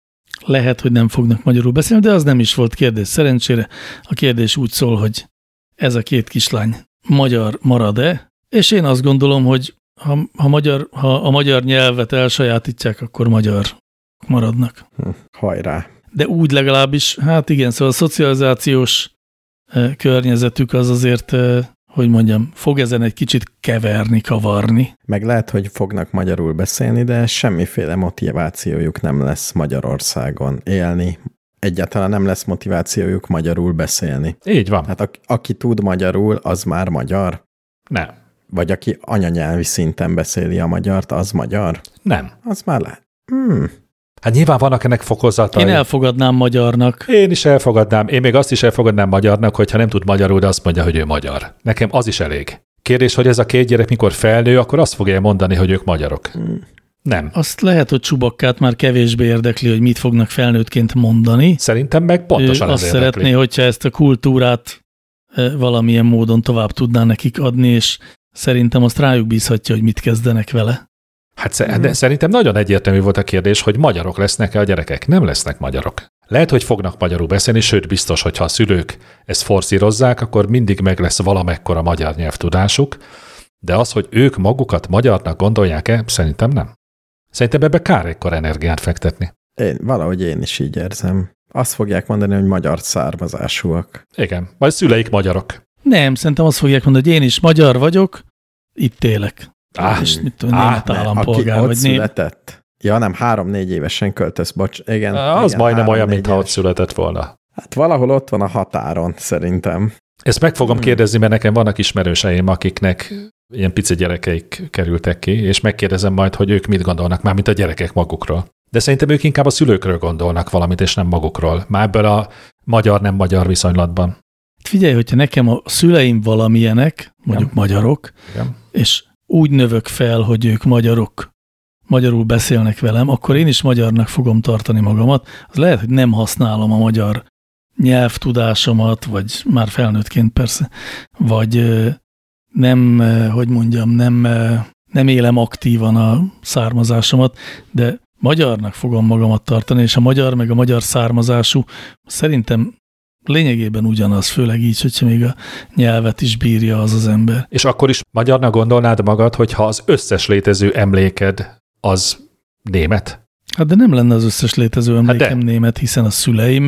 Lehet, hogy nem fognak magyarul beszélni, de az nem is volt kérdés. Szerencsére a kérdés úgy szól, hogy ez a 2 kislány magyar marad-e, és én azt gondolom, hogy ha a magyar nyelvet elsajátítják, akkor magyar maradnak. Hajrá! De úgy legalábbis, hát igen, szóval a szocializációs környezetük az azért, hogy mondjam, fog ezen egy kicsit keverni, kavarni. Meg lehet, hogy fognak magyarul beszélni, de semmiféle motivációjuk nem lesz Magyarországon élni. Egyáltalán nem lesz motivációjuk magyarul beszélni. Így van. Hát aki tud magyarul, az már magyar? Nem. Vagy aki anyanyelvi szinten beszéli a magyart, az magyar? Nem. Az már lehet. Hát nyilván vannak ennek fokozatai. Én elfogadnám magyarnak. Én is elfogadnám. Én még azt is elfogadnám magyarnak, hogyha nem tud magyarul, de azt mondja, hogy ő magyar. Nekem az is elég. Kérdés, hogy ez a két gyerek mikor felnő, akkor azt fogja mondani, hogy ők magyarok. Nem. Azt lehet, hogy Csubakkát már kevésbé érdekli, hogy mit fognak felnőttként mondani. Szerintem meg pontosan ő ez azt érdekli. szeretné, hogyha ezt a kultúrát valamilyen módon tovább tudná nekik adni, és szerintem azt rájuk bízhatja, hogy mit kezdenek vele. Hát de szerintem nagyon egyértelmű volt a kérdés, hogy magyarok lesznek-e a gyerekek. Nem lesznek magyarok. Lehet, hogy fognak magyarul beszélni, sőt biztos, hogyha a szülők ezt forszírozzák, akkor mindig meg lesz valamekkora magyar nyelvtudásuk, de az, hogy ők magukat magyarnak gondolják-e, szerintem nem. Szerintem ebbe kár ekkor energiát fektetni. Valahogy én is így érzem. Azt fogják mondani, hogy magyar származásúak. Igen, vagy szüleik magyarok. Nem, szerintem azt fogják mondani, hogy én is magyar vagyok, itt élek. És mit tudom, német állampolgár aki vagy ott született. Ja, nem, 3-4 évesen költesz, bocs. Igen, az igen, majdnem olyan, mintha ott éves. született volna. Hát valahol ott van a határon, szerintem. Ezt meg fogom kérdezni, mert nekem vannak ismerőseim, akiknek ilyen pici gyerekeik kerültek ki, és megkérdezem majd, hogy ők mit gondolnak, már mint a gyerekek magukról. De szerintem ők inkább a szülőkről gondolnak valamit, és nem magukról. Már ebből a magyar-nem magyar viszonylatban. Figyelj, hogyha nekem a szüleim valamilyenek, mondjuk magyarok, Igen. és úgy növök fel, hogy ők magyarul beszélnek velem, akkor én is magyarnak fogom tartani magamat. Az lehet, hogy nem használom a magyar nyelvtudásomat, vagy már felnőttként persze, vagy nem, hogy mondjam, nem élem aktívan a származásomat, de magyarnak fogom magamat tartani, és a magyar meg a magyar származású szerintem lényegében ugyanaz, főleg így, hogyha még a nyelvet is bírja az ember. És akkor is magyarnak gondolnád magad, hogyha az összes létező emléked az német? Hát de nem lenne az összes létező emlékem német, hiszen a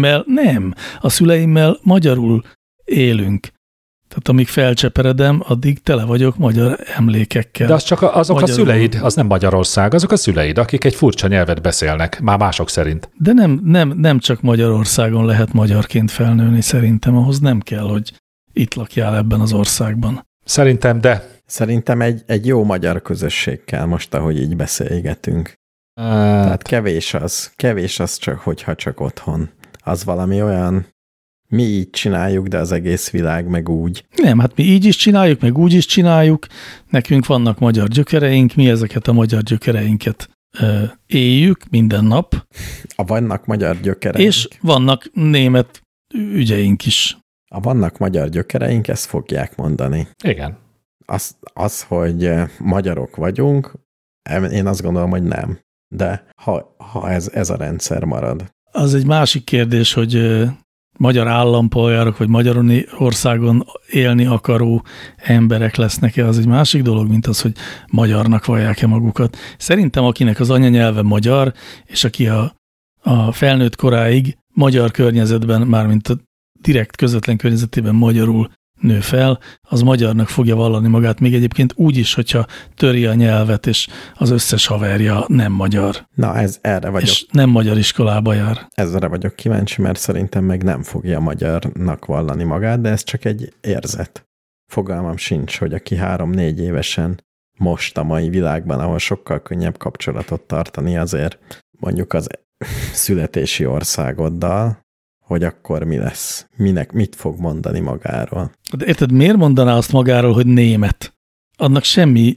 szüleimmel magyarul élünk. Tehát amíg felcseperedem, addig tele vagyok magyar emlékekkel. De az csak azok magyarul. A szüleid, az nem Magyarország, azok a szüleid, akik egy furcsa nyelvet beszélnek, már mások szerint. De nem csak Magyarországon lehet magyarként felnőni, szerintem ahhoz nem kell, hogy itt lakjál ebben az országban. Szerintem egy jó magyar közösség kell most, ahogy így beszélgetünk. Tehát kevés az csak, hogyha csak otthon. Az valami olyan, mi így csináljuk, de az egész világ meg úgy. Nem, hát mi így is csináljuk, meg úgy is csináljuk. Nekünk vannak magyar gyökereink, mi ezeket a magyar gyökereinket éljük minden nap. Vannak magyar gyökereink. És vannak német ügyeink is. Vannak magyar gyökereink, ezt fogják mondani. Igen. Az, hogy magyarok vagyunk, én azt gondolom, hogy nem. De ha ez a rendszer marad. Az egy másik kérdés, hogy magyar állampolgárok, vagy Magyarországon élni akaró emberek lesznek-e, az egy másik dolog, mint az, hogy magyarnak vallják-e magukat. Szerintem akinek az anyanyelve magyar, és aki a felnőtt koráig magyar környezetben, mármint a direkt közvetlen környezetében magyarul nő fel, az magyarnak fogja vallani magát, még egyébként úgy is, hogyha töri a nyelvet, és az összes haverja nem magyar. Na, erre vagyok. És nem magyar iskolába jár. Ezre vagyok kíváncsi, mert szerintem meg nem fogja magyarnak vallani magát, de ez csak egy érzet. Fogalmam sincs, hogy aki 3-4 évesen most a mai világban, ahol sokkal könnyebb kapcsolatot tartani azért mondjuk az születési országoddal, hogy akkor mi lesz, mit fog mondani magáról. De érted, miért mondaná azt magáról, hogy német? Annak semmi,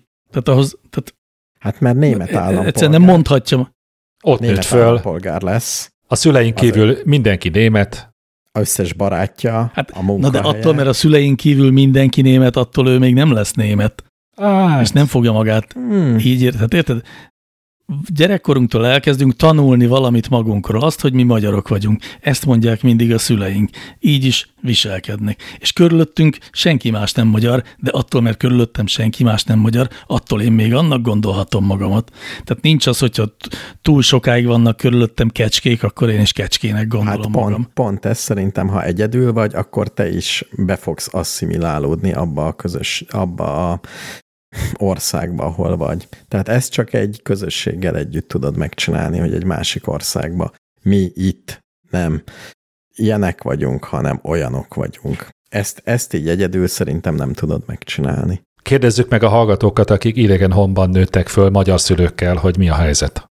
Hát mert német állampolgár. Egyszerűen nem mondhatja. Ott nőtt föl. Állampolgár lesz. A szüleink kívül mindenki német. Összes barátja, a munkahelye. Na de attól, mert a szüleink kívül mindenki német, attól ő még nem lesz német. És nem fogja magát így érted? Gyerekkorunktól elkezdünk tanulni valamit magunkról, azt, hogy mi magyarok vagyunk. Ezt mondják mindig a szüleink. Így is viselkednek. És körülöttünk senki más nem magyar, de attól, mert körülöttem senki más nem magyar, attól én még annak gondolhatom magamat. Tehát nincs az, hogyha túl sokáig vannak körülöttem kecskék, akkor én is kecskének gondolom magam. Pont ez szerintem, ha egyedül vagy, akkor te is be fogsz asszimilálódni abba a országba, ahol vagy. Tehát ezt csak egy közösséggel együtt tudod megcsinálni, hogy egy másik országba. Mi itt nem ilyenek vagyunk, hanem olyanok vagyunk. Ezt így egyedül szerintem nem tudod megcsinálni. Kérdezzük meg a hallgatókat, akik idegen honban nőttek föl magyar szülőkkel, hogy mi a helyzet.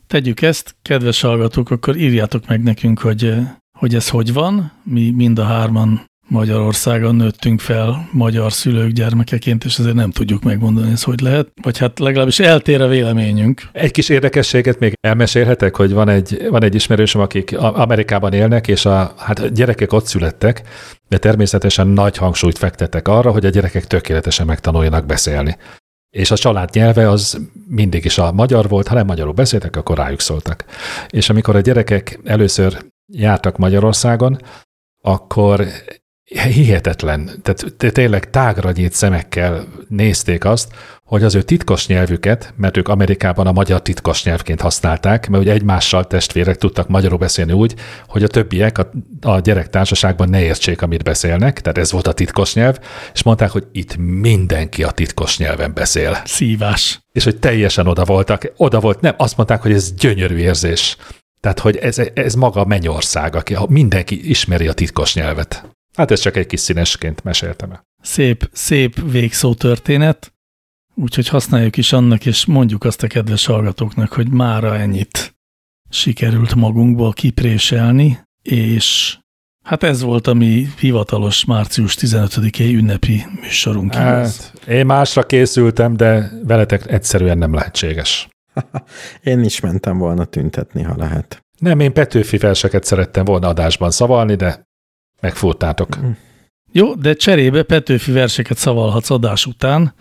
tegyük ezt, kedves hallgatók, akkor írjátok meg nekünk, hogy ez hogy van. Mi mind a hárman Magyarországon nőttünk fel magyar szülők gyermekeként, és ezért nem tudjuk megmondani, ez hogy lehet. Vagy hát legalábbis eltér a véleményünk. Egy kis érdekességet még elmesélhetek, hogy van egy ismerősöm, akik Amerikában élnek, és a gyerekek ott születtek, de természetesen nagy hangsúlyt fektettek arra, hogy a gyerekek tökéletesen megtanuljanak beszélni. És a család nyelve az mindig is a magyar volt, ha nem magyarul beszéltek, akkor rájuk szóltak. És amikor a gyerekek először jártak Magyarországon, akkor hihetetlen, tehát tényleg tágra nyílt szemekkel nézték azt, hogy az ő titkos nyelvüket, mert ők Amerikában a magyar titkos nyelvként használták, mert ugye egymással testvérek tudtak magyarul beszélni úgy, hogy a többiek a gyerektársaságban ne értsék, amit beszélnek, tehát ez volt a titkos nyelv, és mondták, hogy itt mindenki a titkos nyelven beszél. Szívás. És hogy teljesen nem, azt mondták, hogy ez gyönyörű érzés. Tehát, hogy ez maga a mennyország, mindenki ismeri a titkos nyelvet. Hát ez csak egy kis színesként meséltem el. Szép végszó történet, úgyhogy használjuk is annak, és mondjuk azt a kedves hallgatóknak, hogy mára ennyit sikerült magunkból kipréselni, és hát ez volt a mi hivatalos március 15-i ünnepi műsorunk. Hát, én másra készültem, de veletek egyszerűen nem lehetséges. Én is mentem volna tüntetni, ha lehet. Nem, én Petőfi verseket szerettem volna adásban szavalni, de megfúrtátok. Jó, de cserébe Petőfi verseket szavalhatsz adás után.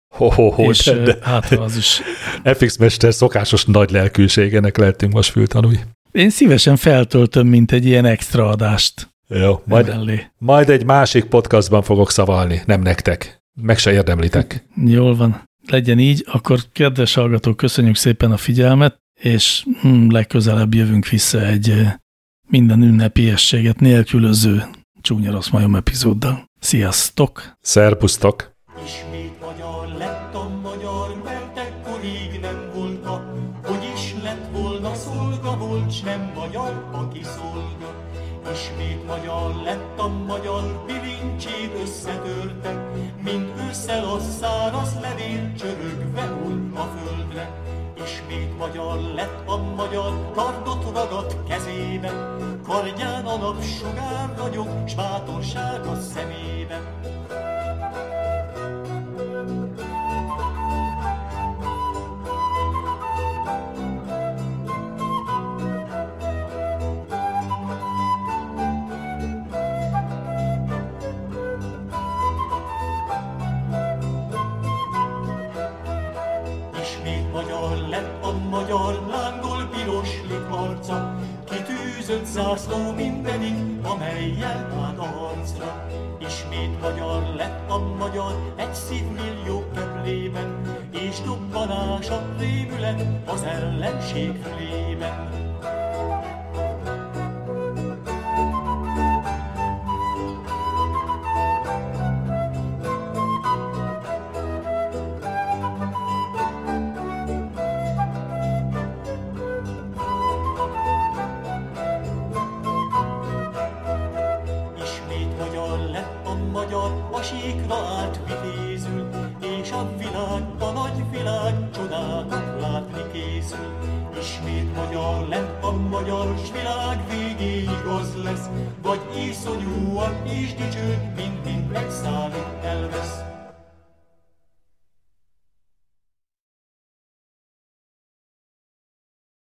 És de. Hát az is. FX Mester szokásos nagy lelkűségének lehetünk most fültanúi. Én szívesen feltöltöm, mint egy ilyen extra adást. Jó, majd egy másik podcastban fogok szavalni, nem nektek. Meg se érdemlitek. Jól van. Legyen így, akkor kedves hallgatók, köszönjük szépen a figyelmet, és legközelebb jövünk vissza egy minden ünnepiességet nélkülöző Csúnya Rossz Majom epizóddal. Sziasztok! Szerbusztok! Ismét magyar lettem magyar, mert ekkorig nem volt, hogy is lett volna szolga, volt s nem magyar, aki szolga. Ismét magyar lettem magyar, bilincsét összetörtek, mint ősszel a száraz levél csörögve hull a földre. Ismét magyar lett a magyar, kardot ragadt kezébe, kardján a napsugár ragyog, s bátorság a szemébe. Ismét magyar lett a magyar, lángol piroslik arca, kitűzött zászló mindenik, amellyel vág a harcra. Ismét magyar lett a magyar, egy szívmillió keblében, és dobbanás a rémület az ellenség fülében. A síkra állt vitézül, és a világban nagy világ csodákat látni készül. Ismét magyar lett a magyar, s világ végéig az lesz, vagy iszonyúan is dicső,